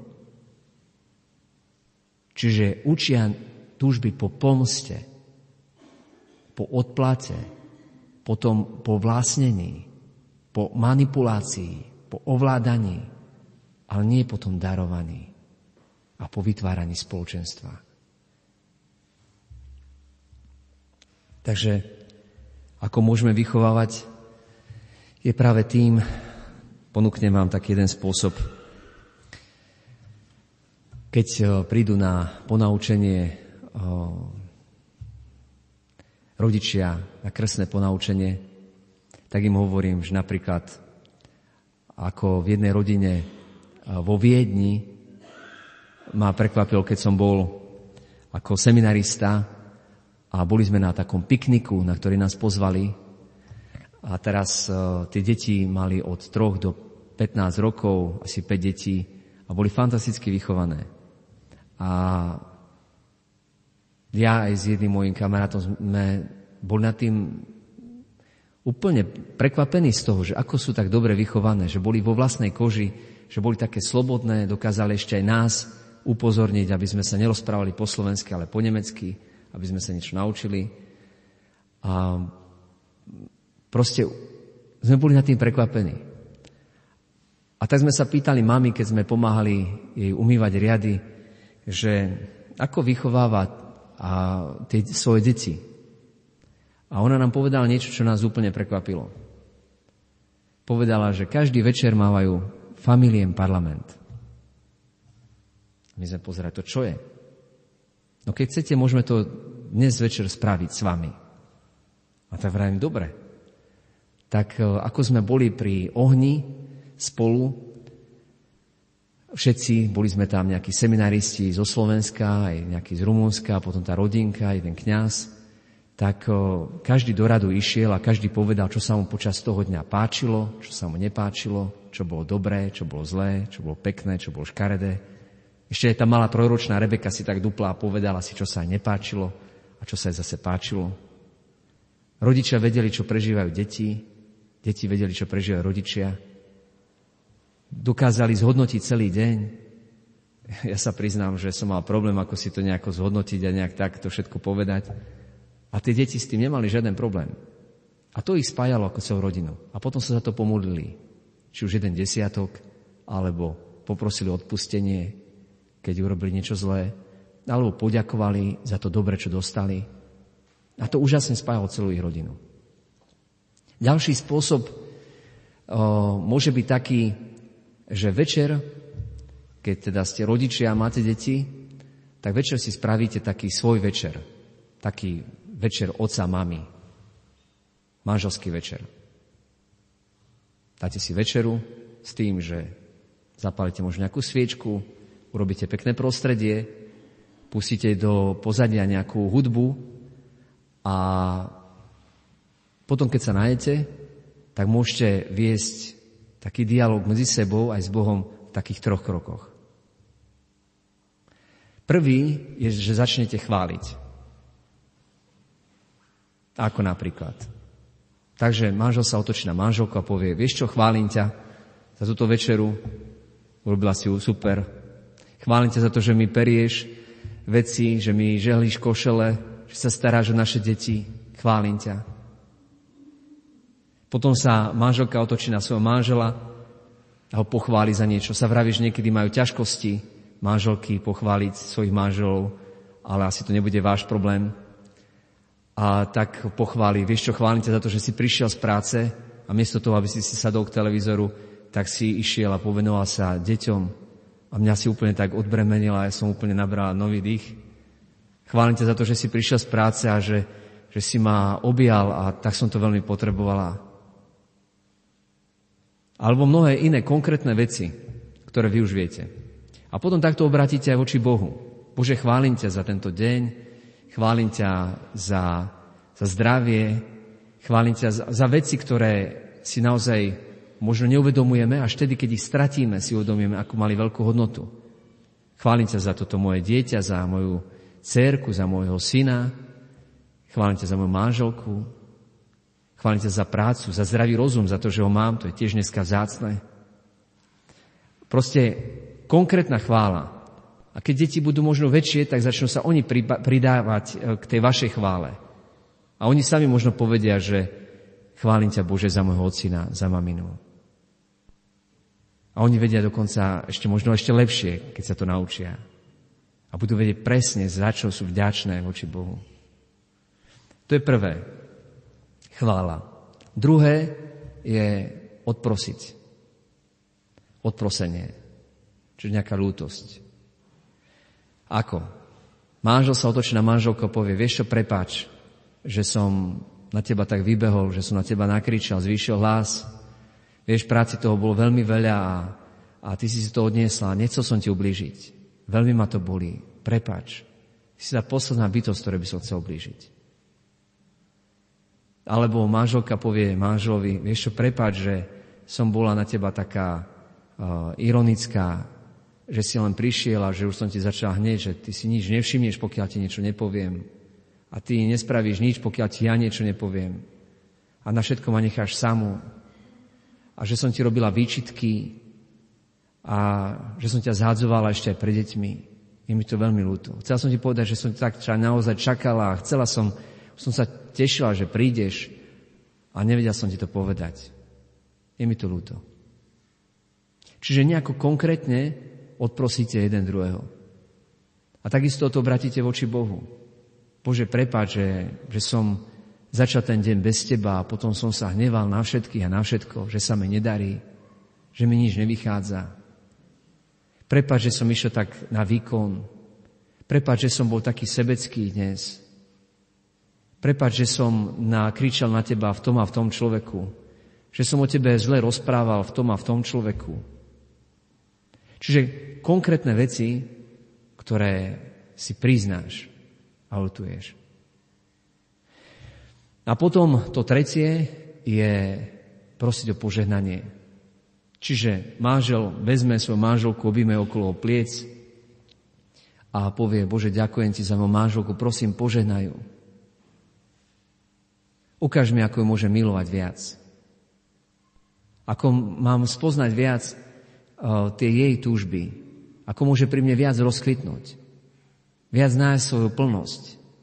Čiže učia túžby po pomste, po odplate, potom po vlastnení, po manipulácii, po ovládaní, ale nie potom darovaní a po vytváraní spoločenstva. Takže ako môžeme vychovávať, je práve tým, ponúknem vám taký jeden spôsob. Keď prídu na ponaučenie rodičia, na krstné ponaučenie, tak im hovorím, že napríklad ako v jednej rodine vo Viedni ma prekvapilo, keď som bol ako seminarista a boli sme na takom pikniku, na ktorý nás pozvali. A teraz uh, tie deti mali od troch do pätnásť rokov, asi päť detí a boli fantasticky vychované. A ja aj s jedným mojím kamarátom sme boli nad tým úplne prekvapení z toho, že ako sú tak dobre vychované, že boli vo vlastnej koži, že boli také slobodné, dokázali ešte aj nás upozorniť, aby sme sa nerozprávali po slovensky, ale po nemecky, aby sme sa niečo naučili. A proste sme boli nad tým prekvapení. A tak sme sa pýtali mami, keď sme pomáhali jej umývať riady, že ako vychováva a tie svoje deti. A ona nám povedala niečo, čo nás úplne prekvapilo. Povedala, že každý večer mávajú familien parlament. My sme pozerali, to čo je? No keď chcete, môžeme to dnes večer spraviť s vami. A tak vravím, dobre. Tak ako sme boli pri ohni spolu, všetci, boli sme tam nejakí seminaristi zo Slovenska, aj nejakí z Rumunska, potom tá rodinka, jeden kňaz, tak každý do radu išiel a každý povedal, čo sa mu počas toho dňa páčilo, čo sa mu nepáčilo, čo bolo dobré, čo bolo zlé, čo bolo pekné, čo bolo škaredé. Ešte aj tá malá trojročná Rebeka si tak dupla a povedala si, čo sa jej nepáčilo a čo sa jej zase páčilo. Rodičia vedeli, čo prežívajú deti, deti vedeli, čo prežívajú rodičia. Dokázali zhodnotiť celý deň. Ja sa priznám, že som mal problém, ako si to nejako zhodnotiť a nejak tak to všetko povedať. A tie deti s tým nemali žiaden problém. A to ich spájalo ako celú rodinu. A potom sa za to pomodlili. Či už jeden desiatok, alebo poprosili odpustenie, keď urobili niečo zlé, alebo poďakovali za to dobre, čo dostali. A to úžasne spájalo celú ich rodinu. Ďalší spôsob o, môže byť taký, že večer, keď teda ste rodičia a máte deti, tak večer si spravíte taký svoj večer. Taký večer otca, mami. Manželský večer. Dáte si večeru s tým, že zapálite možno nejakú sviečku, urobíte pekné prostredie, pustíte do pozadia nejakú hudbu a potom, keď sa najete, tak môžete viesť taký dialog medzi sebou aj s Bohom v takých troch krokoch. Prvý je, že začnete chváliť. Ako napríklad. Takže manžel sa otočí na manželku a povie, vieš čo, chválim ťa za túto večeru, urobila si ju super. Chválim ťa za to, že mi perieš veci, že mi žehlíš košele, že sa staráš o naše deti. Chválim ťa. Potom sa manželka otočí na svojho manžela a ho pochváli za niečo. Sa vraví, že niekedy majú ťažkosti manželky pochváliť svojich manželov, ale asi to nebude váš problém. A tak pochváli, vieš čo, chválim ťa za to, že si prišiel z práce a miesto toho, aby si si sadol k televízoru, tak si išiel a povenoval sa deťom a mňa si úplne tak odbremenila a ja som úplne nabral nový dých. Chválim ťa za to, že si prišiel z práce a že, že si ma objal a tak som to veľmi potrebovala. Alebo mnohé iné konkrétne veci, ktoré vy už viete. A potom takto obratíte aj voči Bohu. Bože, chválim ťa za tento deň, chválim ťa za, za zdravie, chválim ťa za, za veci, ktoré si naozaj možno neuvedomujeme, až vtedy, keď ich stratíme, si uvedomujeme, akú mali veľkú hodnotu. Chválim ťa za toto moje dieťa, za moju dcérku, za môjho syna, chválim ťa za moju manželku, chválim ťa za prácu, za zdravý rozum, za to, že ho mám, to je tiež dneska vzácne. Proste konkrétna chvála. A keď deti budú možno väčšie, tak začnú sa oni pridávať k tej vašej chvále. A oni sami možno povedia, že chválim ťa, Bože, za môjho ocina, za maminu. A oni vedia dokonca ešte možno ešte lepšie, keď sa to naučia. A budú vedieť presne, za čo sú vďačné voči Bohu. To je prvé. Chvála. Druhé je odprosiť. Odprosenie. Čiže nejaká lútosť. Ako? Manžel sa otočí na manželku a povie, vieš čo, prepáč, že som na teba tak vybehol, že som na teba nakričal, zvýšil hlas. Vieš, práci toho bolo veľmi veľa a, a ty si si to odniesla. Nechcel som ti ublížiť. Veľmi ma to bolí. Prepáč. Ty si tá posledná bytosť, ktoré by som chcel ublížiť. Alebo manželka povie manželovi, vieš čo, prepáč, že som bola na teba taká uh, ironická, že si len prišiel a že už som ti začal hneď, že ty si nič nevšimneš, pokiaľ ti niečo nepoviem. A ty nespravíš nič, pokiaľ ti ja niečo nepoviem. A na všetko ma necháš samú. A že som ti robila výčitky a že som ťa zhadzovala ešte aj pred deťmi. Je mi to veľmi ľúto. Chcela som ti povedať, že som tak naozaj čakala a chcela som, som sa tešila, že prídeš a nevedel som ti to povedať. Je mi to ľúto. Čiže nejako konkrétne odprosíte jeden druhého. A takisto to obratíte voči Bohu. Bože, prepáč, že, že som začal ten deň bez teba a potom som sa hneval na všetkých a na všetko, že sa mi nedarí, že mi nič nevychádza. Prepáč, že som išiel tak na výkon. Prepáč, že som bol taký sebecký dnes. Prepáč, že som nakričal na teba v tom a v tom človeku. Že som o tebe zle rozprával v tom a v tom človeku. Čiže konkrétne veci, ktoré si priznáš a ľutuješ. A potom to trecie je prosiť o požehnanie. Čiže manžel vezme svoju manželku, objíme okolo pliec a povie: Bože, ďakujem ti za moju manželku, prosím, požehnaj ju. Ukáž mi, ako ju môžem milovať viac. Ako mám spoznať viac uh, tie jej túžby. Ako môže pri mne viac rozkvitnúť. Viac nájsť svoju plnosť.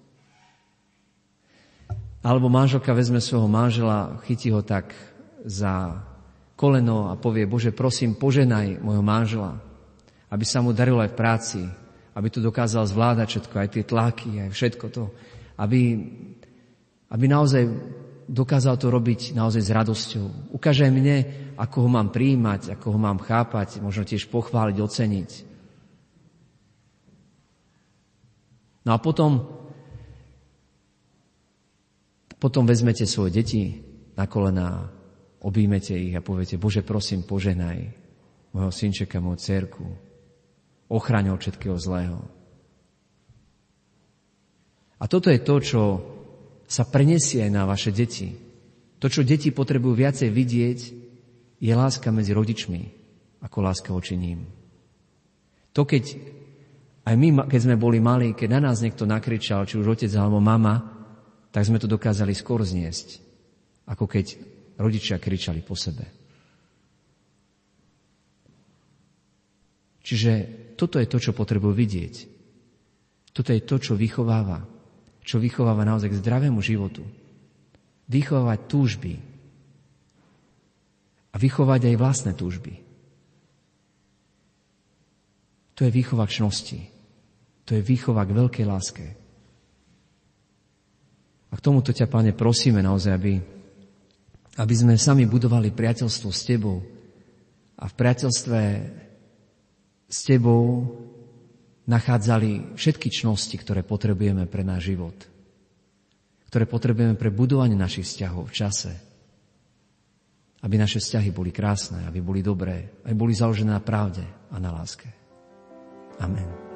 Alebo manželka vezme svojho manžela, chytí ho tak za koleno a povie: Bože, prosím, poženaj môjho manžela, aby sa mu darilo aj v práci, aby to dokázal zvládať všetko, aj tie tlaky, aj všetko to, aby, aby naozaj dokázal to robiť naozaj s radosťou. Ukáže mne, ako ho mám prijímať, ako ho mám chápať, možno tiež pochváliť, oceniť. No a potom, potom vezmete svoje deti na kolená, objímete ich a poviete: Bože, prosím, poženaj môjho synčeka, moju dcerku, ochraň od všetkého zlého. A toto je to, čo sa prenesie aj na vaše deti. To, čo deti potrebujú viacej vidieť, je láska medzi rodičmi, ako láska voči ním. To, keď aj my, keď sme boli malí, keď na nás niekto nakričal, či už otec alebo mama, tak sme to dokázali skôr zniesť, ako keď rodičia kričali po sebe. Čiže toto je to, čo potrebujú vidieť. Toto je to, čo vychováva. Čo vychováva naozaj k zdravému životu. Vychovávať túžby. A vychovať aj vlastné túžby. To je výchova k čnosti. To je výchova k veľkej láske. A k tomuto ťa, Pane, prosíme naozaj, aby, aby sme sami budovali priateľstvo s Tebou. A v priateľstve s Tebou nachádzali všetky čnosti, ktoré potrebujeme pre náš život. Ktoré potrebujeme pre budovanie našich vzťahov v čase. Aby naše vzťahy boli krásne, aby boli dobré, aby boli založené na pravde a na láske. Amen.